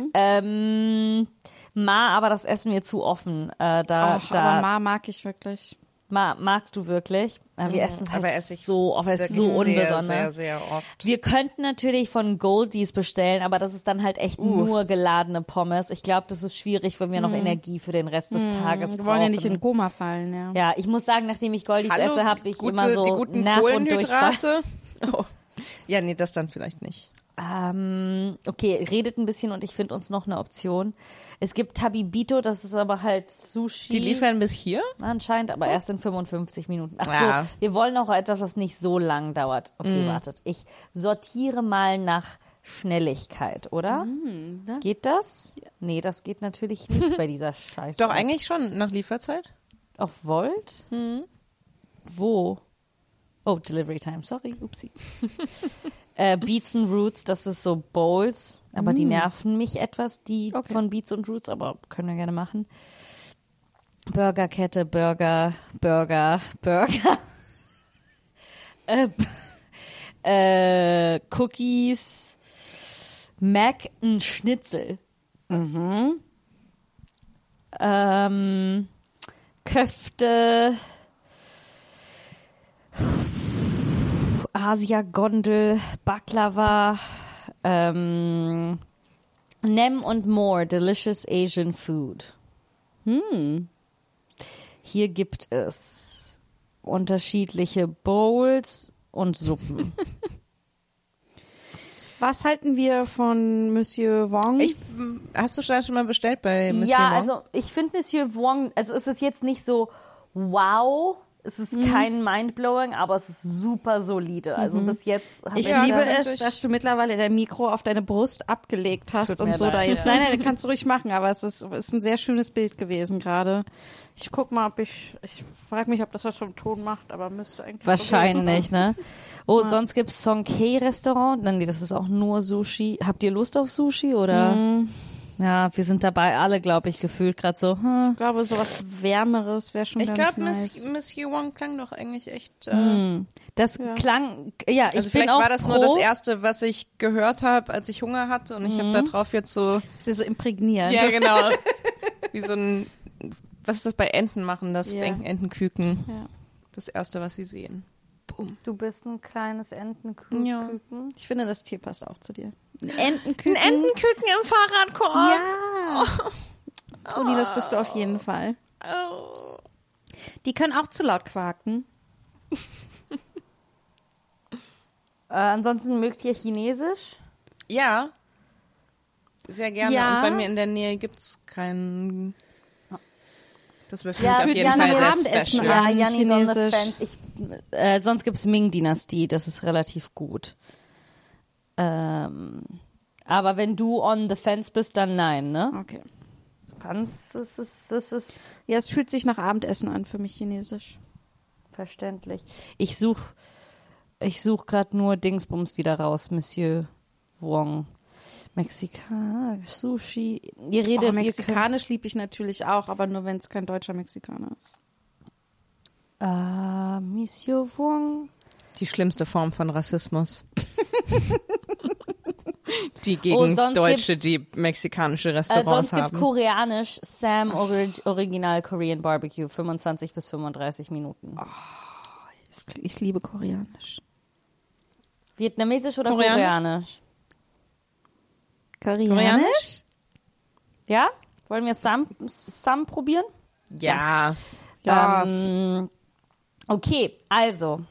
Aber das essen wir zu offen. Aber Ma mag ich wirklich. Magst du wirklich? Wir essen es halt aber esse ich so oft, es ist so sehr, unbesonders. sehr, sehr oft. Wir könnten natürlich von Goldies bestellen, aber das ist dann halt echt nur geladene Pommes. Ich glaube, das ist schwierig, wenn wir noch Energie für den Rest des Tages Wir brauchen. wollen ja nicht in Koma fallen, ja. Ja, ich muss sagen, nachdem ich Goldies esse, habe ich immer so die guten Nerv und Durchfall. Kohlenhydrate. Oh. Ja, nee, das dann vielleicht nicht. Okay, redet ein bisschen und ich finde uns noch eine Option. Es gibt Tabibito, das ist aber halt Sushi. Die liefern bis hier? Anscheinend, aber erst in 55 Minuten. Ach so, Ja. wir wollen auch etwas, was nicht so lang dauert. Okay, wartet. Ich sortiere mal nach Schnelligkeit, oder? Geht das? Nee, das geht natürlich nicht bei dieser Scheiße. Doch, eigentlich schon, nach Lieferzeit. Auf Volt? Wo? Oh, Delivery Time, sorry, upsie. Beets and Roots, das ist so Bowls, aber die nerven mich etwas, die von Beets and Roots, aber können wir gerne machen. Burgerkette, Burger. Cookies, Mac n Schnitzel. Köfte, Asia-Gondel, Baklava, Nem und More, Delicious Asian Food. Hier gibt es unterschiedliche Bowls und Suppen. Was halten wir von Monsieur Wong? Hast du schon mal bestellt bei Monsieur Ja, Wong? also ich finde Monsieur Wong, also es ist jetzt nicht so wow, es ist kein Mindblowing, aber es ist super solide. Also bis jetzt habe Ich liebe es, dass du mittlerweile dein Mikro auf deine Brust abgelegt hast tut und mir so leid, da jetzt. Nein, kannst du ruhig machen, aber es ist ein sehr schönes Bild gewesen gerade. Ich guck mal, ich frage mich, ob das was vom Ton macht, aber müsste eigentlich. wahrscheinlich, ne? Oh, sonst gibt's Songhae Restaurant. Nee, das ist auch nur Sushi. Habt ihr Lust auf Sushi oder? Ja, wir sind dabei alle, glaube ich, gefühlt gerade so. Ich glaube, sowas Wärmeres wäre schon Ich ganz glaube, nice. Monsieur Wong klang doch eigentlich echt. Das klang, ja, Also ich bin vielleicht auch war das pro. nur das Erste, was ich gehört habe, als ich Hunger hatte, und ich habe da drauf jetzt so. Das ist so imprägnierend. Ja, genau. Wie so ein. Was ist das bei Enten machen? Das Ja. Entenküken. Ja. Das Erste, was sie sehen. Du bist ein kleines Entenküken. Ja. Ich finde, das Tier passt auch zu dir. Ein Entenküken. Ein Entenküken im Fahrradkorb. Ja. Toni, das bist du auf jeden Fall. Oh. Die können auch zu laut quaken. Ansonsten mögt ihr Chinesisch? Ja. Sehr gerne. Ja. Und bei mir in der Nähe gibt's keinen. Das wäre für Ja, mich auf für jeden Janni Fall sehr Abendessen special. an. Ja, Janni ist on the Chinesisch. fence. Sonst gibt's Ming-Dynastie, das ist relativ gut. Aber wenn du on the fence bist, dann nein, ne? Okay. Ganz, es ist Ja, es fühlt sich nach Abendessen an für mich Chinesisch. verständlich. Ich such gerade nur Dingsbums wieder raus, Monsieur Wong. Mexikaner, Sushi. Ihr redet Mexikanisch liebe ich natürlich auch, aber nur wenn es kein deutscher Mexikaner ist. Monsieur Wong. Die schlimmste Form von Rassismus. Die gegen sonst Deutsche, gibt's- die mexikanische Restaurants Sonst gibt's haben. Koreanisch, Sam Original Korean Barbecue, 25 bis 35 Minuten. Ich liebe Koreanisch. Vietnamesisch oder Koreanisch? Koreanisch? Koreanisch? Ja? Wollen wir Sam probieren? Ja. Okay, also.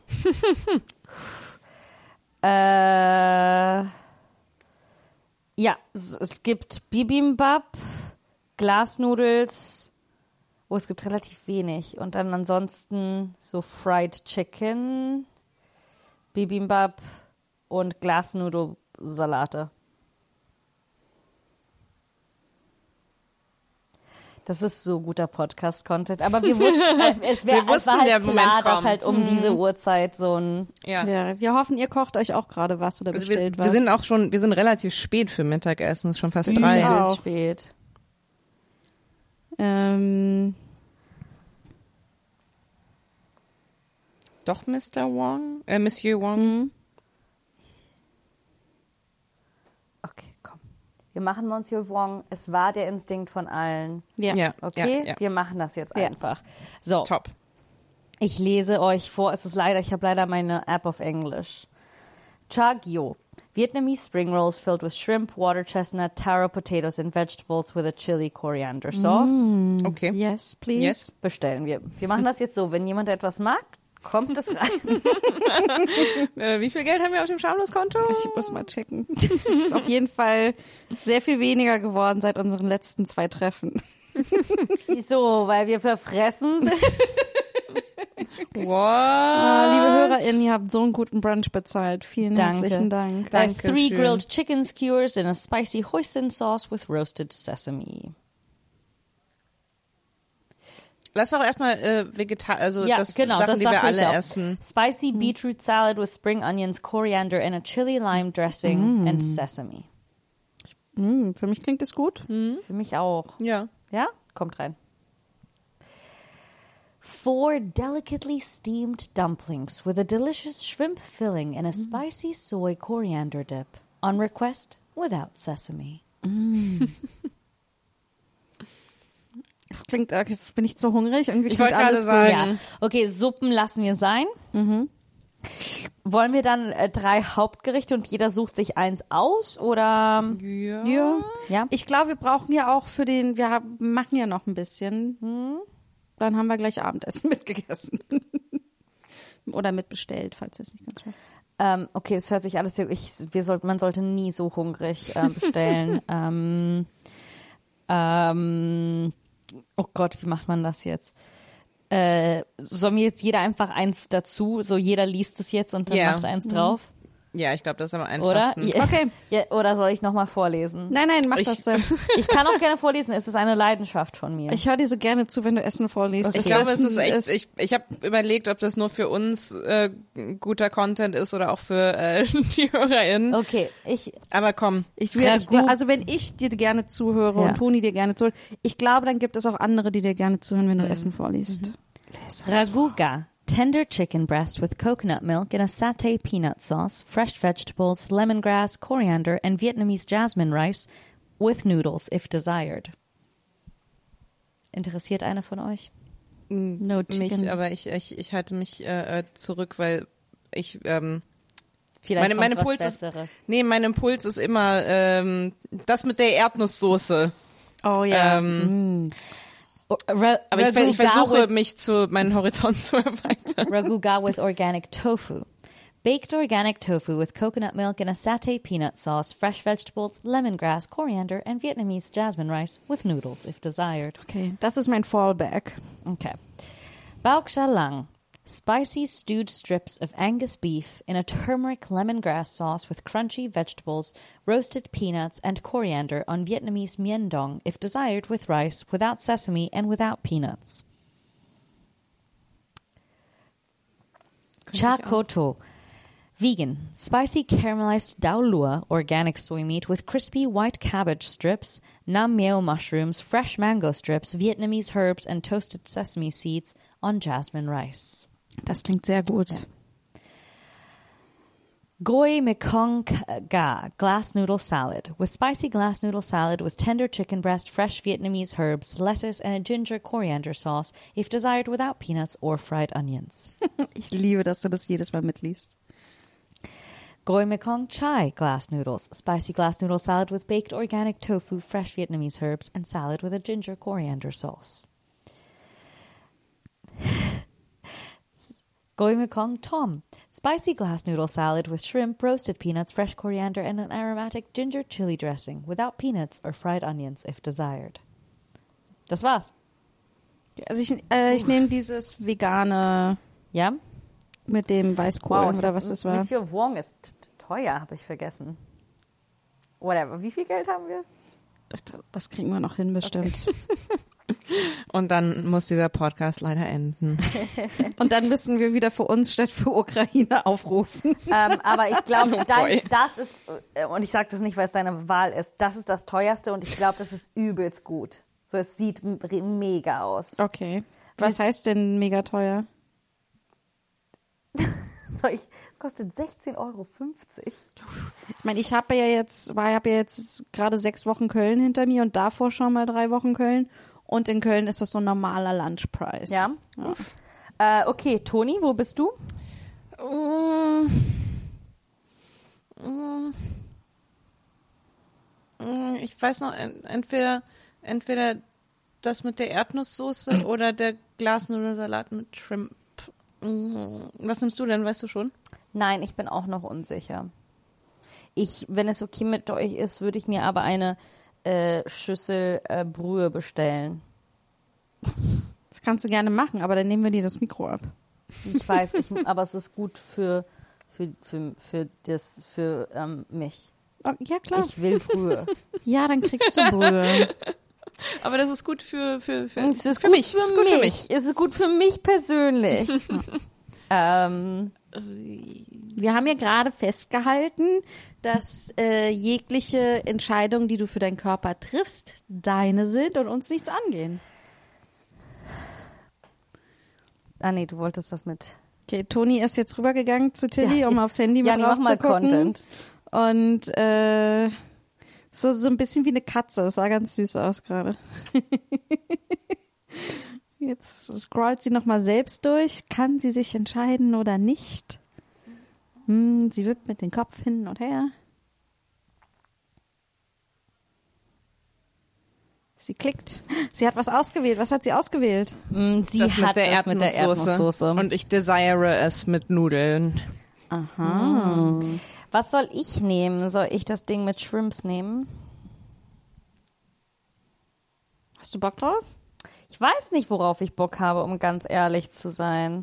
Ja, es gibt Bibimbap, Glasnudels. Oh, es gibt relativ wenig. Und dann ansonsten so Fried Chicken, Bibimbap und Glasnudelsalate. Das ist so guter Podcast-Content. Aber wir wussten, es war wussten, halt der klar, Moment dass kommt. halt um diese Uhrzeit so ein... Ja. Ja, wir hoffen, ihr kocht euch auch gerade was oder Also bestellt wir sind auch schon, wir sind relativ spät für Mittagessen, es ist schon fast 3. Ja. übelst auch. spät. Doch Mr. Wong? Monsieur Wong? Okay, komm. Wir machen Monsieur Wong. Es war der Instinkt von allen. Ja. Ja. Okay, Ja. wir machen das jetzt Ja. einfach. So, Top. ich lese euch vor. Ich habe leider meine App auf Englisch. Chagyo. Vietnamese spring rolls filled with shrimp, water chestnut, taro potatoes and vegetables with a chili coriander sauce. Okay. Yes, please. Yes. Bestellen wir. Wir machen das jetzt so. Wenn jemand etwas mag, kommt es rein. Wie viel Geld haben wir auf dem Schamlos-Konto? Ich muss mal checken. Es ist auf jeden Fall sehr viel weniger geworden seit unseren letzten 2 Treffen. Wieso? Weil wir verfressen sind? What? Liebe HörerInnen, ihr habt so einen guten Brunch bezahlt. Vielen Danke. herzlichen Dank. Dankeschön. 3 grilled chicken skewers in a spicy hoisin sauce with roasted sesame. Lass doch erstmal also Ja, das genau, Sachen, das die wir dachte ich alle auch. essen. Spicy beetroot salad with spring onions, coriander and a chili lime dressing and sesame. Für mich klingt es gut. Für mich auch. Ja. Ja? Kommt rein. 4 delicately steamed dumplings with a delicious shrimp filling and a spicy soy coriander dip. On request, without sesame. Das klingt, bin ich zu hungrig? Irgendwie Ich klingt wollte gerade alles sagen. Ja. Okay, Suppen lassen wir sein. Wollen wir dann 3 Hauptgerichte und jeder sucht sich eins aus oder? Ja. Ich glaube, wir brauchen ja auch machen ja noch ein bisschen. Dann haben wir gleich Abendessen mitgegessen. Oder mitbestellt, falls wir es nicht ganz schaffen. Okay, es hört sich alles man sollte nie so hungrig bestellen. Oh Gott, wie macht man das jetzt? Soll mir jetzt jeder einfach eins dazu, so jeder liest es jetzt und dann macht eins drauf? Ja, ich glaube, das ist am Oder? einfachsten. Okay. Ja, oder soll ich nochmal vorlesen? Nein, mach das selbst. Ich kann auch gerne vorlesen, es ist eine Leidenschaft von mir. Ich höre dir so gerne zu, wenn du Essen vorliest. Ich glaube, es ist echt, ich habe überlegt, ob das nur für uns guter Content ist oder auch für die HörerInnen. Okay, aber komm. Also wenn ich dir gerne zuhöre und Toni dir gerne zuhört, ich glaube, dann gibt es auch andere, die dir gerne zuhören, wenn du Essen vorliest. Raguga. Tender chicken breast with coconut milk in a satay peanut sauce, fresh vegetables, lemongrass, coriander, and Vietnamese jasmine rice with noodles if desired. Interessiert einer von euch? No chicken. Mich, aber ich halte mich zurück, weil ich Vielleicht mein kommt was Impuls ist, Bessere. mein Impuls ist immer das mit der Erdnusssoße. Oh ja. Aber ich versuche mich meinen Horizont zu erweitern. Raguga with organic tofu. Baked organic tofu with coconut milk in a satay peanut sauce, fresh vegetables, lemongrass, coriander, and Vietnamese jasmine rice with noodles if desired. Okay, das ist mein Fallback. Okay. Bauc Cha Lang. Spicy stewed strips of Angus beef in a turmeric lemongrass sauce with crunchy vegetables, roasted peanuts, and coriander on Vietnamese mien dong, if desired with rice, without sesame and without peanuts. Cha Co To. Vegan. Spicy caramelized dao lua, organic soy meat with crispy white cabbage strips, nam meo mushrooms, fresh mango strips, Vietnamese herbs, and toasted sesame seeds on jasmine rice. Das klingt sehr gut. Ja. Goi Mekong Ga glass noodle salad with spicy glass noodle salad with tender chicken breast, fresh Vietnamese herbs, lettuce, and a ginger coriander sauce, if desired without peanuts or fried onions. Ich liebe, dass du das jedes Mal mitliest. Goi Mekong Chai glass noodles, spicy glass noodle salad with baked organic tofu, fresh Vietnamese herbs, and salad with a ginger coriander sauce. Goi Mekong Tom, spicy glass noodle salad with shrimp, roasted peanuts, fresh coriander, and an aromatic ginger chili dressing, without peanuts or fried onions if desired. Das war's. Also ich nehme dieses vegane Ja? mit dem Weißkohl oder was das war. Monsieur Wong ist teuer, habe ich vergessen. Whatever. Wie viel Geld haben wir? Das kriegen wir noch hin, bestimmt. Und dann muss dieser Podcast leider enden. Und dann müssen wir wieder für uns statt für Ukraine aufrufen. Aber ich glaube, das ist, und ich sage das nicht, weil es deine Wahl ist, das ist das teuerste und ich glaube, das ist übelst gut. So, es sieht mega aus. Okay. Was heißt denn mega teuer? Kostet 16,50 €. Ich meine, ich habe ja jetzt gerade 6 Wochen Köln hinter mir und davor schon mal 3 Wochen Köln. Und in Köln ist das so ein normaler Lunchpreis. Ja. Okay, Toni, wo bist du? Ich weiß noch, entweder das mit der Erdnusssoße oder der Glasnudelsalat mit Shrimp. Was nimmst du denn, weißt du schon? Nein, ich bin auch noch unsicher. Wenn es okay mit euch ist, würde ich mir aber eine Schüssel Brühe bestellen. Das kannst du gerne machen, aber dann nehmen wir dir das Mikro ab. Ich weiß, aber es ist gut für mich. Oh, ja, klar. Ich will Brühe. Ja, dann kriegst du Brühe. Aber das ist gut für Es ist für gut mich. für Es ist gut für mich. Es ist gut für mich persönlich. Wir haben ja gerade festgehalten, dass jegliche Entscheidungen, die du für deinen Körper triffst, deine sind und uns nichts angehen. Ah nee, du wolltest das mit... Okay, Toni ist jetzt rübergegangen zu Tilly, um aufs Handy mal Jani, drauf mach mal zu gucken. Content. Und so ein bisschen wie eine Katze. Das sah ganz süß aus gerade. Jetzt scrollt sie nochmal selbst durch. Kann sie sich entscheiden oder nicht? Sie wippt mit dem Kopf hin und her. Sie klickt. Sie hat was ausgewählt. Was hat sie ausgewählt? Sie Das hat das mit der Erdnusssoße. Und ich desire es mit Nudeln. Aha. Was soll ich nehmen? Soll ich das Ding mit Shrimps nehmen? Hast du Bock drauf? Ich weiß nicht, worauf ich Bock habe, um ganz ehrlich zu sein.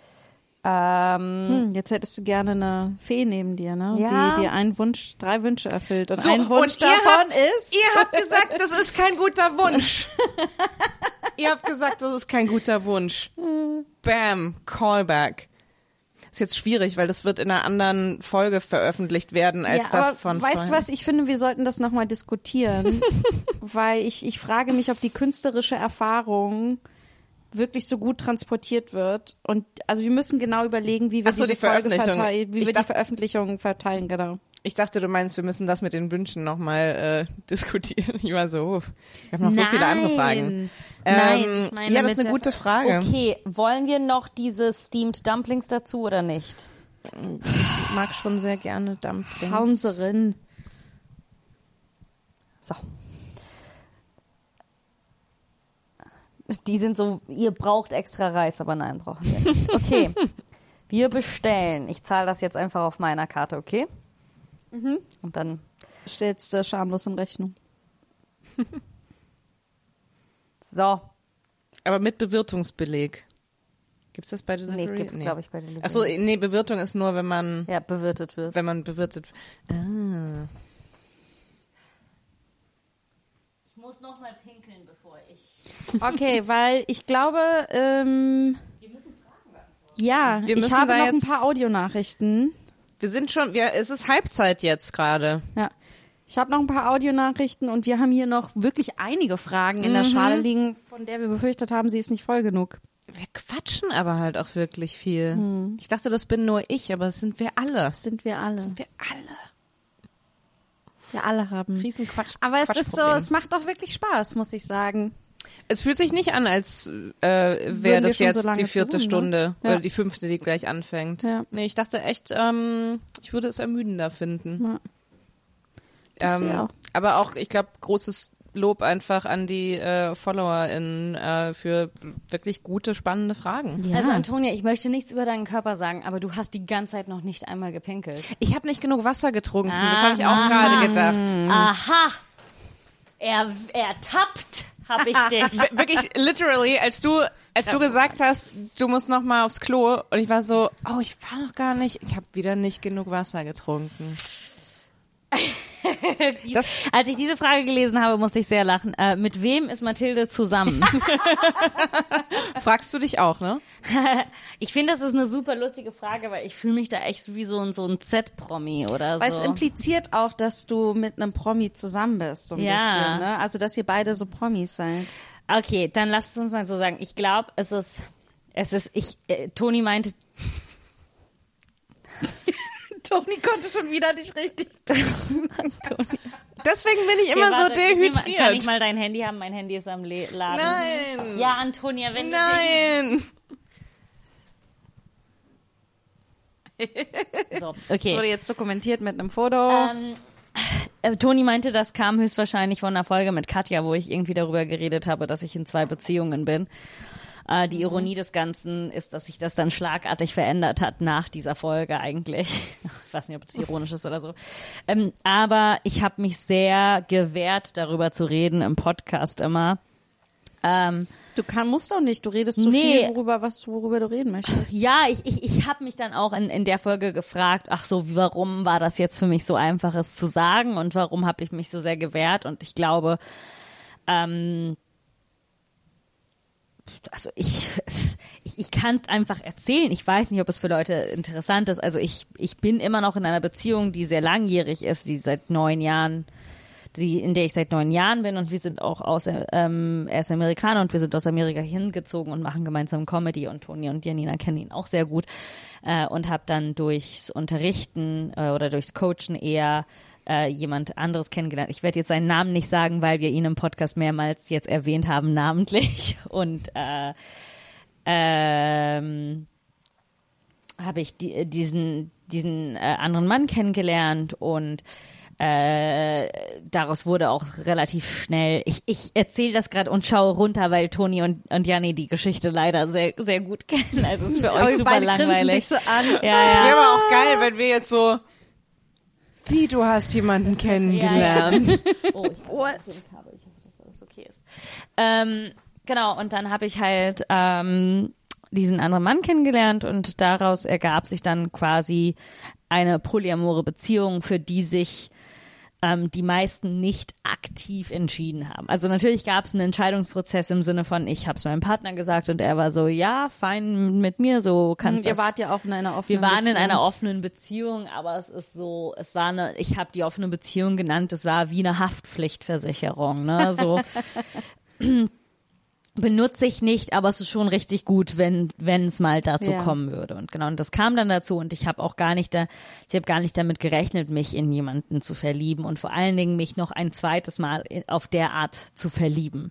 Jetzt hättest du gerne eine Fee neben dir, ne? Ja. Die dir 3 Wünsche erfüllt. Und So, ein Wunsch und ihr davon ist... Ihr habt gesagt, das ist kein guter Wunsch. Ihr habt gesagt, das ist kein guter Wunsch. Bam, Callback. Ist jetzt schwierig, weil das wird in einer anderen Folge veröffentlicht werden als das aber von weißt du vorhin. was, ich finde, wir sollten das nochmal diskutieren, weil ich frage mich, ob die künstlerische Erfahrung wirklich so gut transportiert wird. Und also wir müssen genau überlegen, wie wir Ach so, diese die Folge Veröffentlichung. verteilen, wie Ich wir die dachte- Veröffentlichung verteilen, genau. Ich dachte, du meinst, wir müssen das mit den Wünschen nochmal diskutieren. Ich war so, wir haben noch so viele andere Fragen. Nein, ich meine ja, das mit ist eine der gute Frage. Okay, wollen wir noch diese Steamed Dumplings dazu oder nicht? Ich mag schon sehr gerne Dumplings. Haunserin. So. Die sind so, ihr braucht extra Reis, aber nein, brauchen wir nicht. Okay, wir bestellen. Ich zahle das jetzt einfach auf meiner Karte, okay? Und dann Stellst du schamlos in Rechnung. so. Aber mit Bewirtungsbeleg. Gibt's das bei Delivery? Nee, gibt's, glaube ich, bei Delivery. Achso, nee, Bewirtung ist nur, wenn man bewirtet wird. bewirtet. Ah. Ich muss noch mal pinkeln, bevor ich... Okay, weil ich glaube, ja, Wir ich müssen habe da noch ein jetzt- paar Audionachrichten. Wir sind schon, es ist Halbzeit jetzt gerade. Ja. Ich habe noch ein paar Audionachrichten und wir haben hier noch wirklich einige Fragen in der Schale liegen, von der wir befürchtet haben, sie ist nicht voll genug. Wir quatschen aber halt auch wirklich viel. Ich dachte, das bin nur ich, aber das sind wir alle. Das sind wir alle. Wir alle. Wir alle haben. Riesenquatsch. Aber es ist so, Quatschproblem. es macht doch wirklich Spaß, muss ich sagen. Es fühlt sich nicht an, als wäre wir das schon jetzt so lange die 4. zusammen, ne? Stunde Ja. oder die 5., die gleich anfängt. Ja. Nee, ich dachte echt, ich würde es ermüdender finden. Ja. Ich auch. Aber auch, ich glaube, großes Lob einfach an die FollowerInnen für wirklich gute, spannende Fragen. Ja. Also Antonia, ich möchte nichts über deinen Körper sagen, aber du hast die ganze Zeit noch nicht einmal gepinkelt. Ich habe nicht genug Wasser getrunken, das habe ich auch gerade gedacht. Aha! Ertappt hab ich dich. Wirklich, literally, als du gesagt hast, du musst noch mal aufs Klo und ich war so, oh, ich war noch gar nicht, ich habe wieder nicht genug Wasser getrunken. Als ich diese Frage gelesen habe, musste ich sehr lachen. Mit wem ist Mathilde zusammen? Fragst du dich auch, ne? Ich finde, das ist eine super lustige Frage, weil ich fühle mich da echt wie so ein Z-Promi oder Weil es so. impliziert auch, dass du mit einem Promi zusammen bist, so ein Ja. bisschen, ne? Also, dass ihr beide so Promis seid. Okay, dann lass es uns mal so sagen. Ich glaube, Toni meinte, Toni konnte schon wieder nicht richtig. Deswegen bin ich immer so Warte, Kann ich dehydriert. mal dein Handy haben? Mein Handy ist am Laden. Nein. Ja, Antonia, wenn Nein. du dich... So, Das wurde okay. jetzt dokumentiert mit einem Foto. Toni meinte, das kam höchstwahrscheinlich von einer Folge mit Katja, wo ich irgendwie darüber geredet habe, dass ich in 2 Beziehungen bin. Die Ironie des Ganzen ist, dass sich das dann schlagartig verändert hat nach dieser Folge eigentlich. Ich weiß nicht, ob das ironisch ist oder so. Aber ich habe mich sehr gewehrt, darüber zu reden im Podcast immer. Musst doch nicht, du redest so Nee. viel, worüber du reden möchtest. Ja, ich habe mich dann auch in der Folge gefragt, ach so, warum war das jetzt für mich so einfach, es zu sagen und warum habe ich mich so sehr gewehrt? Und ich glaube, also ich kann es einfach erzählen. Ich weiß nicht, ob es für Leute interessant ist. Also ich bin immer noch in einer Beziehung, die sehr langjährig ist, in der ich seit 9 Jahren bin und wir sind auch er ist Amerikaner und wir sind aus Amerika hingezogen und machen gemeinsam Comedy und Toni und Janina kennen ihn auch sehr gut und habe dann durchs Unterrichten oder durchs Coachen eher jemand anderes kennengelernt. Ich werde jetzt seinen Namen nicht sagen, weil wir ihn im Podcast mehrmals jetzt erwähnt haben, namentlich. Und habe ich diesen diesen anderen Mann kennengelernt und daraus wurde auch relativ schnell, ich erzähle das gerade und schaue runter, weil Toni und Janni die Geschichte leider sehr, sehr gut kennen. Also es ist für euch super langweilig. Dich so an. Das wäre aber auch geil, wenn wir jetzt so, wie du hast jemanden kennengelernt. Oh, ich hoffe, dass alles okay ist. Genau, und dann habe ich halt diesen anderen Mann kennengelernt und daraus ergab sich dann quasi eine polyamore Beziehung, für die sich die meisten nicht aktiv entschieden haben. Also natürlich gab es einen Entscheidungsprozess im Sinne von, ich habe es meinem Partner gesagt und er war so, ja, fein mit mir, so kannst du. Ihr wart ja auch in einer offenen Wir waren Beziehung. in einer offenen Beziehung, aber es ist so, ich habe die offene Beziehung genannt, es war wie eine Haftpflichtversicherung, ne, so. Benutze ich nicht, aber es ist schon richtig gut, wenn es mal dazu kommen würde. Und genau, und das kam dann dazu und ich habe gar nicht damit gerechnet, mich in jemanden zu verlieben und vor allen Dingen mich noch ein zweites Mal auf der Art zu verlieben.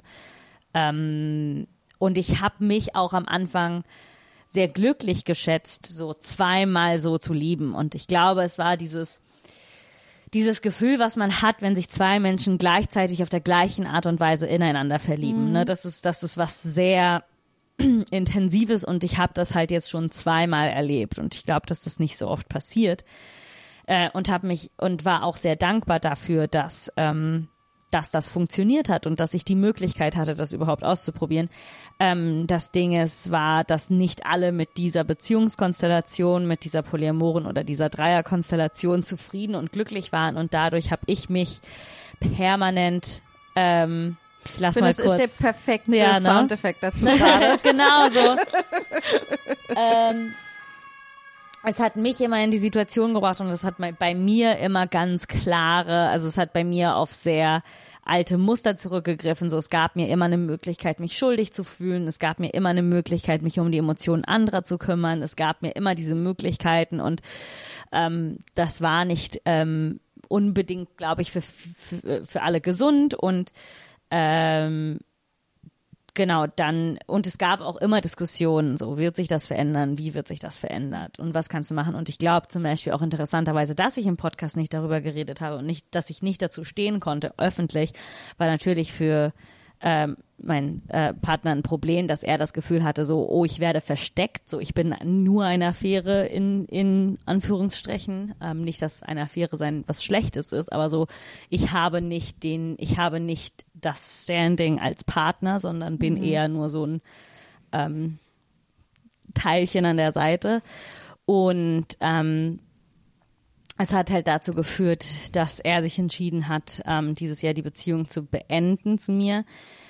Und ich habe mich auch am Anfang sehr glücklich geschätzt, so zweimal so zu lieben. Und ich glaube, es war dieses Gefühl, was man hat, wenn sich zwei Menschen gleichzeitig auf der gleichen Art und Weise ineinander verlieben. Ne? Das ist was sehr Intensives und ich habe das halt jetzt schon zweimal erlebt und ich glaube, dass das nicht so oft passiert und war auch sehr dankbar dafür, dass das funktioniert hat und dass ich die Möglichkeit hatte, das überhaupt auszuprobieren. Das Ding war, dass nicht alle mit dieser Beziehungskonstellation, mit dieser Polyamoren oder dieser Dreierkonstellation zufrieden und glücklich waren und dadurch habe ich mich permanent ich lass mal das kurz. ist der perfekte Soundeffekt dazu gerade. Genau so. Es hat mich immer in die Situation gebracht und es hat bei mir immer ganz klare, also es hat bei mir auf sehr alte Muster zurückgegriffen. So, es gab mir immer eine Möglichkeit, mich schuldig zu fühlen. Es gab mir immer eine Möglichkeit, mich um die Emotionen anderer zu kümmern. Es gab mir immer diese Möglichkeiten und das war nicht unbedingt, glaube ich, für alle gesund und genau, und es gab auch immer Diskussionen, so, wird sich das verändern, wie wird sich das verändert und was kannst du machen? Und ich glaube zum Beispiel auch interessanterweise, dass ich im Podcast nicht darüber geredet habe und nicht, dass ich nicht dazu stehen konnte, öffentlich, war natürlich für mein Partner ein Problem, dass er das Gefühl hatte, so, oh, ich werde versteckt, so, ich bin nur eine Affäre in Anführungsstrichen, nicht, dass eine Affäre sein was Schlechtes ist, aber so, ich habe nicht das Standing als Partner, sondern bin eher nur so ein Teilchen an der Seite und es hat halt dazu geführt, dass er sich entschieden hat, dieses Jahr die Beziehung zu beenden zu mir.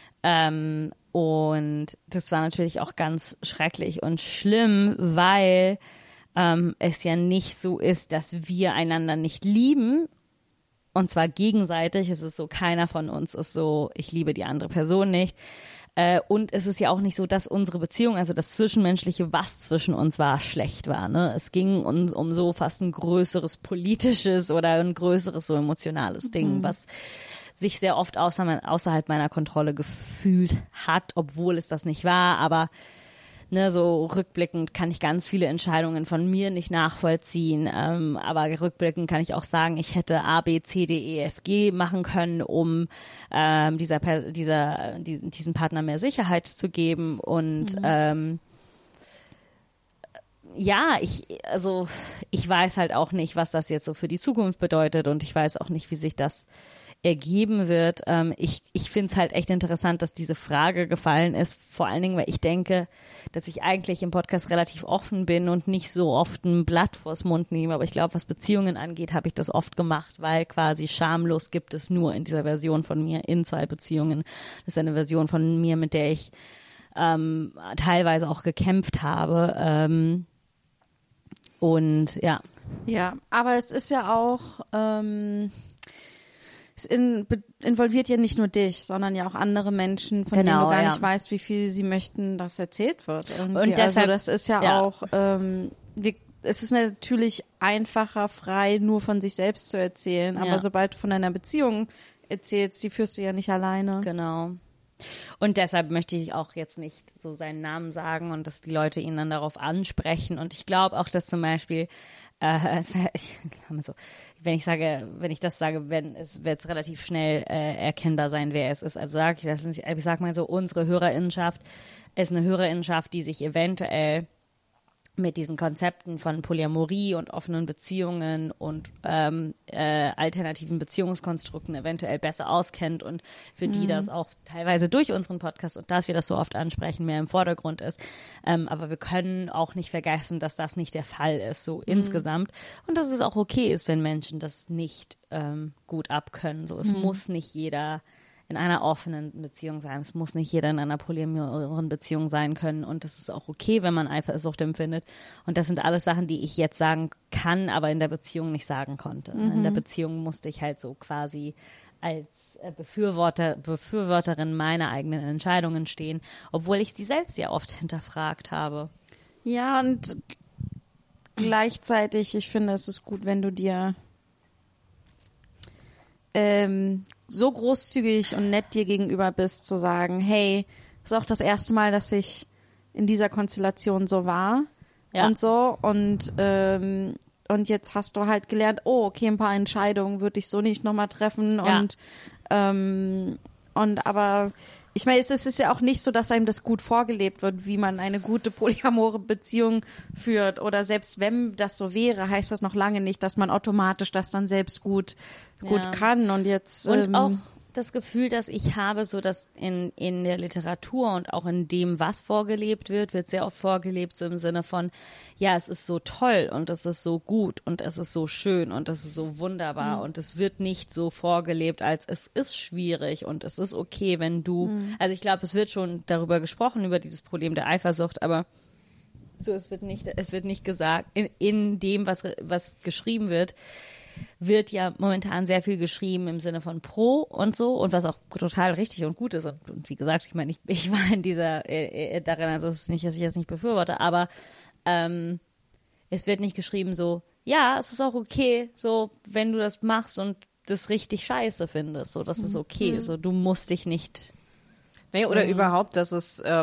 Und das war natürlich auch ganz schrecklich und schlimm, weil es ja nicht so ist, dass wir einander nicht lieben. Und zwar gegenseitig. Es ist so, keiner von uns ist so, ich liebe die andere Person nicht. Und es ist ja auch nicht so, dass unsere Beziehung, also das Zwischenmenschliche, was zwischen uns war, schlecht war. Ne? Es ging um so fast ein größeres politisches oder ein größeres so emotionales Ding, was sich sehr oft außerhalb meiner Kontrolle gefühlt hat, obwohl es das nicht war. Aber ne, so rückblickend kann ich ganz viele Entscheidungen von mir nicht nachvollziehen. Aber rückblickend kann ich auch sagen, ich hätte A, B, C, D, E, F, G machen können, um diesen Partner mehr Sicherheit zu geben. Und ich weiß halt auch nicht, was das jetzt so für die Zukunft bedeutet und ich weiß auch nicht, wie sich das ergeben wird. Ich finde es halt echt interessant, dass diese Frage gefallen ist, vor allen Dingen, weil ich denke, dass ich eigentlich im Podcast relativ offen bin und nicht so oft ein Blatt vors Mund nehme, aber ich glaube, was Beziehungen angeht, habe ich das oft gemacht, weil quasi schamlos gibt es nur in dieser Version von mir in 2 Beziehungen. Das ist eine Version von mir, mit der ich teilweise auch gekämpft habe. Und ja. Ja, aber es ist ja auch es involviert ja nicht nur dich, sondern ja auch andere Menschen, von denen du gar nicht weißt, wie viel sie möchten, dass erzählt wird. Irgendwie. Und deshalb, also das ist ja auch, es ist natürlich einfacher, frei nur von sich selbst zu erzählen, aber sobald du von deiner Beziehung erzählst, die führst du ja nicht alleine. Genau. Und deshalb möchte ich auch jetzt nicht so seinen Namen sagen und dass die Leute ihn dann darauf ansprechen. Und ich glaube auch, dass zum Beispiel wenn ich das sage, wird es relativ schnell erkennbar sein, wer es ist. Also ich sag mal so, unsere Hörerinnenschaft ist eine Hörerinnenschaft, die sich eventuell mit diesen Konzepten von Polyamorie und offenen Beziehungen und alternativen Beziehungskonstrukten eventuell besser auskennt und für die das auch teilweise durch unseren Podcast und dass wir das so oft ansprechen, mehr im Vordergrund ist. Aber wir können auch nicht vergessen, dass das nicht der Fall ist, so insgesamt. Und dass es auch okay ist, wenn Menschen das nicht gut abkönnen. So, es muss nicht jeder in einer offenen Beziehung sein. Es muss nicht jeder in einer polyamorösen Beziehung sein können und das ist auch okay, wenn man Eifersucht empfindet. Und das sind alles Sachen, die ich jetzt sagen kann, aber in der Beziehung nicht sagen konnte. In der Beziehung musste ich halt so quasi als Befürworterin meiner eigenen Entscheidungen stehen, obwohl ich sie selbst ja oft hinterfragt habe. Ja, und gleichzeitig, ich finde, es ist gut, wenn du dir so großzügig und nett dir gegenüber bist, zu sagen, hey, ist auch das erste Mal, dass ich in dieser Konstellation so war und so und jetzt hast du halt gelernt, oh, okay, ein paar Entscheidungen würde ich so nicht nochmal treffen und aber ich meine, es ist ja auch nicht so, dass einem das gut vorgelebt wird, wie man eine gute polyamore Beziehung führt. Oder selbst wenn das so wäre, heißt das noch lange nicht, dass man automatisch das dann selbst gut kann. Und jetzt und auch das Gefühl, dass ich habe, so dass in der Literatur und auch in dem, was vorgelebt wird sehr oft vorgelebt, so im Sinne von, ja, es ist so toll und es ist so gut und es ist so schön und es ist so wunderbar und es wird nicht so vorgelebt, als es ist schwierig und es ist okay, wenn du, also ich glaube, es wird schon darüber gesprochen, über dieses Problem der Eifersucht, aber so, es wird nicht gesagt, in dem, was geschrieben wird ja momentan sehr viel geschrieben im Sinne von pro und so und was auch total richtig und gut ist und wie gesagt, ich meine, ich war in dieser darin, also es ist nicht, dass ich das nicht befürworte, aber es wird nicht geschrieben so, ja, es ist auch okay, so wenn du das machst und das richtig scheiße findest, so das ist okay, so du musst dich nicht oder überhaupt, dass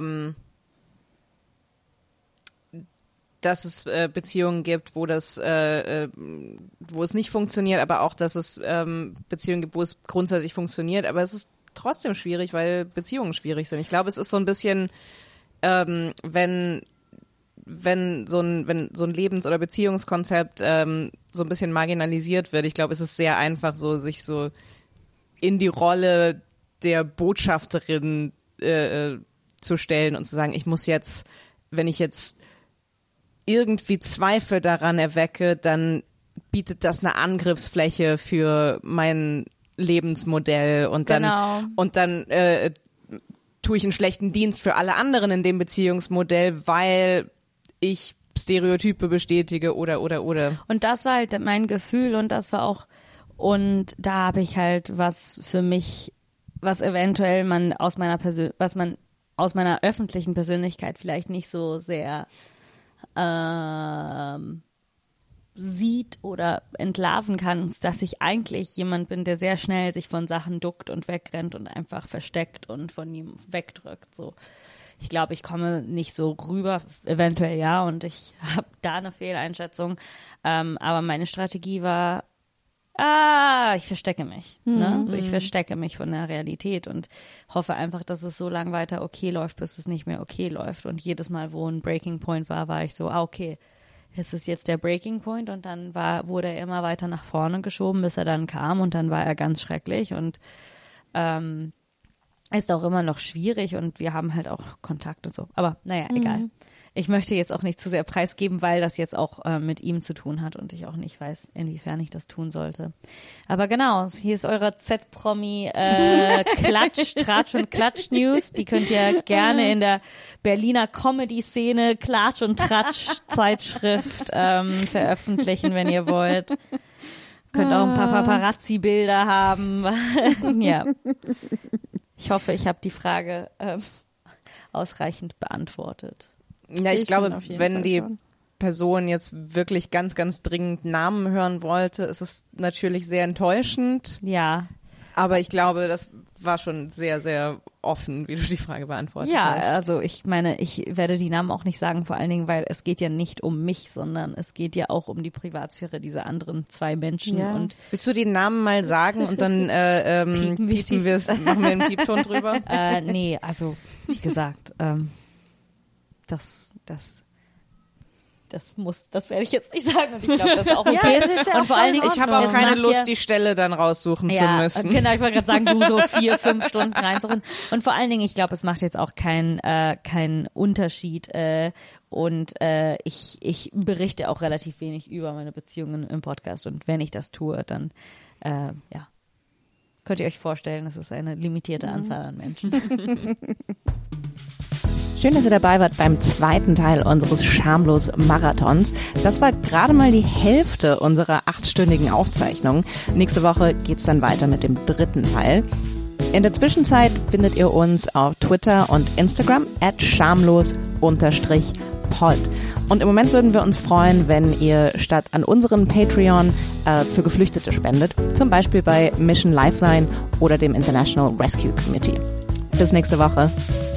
es Beziehungen gibt, wo es nicht funktioniert, aber auch, dass es Beziehungen gibt, wo es grundsätzlich funktioniert, aber es ist trotzdem schwierig, weil Beziehungen schwierig sind. Ich glaube, es ist so ein bisschen, wenn so ein Lebens- oder Beziehungskonzept so ein bisschen marginalisiert wird. Ich glaube, es ist sehr einfach, so sich so in die Rolle der Botschafterin zu stellen und zu sagen, ich muss jetzt, wenn ich jetzt irgendwie Zweifel daran erwecke, dann bietet das eine Angriffsfläche für mein Lebensmodell und dann tue ich einen schlechten Dienst für alle anderen in dem Beziehungsmodell, weil ich Stereotype bestätige oder. Und das war halt mein Gefühl und das war auch, und da habe ich halt was für mich, was eventuell man aus meiner öffentlichen Persönlichkeit vielleicht nicht so sehr sieht oder entlarven kann, dass ich eigentlich jemand bin, der sehr schnell sich von Sachen duckt und wegrennt und einfach versteckt und von ihm wegdrückt. So, ich glaube, ich komme nicht so rüber, eventuell ja, und ich habe da eine Fehleinschätzung. Aber meine Strategie war, ich verstecke mich. Ne? So, ich verstecke mich von der Realität und hoffe einfach, dass es so lange weiter okay läuft, bis es nicht mehr okay läuft. Und jedes Mal, wo ein Breaking Point war ich so, okay, es ist jetzt der Breaking Point und dann wurde er immer weiter nach vorne geschoben, bis er dann kam und dann war er ganz schrecklich und ist auch immer noch schwierig und wir haben halt auch Kontakt und so. Aber naja, egal. Ich möchte jetzt auch nicht zu sehr preisgeben, weil das jetzt auch mit ihm zu tun hat und ich auch nicht weiß, inwiefern ich das tun sollte. Aber genau, hier ist eure Z-Promi Klatsch, Tratsch und Klatsch News. Die könnt ihr gerne in der Berliner Comedy-Szene Klatsch und Tratsch Zeitschrift veröffentlichen, wenn ihr wollt. Könnt auch ein paar Paparazzi-Bilder haben. Ja. Ich hoffe, ich habe die Frage ausreichend beantwortet. Ja, ich glaube, wenn die Person jetzt wirklich ganz, ganz dringend Namen hören wollte, ist es natürlich sehr enttäuschend. Ja. Aber ich glaube, das war schon sehr, sehr offen, wie du die Frage beantwortet Ja, hast. also ich meine, ich werde die Namen auch nicht sagen, vor allen Dingen, weil es geht ja nicht um mich, sondern es geht ja auch um die Privatsphäre dieser anderen 2 Menschen. Ja. Und Willst du den Namen mal sagen und dann piepen wir es, machen wir einen Piepton drüber? nee, also wie gesagt, das werde ich jetzt nicht sagen und ich glaube, das ist auch okay. Ja, das ist ja und auch vor allen voll Dingen, Ich habe auch das keine macht Lust, ja- die Stelle dann raussuchen zu müssen. Genau, ich wollte gerade sagen, du so 4-5 Stunden reinzurennen. Und vor allen Dingen, ich glaube, es macht jetzt auch keinen Unterschied. Und ich berichte auch relativ wenig über meine Beziehungen im Podcast. Und wenn ich das tue, dann könnt ihr euch vorstellen, es ist eine limitierte Anzahl an Menschen. Schön, dass ihr dabei wart beim zweiten Teil unseres Schamlos-Marathons. Das war gerade mal die Hälfte unserer 8-stündigen Aufzeichnung. Nächste Woche geht's dann weiter mit dem dritten Teil. In der Zwischenzeit findet ihr uns auf Twitter und Instagram @schamlos_pod. Und im Moment würden wir uns freuen, wenn ihr statt an unseren Patreon für Geflüchtete spendet. Zum Beispiel bei Mission Lifeline oder dem International Rescue Committee. Bis nächste Woche.